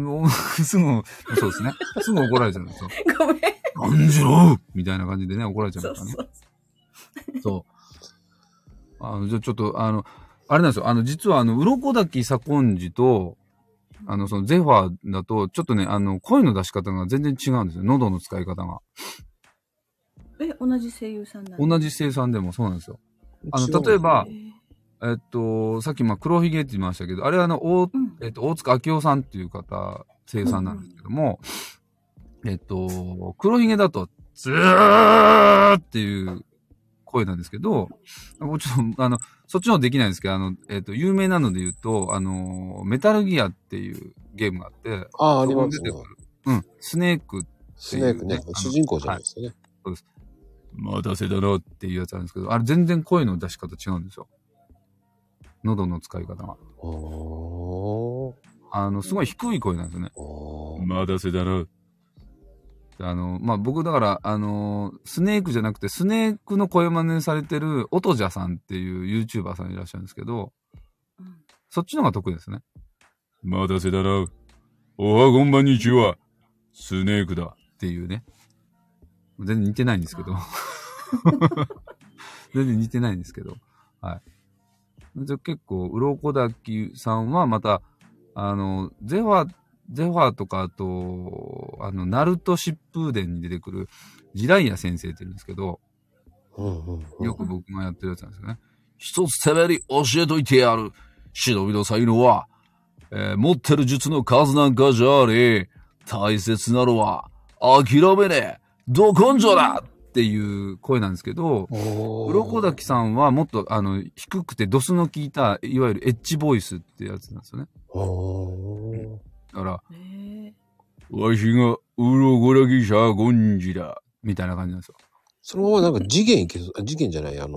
ですね。すぐ怒られちゃうんですよ。 ごめん。 感じろみたいな感じでね、怒られちゃうんですからね。そう。じゃあちょっと、あれなんですよ。実は鱗滝左近寺と、そのゼファーだと、ちょっとね、声の出し方が全然違うんですよ。喉の使い方が。 同じ声優さんなん同じ声優さんでもそうなんですよ。例えば、さっき黒ひげって言いましたけど、あれは大塚明夫さんっていう方、声優さんなんですけども、黒ひげだと、ずーっていう声なんですけど、もうちょっと、そっちの方できないんですけど、有名なので言うと、メタルギアっていうゲームがあって、 ありますね。 うん、スネークっていう、 スネークね、主人公じゃないですかね。 そうです。待たせだろっていうやつなんですけど、あれ全然声の出し方違うんですよ。喉の使い方が。すごい低い声なんですよね。待たせだろ。僕だから、スネークじゃなくて、スネークの声真似されてる、オトジャさんっていう YouTuber さんいらっしゃるんですけど、そっちの方が得意ですね。待たせだろ。おはこんばんにちは。スネークだ。っていうね。全然似てないんですけど。全然似てないんですけど。はい。じゃ結構、鱗滝さんはまた、ゼファーとか、あと、ナルト疾風伝に出てくる、ジライア先生って言うんですけど、よく僕がやってるやつなんですよね。一つてめえに教えといてやる。忍びの才能は、持ってる術の数なんかじゃねえ。大切なのは、諦めねえ。ど根性だっていう声なんですけど、鱗滝さんはもっと、低くてドスの効いた、いわゆるエッジボイスってやつなんですよね。だから、わしが鱗滝左近寺だ。みたいな感じなんですよ。 そのままなんか次元いけそう、次元じゃない、はい。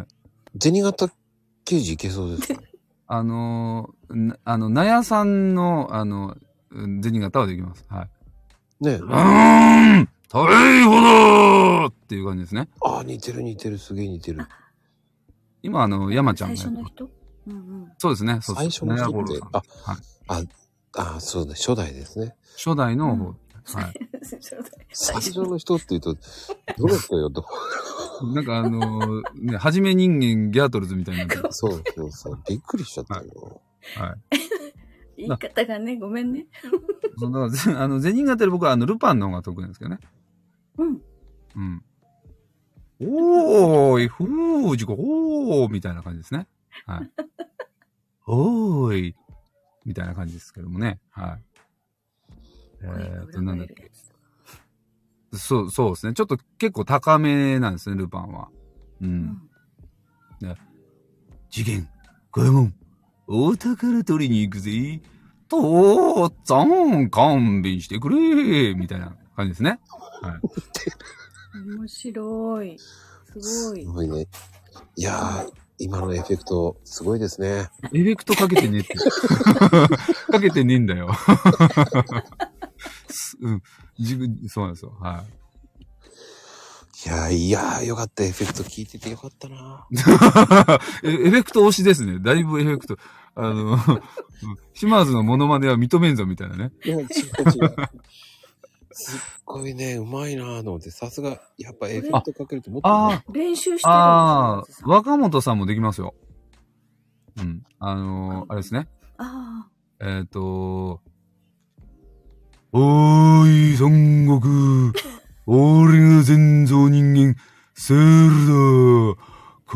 銭形刑事いけそうですか？ 納屋さんの、銭形はできます。はい。 ね逮捕だっていう感じですね。 似てる、すげえ似てる。 今、山ちゃんが。 最初の人？ そうですね。 最初の人って、そうね、初代ですね。 初代の方。はい。 最初の人って言うと、どの人よと。 なんかはじめ人間ギャートルズみたいになってる。 そう。びっくりしちゃったよ。 はい。言い方がね、ごめんね。 だから、銭形で僕はルパンの方が得意なんですけどね。おーい、ふーじこ、おーみたいな感じですね。はい。おーい、みたいな感じですけどもね。はい。なんだっけ。そうですね。ちょっと結構高めなんですね、ルパンは。次元、五右衛門、お宝取りに行くぜ。父っつぁん、勘弁してくれみたいな感じですね。はい。 面白い。すごいね。いやー、今のエフェクト、すごいですね。 エフェクトかけてねって。かけてねえんだよ。そうなんですよ。はい。 いやー、よかった。エフェクト聞いててよかったな。 エフェクト推しですね。だいぶエフェクト。島津のモノマネは認めんぞみたいなね。 いや、違う。すっごいね、うまいなぁと思って、さすが、やっぱエフェクトかけるともっと、 練習してるんですか？ 若本さんもできますよ。あれですね。おーい、孫悟空。俺が全蔵人間、セールだ。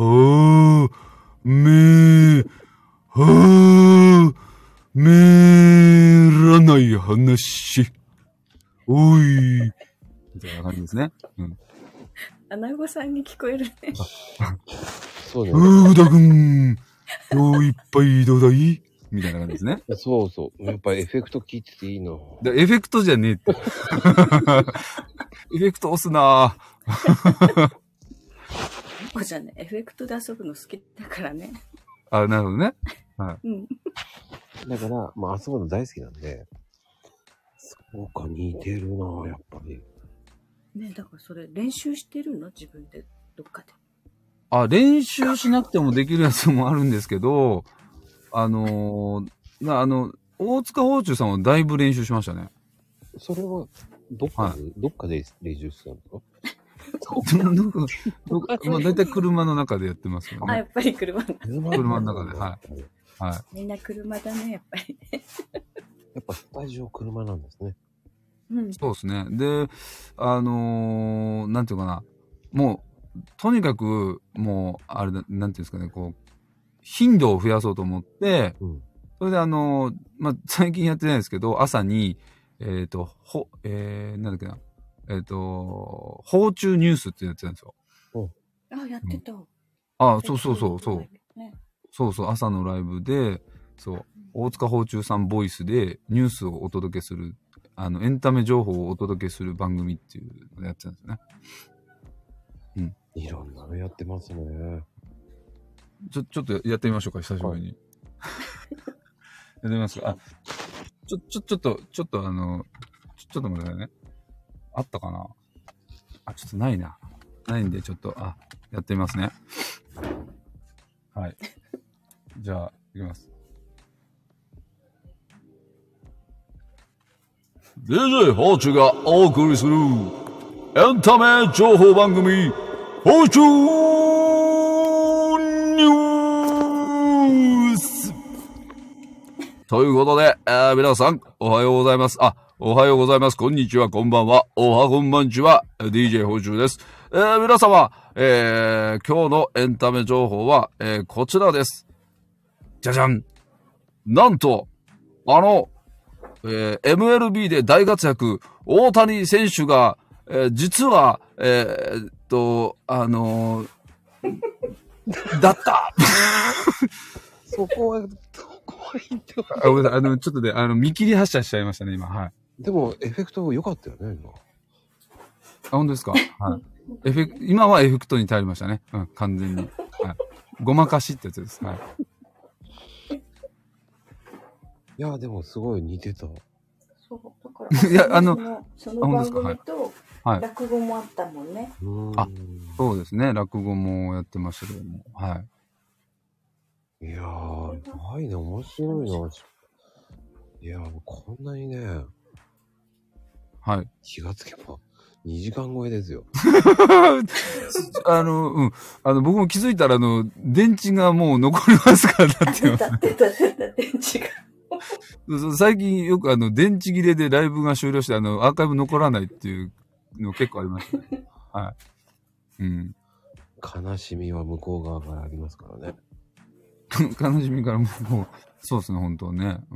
めらない話。おい。みたいな感じですね。 アナゴさんに聞こえるね。 そうね。 うだくん、今日いっぱいどうだいみたいな感じですね。 そう。やっぱエフェクト聞いてていいな。 エフェクトじゃねえって。エフェクト押すなぁ。 そうじゃね、エフェクトで遊ぶの好きだからね。 なるほどね。はい。 だから、遊ぶの大好きなんで、そうか、似てるなぁ、やっぱり。 ね、だからそれ練習してるの？自分で、どっかで。練習しなくてもできるやつもあるんですけど、 大塚芳忠さんはだいぶ練習しましたね。 それは、どっかで練習してたんですか？ まあ、だいたい車の中でやってますよね。 あ、やっぱり車の中で、はい。はい。 みんな車だね、やっぱりね。 やっぱスタジオ車なんですね。 うん。 そうですね。で、なんていうかな。もう、とにかく、もう、あれだ、なんていうんですかね、こう、頻度を増やそうと思って、それでまあ、最近やってないですけど、朝に、なんだっけな。芳忠ニュースってやってたんですよ。 あ、やってた。 あ、そう。そうそう、朝のライブで、そう、大塚芳忠さんボイスでニュースをお届けする、エンタメ情報をお届けする番組っていうのをやってたんですね。うん。 いろんなのやってますね。 ちょっとやってみましょうか、久しぶりに。やってみますか。あ、ちょっと待ってくださいね。あったかなあ、ちょっとないな。ないんで、ちょっと、やってみますね。はい。じゃあ、いきます。DJ ホーチュがお送りするエンタメ情報番組、ホーチュニュースということで、皆さん、おはようございます。おはようございます。こんにちは、こんばんは。おはこんばんちは。DJ ホーチュです。皆様、今日のエンタメ情報は、こちらです。じゃじゃん。なんと、MLB で大活躍、大谷選手が、実は、だった。 そこはいい。ちょっとで、見切り発車しちゃいましたね、今。はい。 でも、エフェクト良かったよね、今。 本当ですか？はい。今はエフェクトに頼りましたね。うん、完全に。はい。ごまかしってやつです。はい。 いや、でもすごい似てた。 そう、だから。いや、その番組と、 はい。 落語もあったもんね。 そうですね。落語もやってましたけども。はい。 いやー、ないね、面白いな。いやー、こんなにね。 はい。 気がつけば、2時間超えですよ。 僕も気づいたら、電池がもう残りますから、だってます。 電池が。 最近よく電池切れでライブが終了して、アーカイブ残らないっていうの結構ありましたね。はい。うん。 悲しみは向こう側からありますからね。 悲しみからもう、そうですね、本当ね。うん。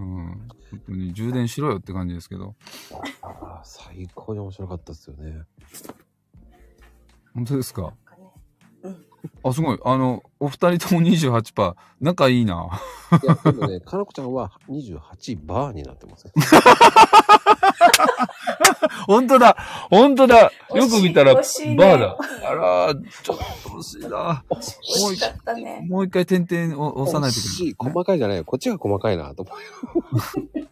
本当に充電しろよって感じですけど。 最高に面白かったですよね。 本当ですか？すごい。お二人とも 28%。仲いいな。 いや、でもね、かなこちゃんは28バーになってます。 本当だ。よく見たら、バーだ。あら、ちょっと欲しいな。もう一回点々を押さないといけない。 細かいじゃないよ。こっちが細かいなと思うよ。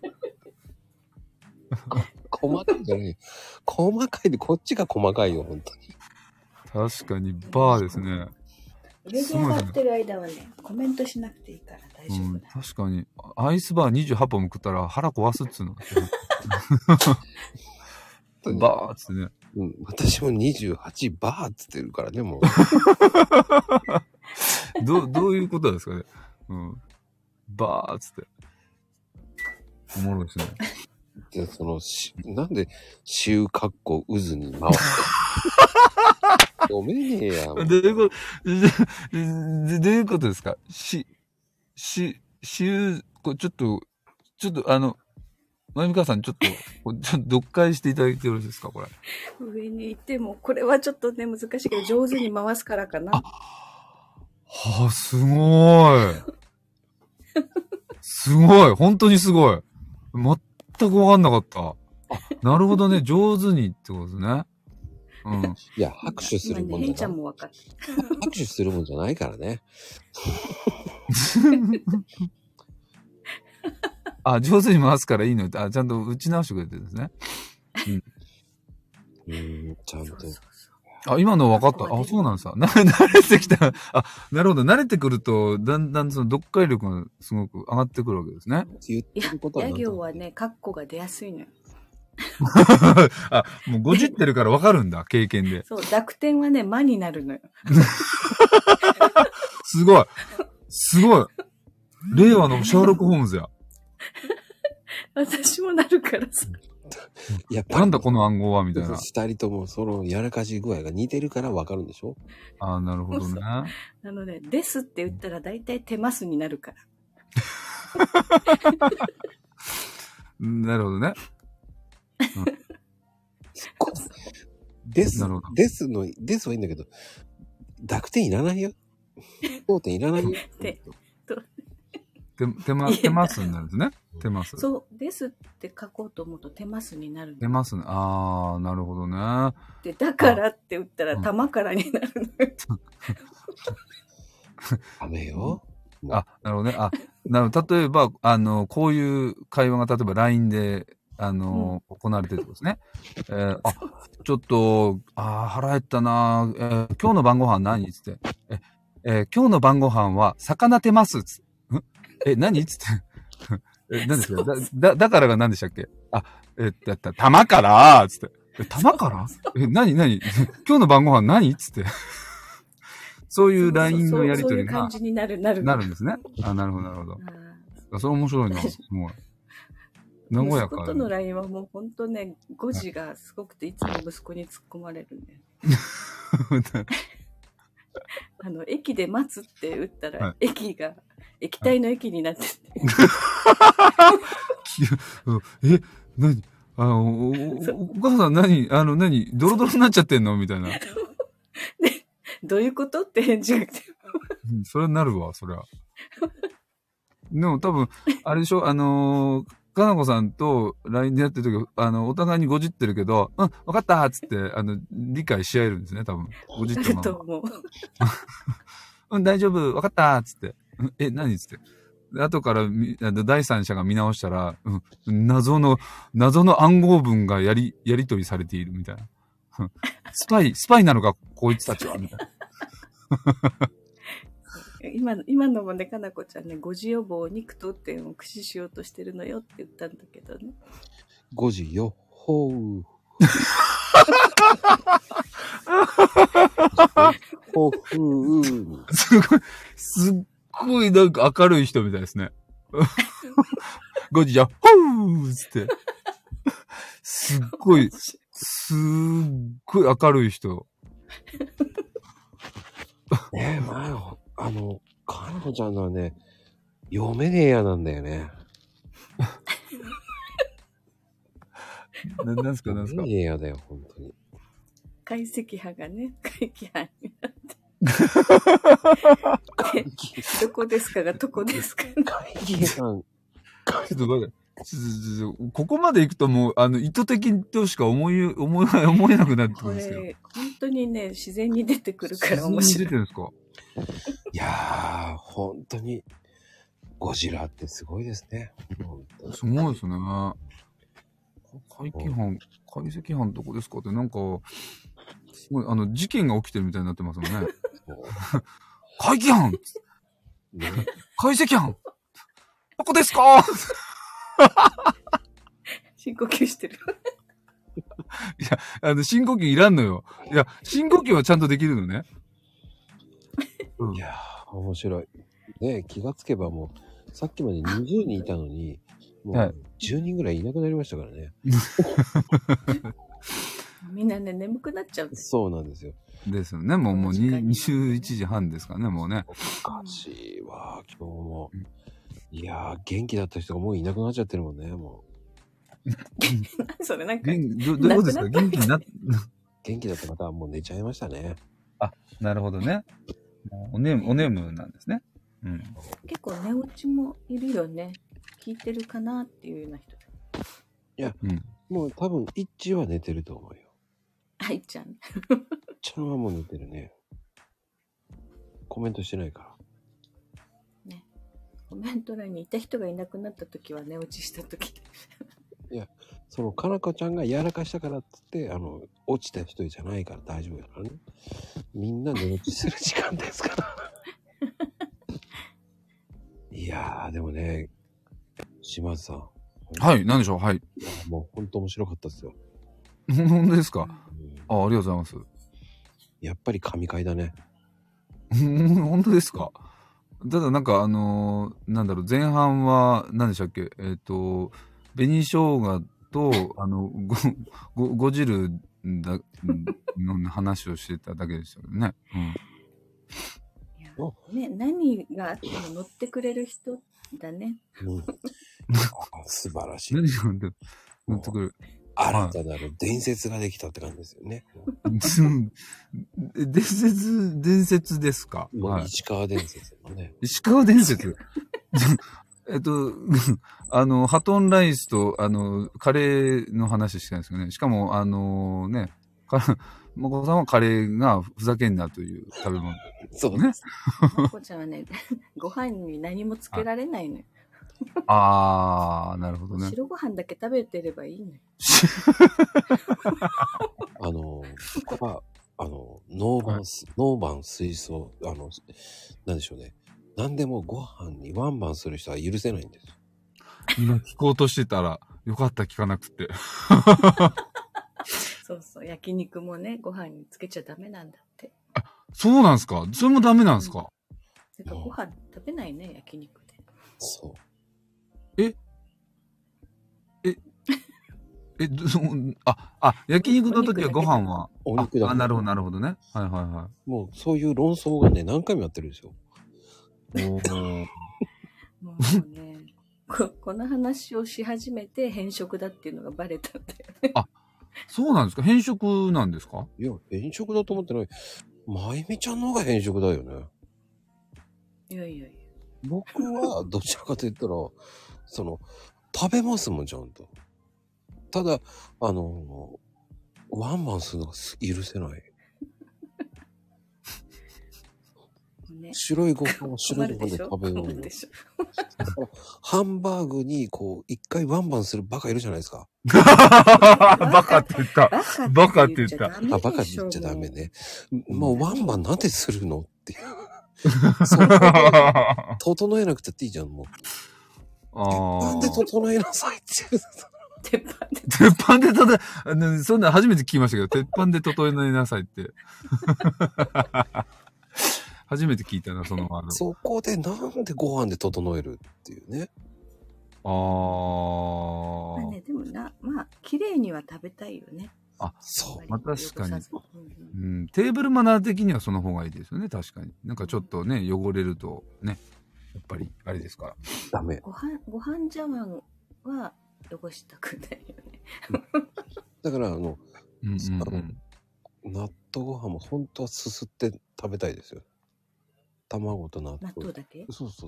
細かいじゃない。細かいで、こっちが細かいよ、本当に。 確かに、バーですね。 上に上がってる間はね、コメントしなくていいから大丈夫だ。 確かに。アイスバー28本も食ったら腹壊すっつうの。バーっつってね。 うん、私も28バーっつってるからね、もう。 どういうことですかね。うん。バーっつって。おもろいですね。 で、なんで、週括弧渦に回って。ごめんねや。 どういうことですか？週、ちょっと、まゆみかさん、ちょっと読解していただいてよろしいですか、これ。 上に行っても、これはちょっとね、難しいけど、上手に回すからかな。 すごい。すごい。本当にすごい。全くわかんなかった。なるほどね。上手にってことですね。うん。 いや、拍手するもんじゃない。 ちゃんも分かった。 拍手するもんじゃないからね。 上手に回すからいいのって、ちゃんと打ち直してくれてるんですね。 ちゃんと。 あ、今の分かった。あ、そうなんさ。慣れてきた。あ、なるほど。慣れてくると、だんだんその読解力がすごく上がってくるわけですね。 いや、野行はね、カッコが出やすいのよ。 あ、もうごじってるから分かるんだ、経験で。 そう、濁点はね、間になるのよ。 すごい。すごい。令和のシャーロック・ホームズや。 私もなるからさ。 いや、 なんだこの暗号はみたいな。 二人ともそのやらかし具合が似てるから分かるんでしょ？ ああ、なるほどね。 ですって言ったら大体手ますになるから。 なるほどね。 うん、ですはいいんだけど、濁点いらないよ。当点いらないよ。 手ますになるんですね。手ます。 そう、ですって書こうと思うと手ますになるの。 手ますね。ああ、なるほどね。 で、だからって言ったら玉からになるのよ。 ダメよ。 あ、なるほどね。あ、例えば、こういう会話が例えば LINE で、行われてるってことですね。あ、ちょっと、腹減ったな、今日の晩ご飯何つって。今日の晩ご飯は魚手ますつって。何つって。何ですかだからが何でしたっけ？玉からつって。玉から何今日の晩ご飯何つって。そういう LINE のやりとりが。 そういう感じになるんですね。あ、なるほど、なるほど。それ面白いな。すごい。名古屋から。 息子との LINE はもう本当ね、誤字がすごくていつも息子に突っ込まれるんだよ。駅で待つって打ったら、駅が液体の駅になってて。 何お母さん何ドロドロになっちゃってんのみたいな。 どういうことって返事が来て。 それになるわ、そりゃ。でも多分、あれでしょかなこさんと LINE でやってるとき、お互いにごじってるけど、わかったーっつって、理解し合えるんですね、多分。ごじっても。大丈夫、わかったーっつって。何っつって。後から第三者が見直したら、謎の暗号文がやり取りされているみたいな。スパイなのか、こいつたちは、みたいな。 今のもね、かなこちゃんね、誤字予防、肉とってを駆使しようとしてるのよって言ったんだけどね。 誤字よ、ほう。ほふー。 すっごいなんか明るい人みたいですね。誤字よ、ほうつって。すっごい明るい人。 ねえ、前、かなこちゃんのはね、読めねえやなんだよね。 なんすか読めねえやだよ、本当に。 解析波がね、回帰波になって。どこですかがどこですか、ね、 会議班。 ちょっと待って。ここまで行くともう、意図的としか思えなくなってくるんですけど。 これ、本当にね、自然に出てくるから面白い。 自然に出てるんですか？ いやー、本当に、ゴジラってすごいですね。 すごいですね。解析班どこですかってなんか、すごい、事件が起きてるみたいになってますもんね。解析班、ね、解析班どこですか深呼吸してる。 いや、深呼吸いらんのよ。いや、深呼吸はちゃんとできるのね。 いやー、面白い。ね、気がつけばもう、さっきまで20人いたのに、もう10人ぐらいいなくなりましたからね。 みんなね、眠くなっちゃう。 そうなんですよ。 ですよね。もう21時半ですからね、もうね。 おかしいわ、今日も。いやー、元気だった人がもういなくなっちゃってるもんね、もう。それなんか。 どういうことですか？元気になっ元気だった方はもう寝ちゃいましたね。 あ、なるほどね。お眠なんですね。うん。 結構寝落ちもいるよね。聞いてるかなっていうような人。 いや、もう多分、イッチは寝てると思うよ。 いっちゃん。 ちゃんはもう寝てるね。コメントしてないから。 ね。コメント欄にいた人がいなくなった時は寝落ちした時。 いや、 そのかなこちゃんがやらかしたからっつって、落ちた人じゃないから大丈夫だからね。みんな寝落ちする時間ですから。いやー、でもね、島津さん。 はい、何でしょう、はい。 もう本当面白かったですよ。 本当ですか、ありがとうございます。 やっぱり神回だね。 本当ですか。ただなんかなんだろう、前半は、何でしたっけ、紅生姜と、ご汁の話をしてただけでしたけどね。 ね、何があっても乗ってくれる人だね。 素晴らしい。 何が乗ってくる。 新たなる伝説ができたって感じですよね。 伝説ですか。 もう石川伝説のね。 石川伝説ハトンライスと、カレーの話してないですよね。しかも、まこさんはカレーがふざけんなという食べ物。 そうね。 まこちゃんはね、ご飯に何もつけられないのよ。 なるほどね。 白ご飯だけ食べてればいいのよ。 僕は、ノーバン水素、なんでしょうね。何でもご飯にワンバンする人は許せないんです。 今聞こうとしてたら、よかった聞かなくて。 そうそう、焼肉もね、ご飯につけちゃダメなんだって。 そうなんですか？それもダメなんですか？ だからご飯食べないね、焼肉で。 そう。 焼肉の時はご飯は。 お肉だ。 なるほど、なるほどね。はいはいはい。 もうそういう論争がね、何回もやってるんですよ。 もうね、この話をし始めて変色だっていうのがバレたんだよね。 そうなんですか？変色なんですか？ いや、変色だと思ってない。まゆみちゃんの方が変色だよね。 いやいやいや。 僕はどちらかと言ったら、食べますもん、ちゃんと。ただ、ワンマンするのが許せない。ね、白いご飯を白いご飯で食べよう。ハンバーグに一回ワンバンするバカいるじゃないですか。 バカって言った。バカって言った。 バカって言っちゃダメね。もうワンバンなんでするのっていう。整えなくていいじゃん、もう。なんで整えなさいって。 鉄板でそんな初めて聞きましたけど、鉄板で整えなさいって。初めて聞いたな、そのワード。 そこでなんでご飯で整えるっていうね。 まあね、でも綺麗には食べたいよね。 そう。 確かに、テーブルマナー的にはその方がいいですよね、確かに。なんかちょっとね、汚れるとね、やっぱりあれですから。 ダメ。 ご飯茶碗は汚したくないよね。 だから納豆ご飯も本当はすすって食べたいですよ。卵と納豆だけ？ そうそう、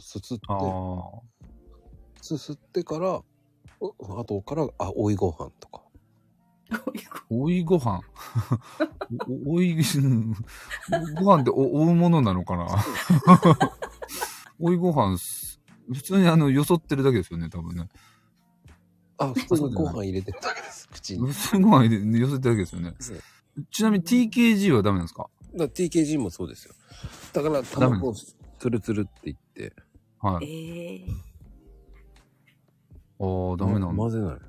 すすってから後から追いご飯とか。 追いご飯ご飯って追うものなのかな。追いご飯普通によそってるだけですよね、多分ね。 普通にご飯入れてるだけです、口に。 普通にご飯入れて寄せてるだけですよね。ちなみに TKG はダメなんですか ？TKG もそうですよ。だから卵をツルツルって言って。 はい。ダメなんだ。 混ぜない。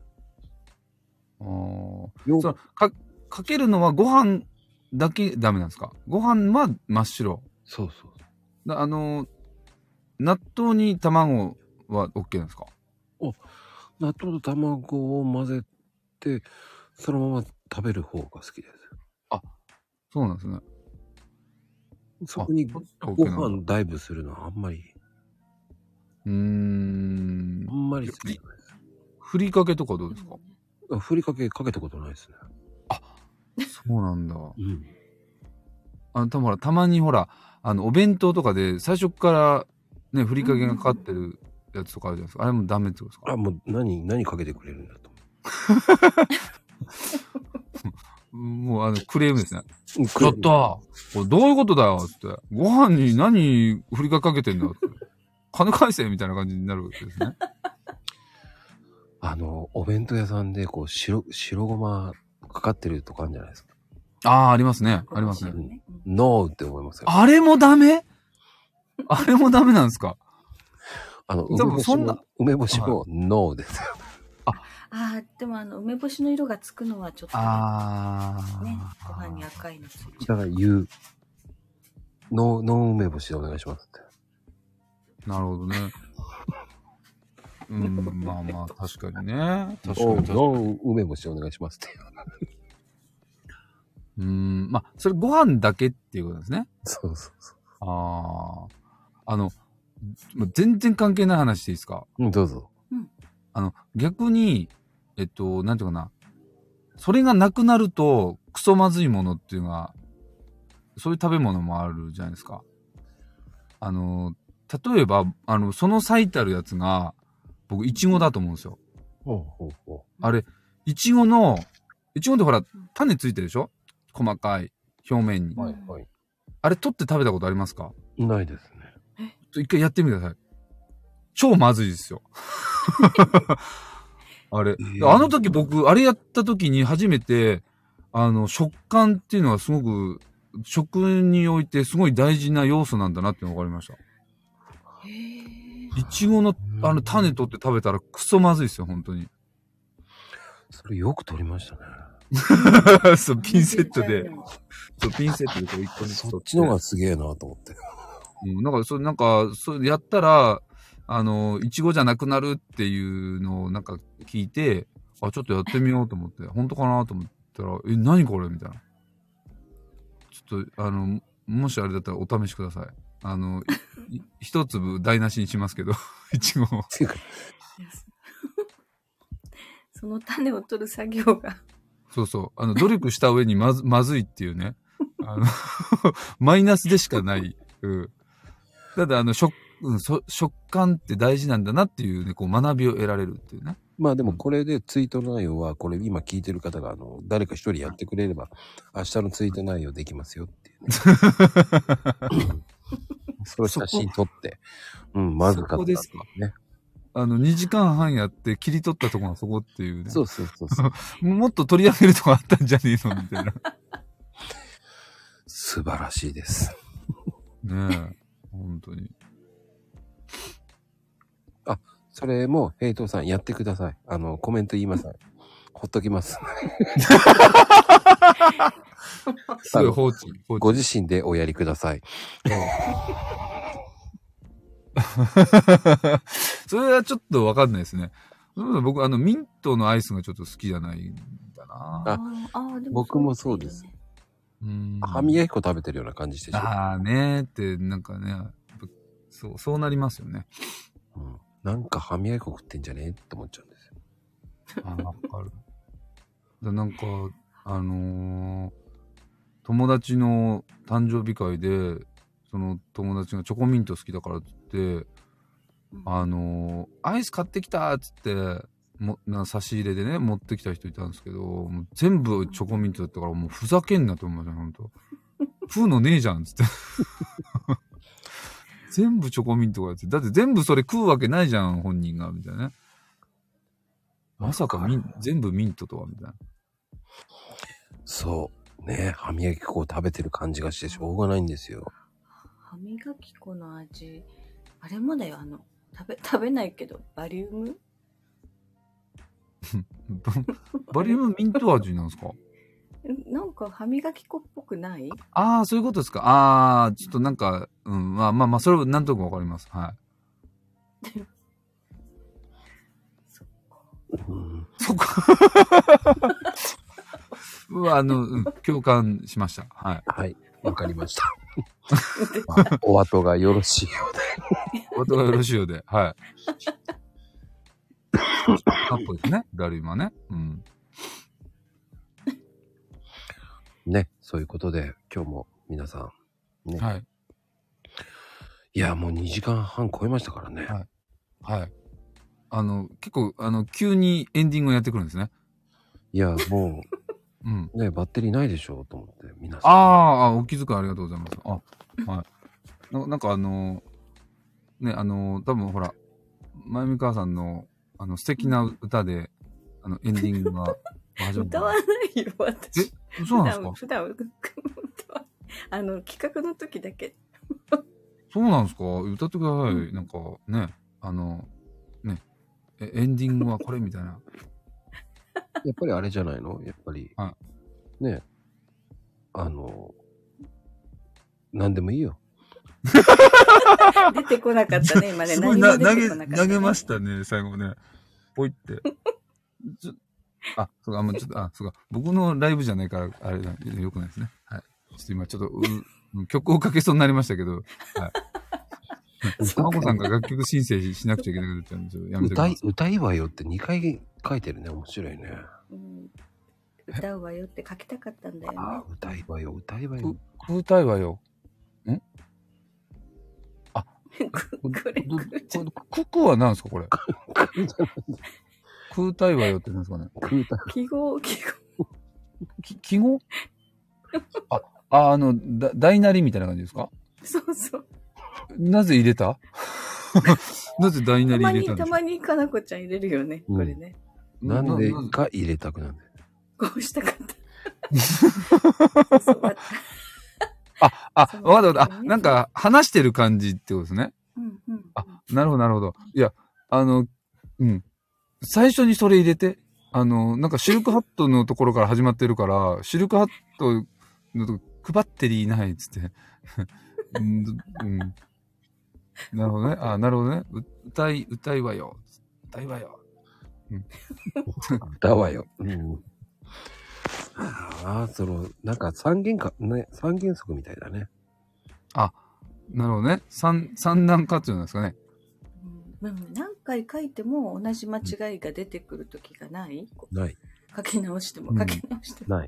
かけるのはご飯だけダメなんですか？ご飯は真っ白。 そうそう。 納豆に卵は OK なんですか？ 納豆と卵を混ぜて、そのまま食べる方が好きです。 そうなんですね。 そこにご飯ダイブするのはあんまり。あんまり好きじゃないです。 ふりかけとかどうですか？ ふりかけかけたことないですね。 そうなんだ。多分ほら、たまにほら、お弁当とかで最初からね、ふりかけがかかってるやつとかあるじゃないですか。あれもダメってことですか？ もう何かけてくれるんだと。 もうクレームですね。ちょっとこれどういうことだよって。ご飯に何ふりかけかけてんだって。金返せみたいな感じになるわけですね。 お弁当屋さんで、こう、白ごまかかってるとかあるんじゃないですか。 ありますね。ありますね。 ノーって思いますよ。 あれもダメ？あれもダメなんですか？ 梅干しもノーですよ。 でも梅干しの色がつくのはちょっとね、ご飯に赤いのついちゃう。 だからノー梅干しでお願いしますって。 なるほどね。まあ、確かにね。 ノー梅干しでお願いしますって。 まあ、それご飯だけっていうことですね。 そう。 全然関係ない話でいいですか？ どうぞ。 逆に、なんていうかな。それがなくなると、クソまずいものっていうのが、そういう食べ物もあるじゃないですか。例えば、その最たるやつが、僕、イチゴだと思うんですよ。あれ、イチゴってほら、種ついてるでしょ？細かい、表面に。あれ、取って食べたことありますか？ ないですね。 一回やってみてください。超まずいですよ。あれ、あの時僕、あれやった時に初めて、食感っていうのはすごく、食においてすごい大事な要素なんだなって分かりました。イチゴの、種取って食べたらクソまずいですよ、本当に。 それよく取りましたね。 そう、ピンセットでこう一個にそっちの方がすげえなと思って。 そうやったら、イチゴじゃなくなるっていうのを聞いて、ちょっとやってみようと思って、本当かなと思ったら、何これみたいな。ちょっと、もしあれだったらお試しください。一粒台無しにしますけど、イチゴを。 その種を取る作業が。 そう。努力した上にまずいっていうね。マイナスでしかない。ただ、食感って大事なんだなっていうね、こう学びを得られるっていうね。 まあでもこれでツイート内容は、これ今聞いてる方が誰か一人やってくれれば、明日のツイート内容できますよっていうね。それ写真撮って、まずかった、ね。そこですかね。 2時間半やって切り取ったところがそこっていうね。 そう。 もっと取り上げるとこあったんじゃねえのみたいな。 素晴らしいです。 ねえ。本当に。 それも、ヘイトさんやってください。コメント言いません。ほっときます。 すごい放置。 ご自身でおやりください。 それはちょっとわかんないですね。僕、ミントのアイスがちょっと好きじゃないんだな。 でも僕もそうです。歯磨き粉食べてるような感じでしょ。 ねーって、なんかね、そうなりますよね。 なんか歯磨き粉食ってんじゃねえって思っちゃうんですよ。 わかる。なんか、友達の誕生日会で、その友達がチョコミント好きだからって言って、アイス買ってきたっつって、差し入れでね、持ってきた人いたんですけど、もう全部チョコミントだったから、もうふざけんなと思いました、ほんと。食うのねえじゃん、つって。全部チョコミントがやって、だって全部それ食うわけないじゃん、本人が、みたいなね。まさか全部ミントとは、みたいな。 そうね、歯磨き粉を食べてる感じがしてしょうがないんですよ。 歯磨き粉の味、あれもだよ、食べないけど、バリウムバリウムミント味なんですか？ なんか歯磨き粉っぽくない？ そういうことですか。ちょっとなんか、まあ、それはなんとなくわかります。はい。そっか。共感しました。はい。 はい。わかりました。お後がよろしいようで。 お後がよろしいようで。はい。カップですね。だるいまね。 ね、そういうことで、今日も皆さん、ね。 はい。 いや、もう2時間半超えましたからね。 はい。結構、急にエンディングをやってくるんですね。 いや、もう、ね、バッテリーないでしょうと思って、皆さん。お気遣いありがとうございます。はい。なんかね、多分ほら、まゆみ母さんの、 素敵な歌で、エンディングが始まる。 歌わないよ、私。 そうなんですか？ 普段企画の時だけ。 そうなんですか？歌ってください。なんか、ね、エンディングはこれみたいな。 やっぱりあれじゃないの？やっぱり。 はい。 ね。なんでもいいよ。 出てこなかったね、今ね。 すごい投げましたね、最後ね。ポイって。そうか、そうか。僕のライブじゃないから、あれだ、よくないですね。はい。ちょっと今、曲をかけそうになりましたけど、はい。卵さんが楽曲申請しなくちゃいけなくなっちゃうんで、ちょっとやめてください。 歌いわよって2回書いてるね。面白いね。 歌うわよって書きたかったんだよね。 歌いわよ、歌いわよ。 歌いわよ。ククは何ですか、これ。空体はよって言うんですかね。 記号記号大なりみたいな感じですか？ そうそう。 なぜ入れたなぜ大なり入れたんですか？ たまにかなこちゃん入れるよね、これね。 なんでか入れたくなるんだよ。 こうしたかった。 わかった。なんか話してる感じってことですね。なるほど、なるほど。いや、最初にそれ入れて、なんかシルクハットのところから始まってるから、シルクハットのとこ配ってりないっつって。なるほどね。なるほどね。歌いわよ。歌いわよ。 歌わよ。なんか三原則みたいだね。 なるほどね。三段活用なんですかね。 何回書いても同じ間違いが出てくるときがない？ ない。 書き直しても。 ない。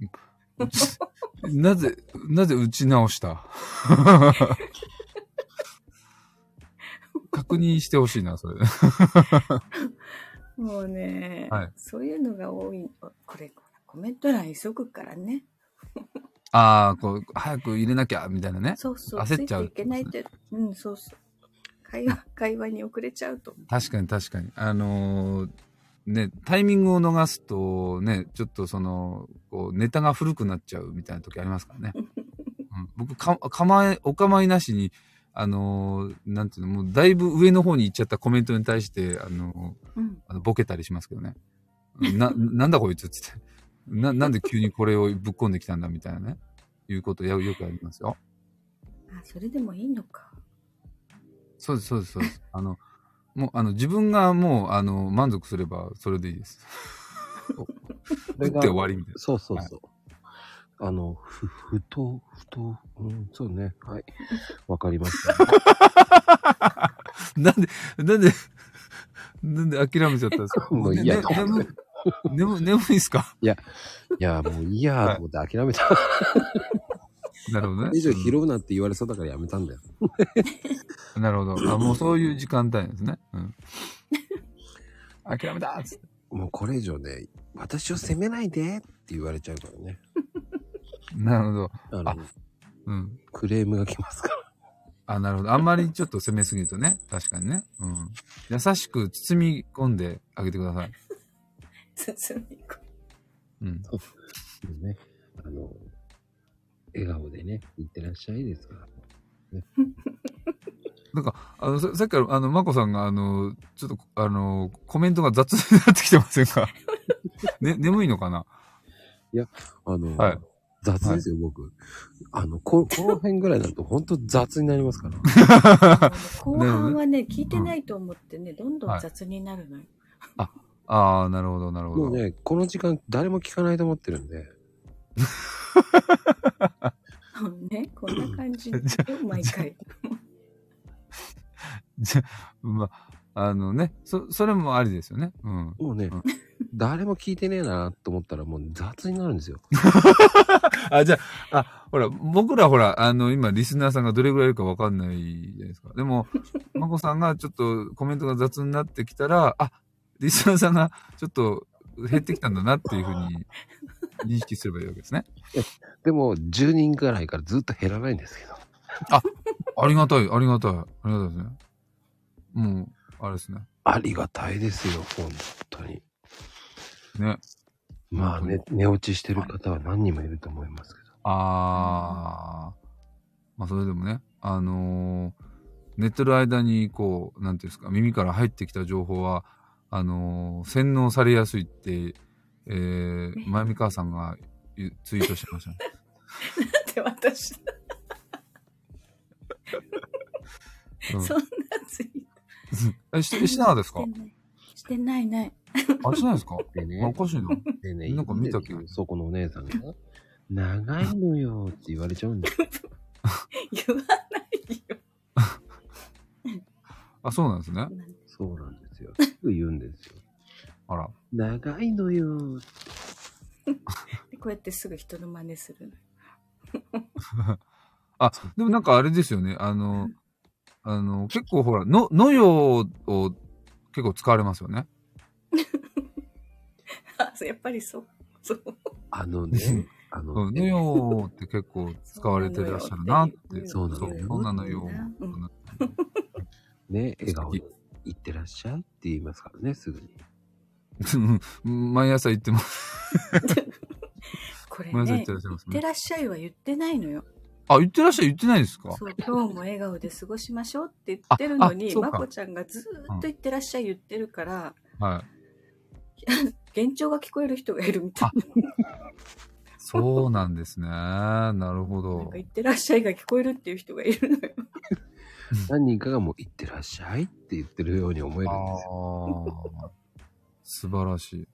なぜ打ち直した確認してほしいな、それ。 もうね、 はい、 そういうのが多い。これ、コメント欄急ぐからね。 早く入れなきゃ、みたいなね。 そう。 焦っちゃう、 ついていけないって。そう。会話に遅れちゃうと。 確かに。ね、タイミングを逃すと、ね、ちょっとネタが古くなっちゃうみたいな時ありますからね。僕、お構いなしに、なんていうの、もうだいぶ上の方に行っちゃったコメントに対して、ボケたりしますけどね。なんだこいつつって。なんで急にこれをぶっ込んできたんだみたいなね。いうことよくありますよ。 それでもいいのか。 そうです。もう、自分がもう、満足すれば、それでいいです。打って終わりみたいな。 そう。はい、そうね。はい。わかりました。 なんで諦めちゃったんですか？ もういいや。 眠いっすか？ いや、もういいやと思って諦めた。 なるほどね。 以上拾うなって言われそうだからやめたんだよ。 なるほど。もうそういう時間帯ですね。諦めたっつって。 もうこれ以上ね、私を責めないでって言われちゃうからね。 なるほど。 クレームが来ますから。 なるほど。あんまりちょっと攻めすぎるとね。確かにね。優しく包み込んであげてください。 包み込む。そうね。笑顔でね、いってらっしゃいですから。ね、 なんか、さっきからまこさんが、ちょっと、コメントが雑になってきてませんか？眠いのかな？ いや、雑ですよ、僕。この辺ぐらいになると本当雑になりますから。 後半はね、聞いてないと思ってね、どんどん雑になるのよ。 なるほど。 もうね、この時間誰も聞かないと思ってるんで。 ね、こんな感じで毎回。 それもありですよね。 もうね、誰も聞いてねえなと思ったらもう雑になるんですよ。 じゃあ、僕ら今リスナーさんがどれぐらいいるかわかんないじゃないですか。でも、まこさんがちょっとコメントが雑になってきたら、リスナーさんがちょっと減ってきたんだなっていうふうに認識すればいいわけですね。 でも、10人ぐらいからずっと減らないんですけど。 ありがたいですね。もう、あれですね。 ありがたいですよ、本当に。 ね。 まあね、寝落ちしてる方は何人もいると思いますけど。 まあそれでもね、寝てる間にこう、なんていうんですか、耳から入ってきた情報は、洗脳されやすいって、まゆみ母さんがツイートしてましたね。 なんで私そんなツイートしてなかったですか？ してない。 あ、してないですか？ でね。 おかしいな。 でね、 なんか見た気が。 そこのお姉さんが、長いのよって言われちゃうんですよ。 言わないよ。 あ、そうなんですね。 そうなんですよ。すぐ言うんですよ。 あら。 長いのよって。 でこうやってすぐ人の真似するの。あ、でもなんかあれですよね。結構ほら、のよを結構使われますよね。 やっぱりそう。 のよって結構使われてらっしゃるなって。そうなのよ。 ね、笑顔でいってらっしゃいって言いますからね、すぐに。 毎朝言ってます。 これね、言ってらっしゃいは言ってないのよ。 あ、言ってらっしゃい言ってないですか？ そう、今日も笑顔で過ごしましょうって言ってるのに、まこちゃんがずーっと言ってらっしゃい言ってるから、 はい。 幻聴が聞こえる人がいるみたいな。 そうなんですね。なるほど。 なんか言ってらっしゃいが聞こえるっていう人がいるのよ。 何人かがもう言ってらっしゃいって言ってるように思えるんですよ。 素晴らしい。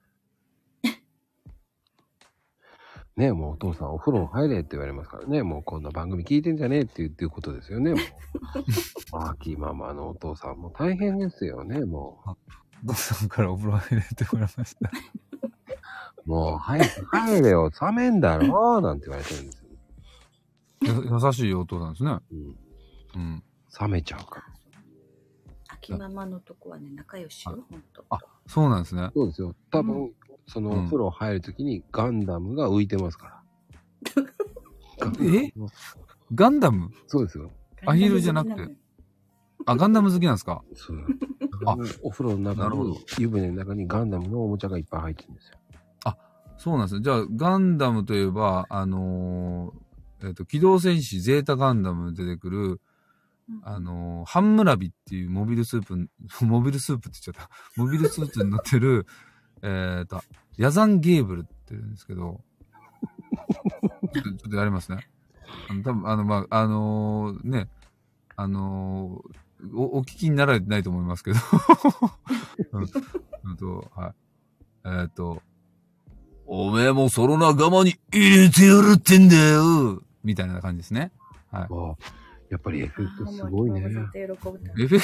ね、もうお父さんお風呂入れって言われますからね、もうこんな番組聞いてんじゃねえって言ってることですよね、もう。マーキーママのお父さんも大変ですよね、もう。 お父さんからお風呂入れって言われました。 もう、入れよ、冷めんだろなんて言われてるんですよ。優しいお父さんですね。 うん。冷めちゃうから。 秋ママのとこはね、仲良しよ、ほんと。 あ、そうなんですね。 そうですよ。多分、そのお風呂入るときにガンダムが浮いてますから。 ガンダム？ そうですよ。 アヒルじゃなくて。あ、ガンダム好きなんですか？ そう。お風呂の中に、湯船の中にガンダムのおもちゃがいっぱい入ってるんですよ。 あ、そうなんですね。じゃあ、ガンダムといえば、機動戦士ゼータガンダムで出てくる、ハンムラビっていうモビルスープって言っちゃった。モビルスーツに乗ってる、ヤザンゲーブルって言うんですけど、ちょっとやりますね。多分、ね、お聞きになられてないと思いますけど、はい。おめえもその仲間に入れてやるってんだよみたいな感じですね。はい。 やっぱりエフェクトすごいね。エフ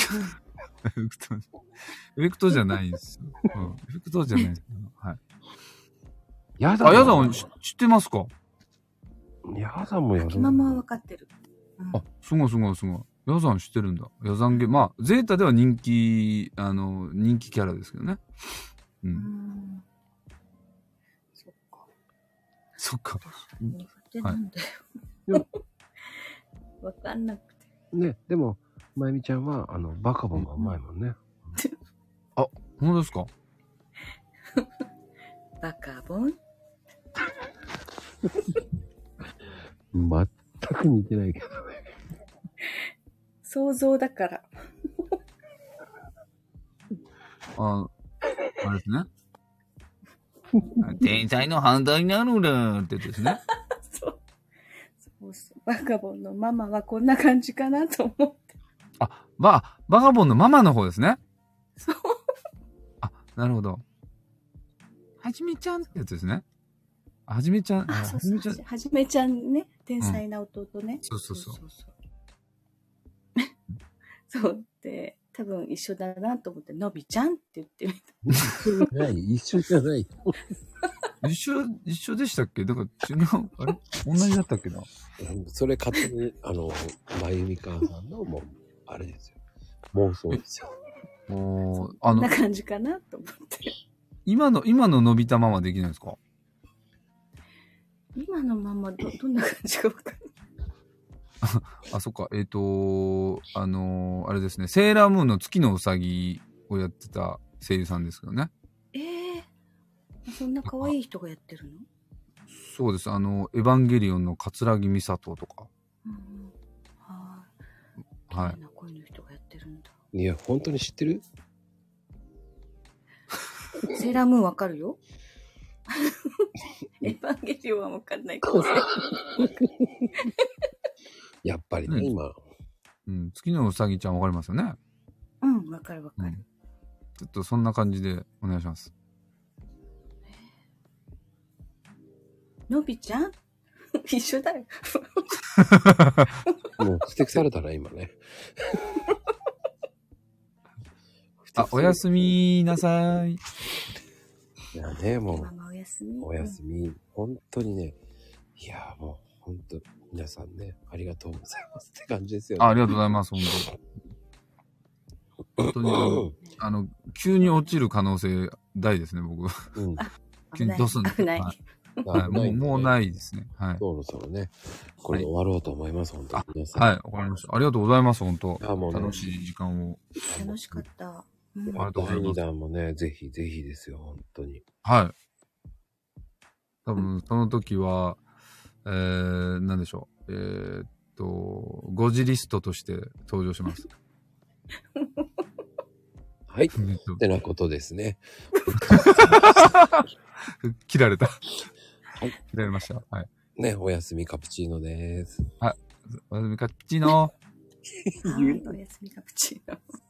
ェクトじゃないんですよ。エフェクトじゃないです。はい。ヤザン知ってますか？ ヤザンもやる。 秋ママは分かってる。 あ、すごい。ヤザン知ってるんだ。ヤザンゲ、まあ、ゼータでは人気キャラですけどね。そっか。 苦手なんだよ。わかんなくて。 ね、でも、まゆみちゃんは、バカボンがうまいもんね。 あ、本当ですか？ バカボン全く似てないけどね。 想像だから。 あれですね。天才の反対になるんだってやつですね。 そう。バカボンのママはこんな感じかなと思って。 あ、バカボンのママの方ですね。 そう。 あ、なるほど。はじめちゃんってやつですね。はじめちゃん。 はじめちゃんね。天才な弟ね。 そう。 そうって多分一緒だなと思ってのびちゃんって言ってみた。一緒じゃない。 一緒でしたっけ？だから違う、あれ同じだったっけな。 それ勝手にまゆみかんさんのもうあれですよ。妄想ですよ。 こんな感じかなと思って。 今ののび太ママできないですか？ 今のママどんな感じかわかんない。 あ、そっか。あれですね。セーラームーンの月のうさぎをやってた声優さんですけどね。 そんな可愛い人がやってるの？ そうです。エヴァンゲリオンの桂木美里とか。 はい。声の人がやってるんだ。 いや、本当に知ってる？ セーラームーンわかるよ。エヴァンゲリオンはわかんないけど。 やっぱりね、今。 月のうさぎちゃんわかりますよね？ わかるわかる。 ちょっとそんな感じでお願いします。 のびちゃん一緒だよ。 もう、ふてくされたな、今ね。 おやすみなさい。 いやね、もう。 ママおやすみ。 おやすみ。本当にね。いや、もう、本当皆さんね、ありがとうございますって感じですよね。 ありがとうございます、本当。本当に、急に落ちる可能性大ですね、僕。急にどうすんの？ 危ない。 もうないですね。はい。 そろそろね、これで終わろうと思います、本当に皆さん。 はい、わかりました。ありがとうございます、本当。 もうね、 楽しい時間を。 楽しかった。 ありがとうございます。 第2弾もね、ぜひぜひですよ、本当に。 はい。多分、その時は、なんでしょう。ゴジリストとして登場します。 はい。ってなことですね。 切られた。はい。切られました。はい。 ね、おやすみカプチーノです。 はい。おやすみカプチーノ。 はい、おやすみカプチーノ。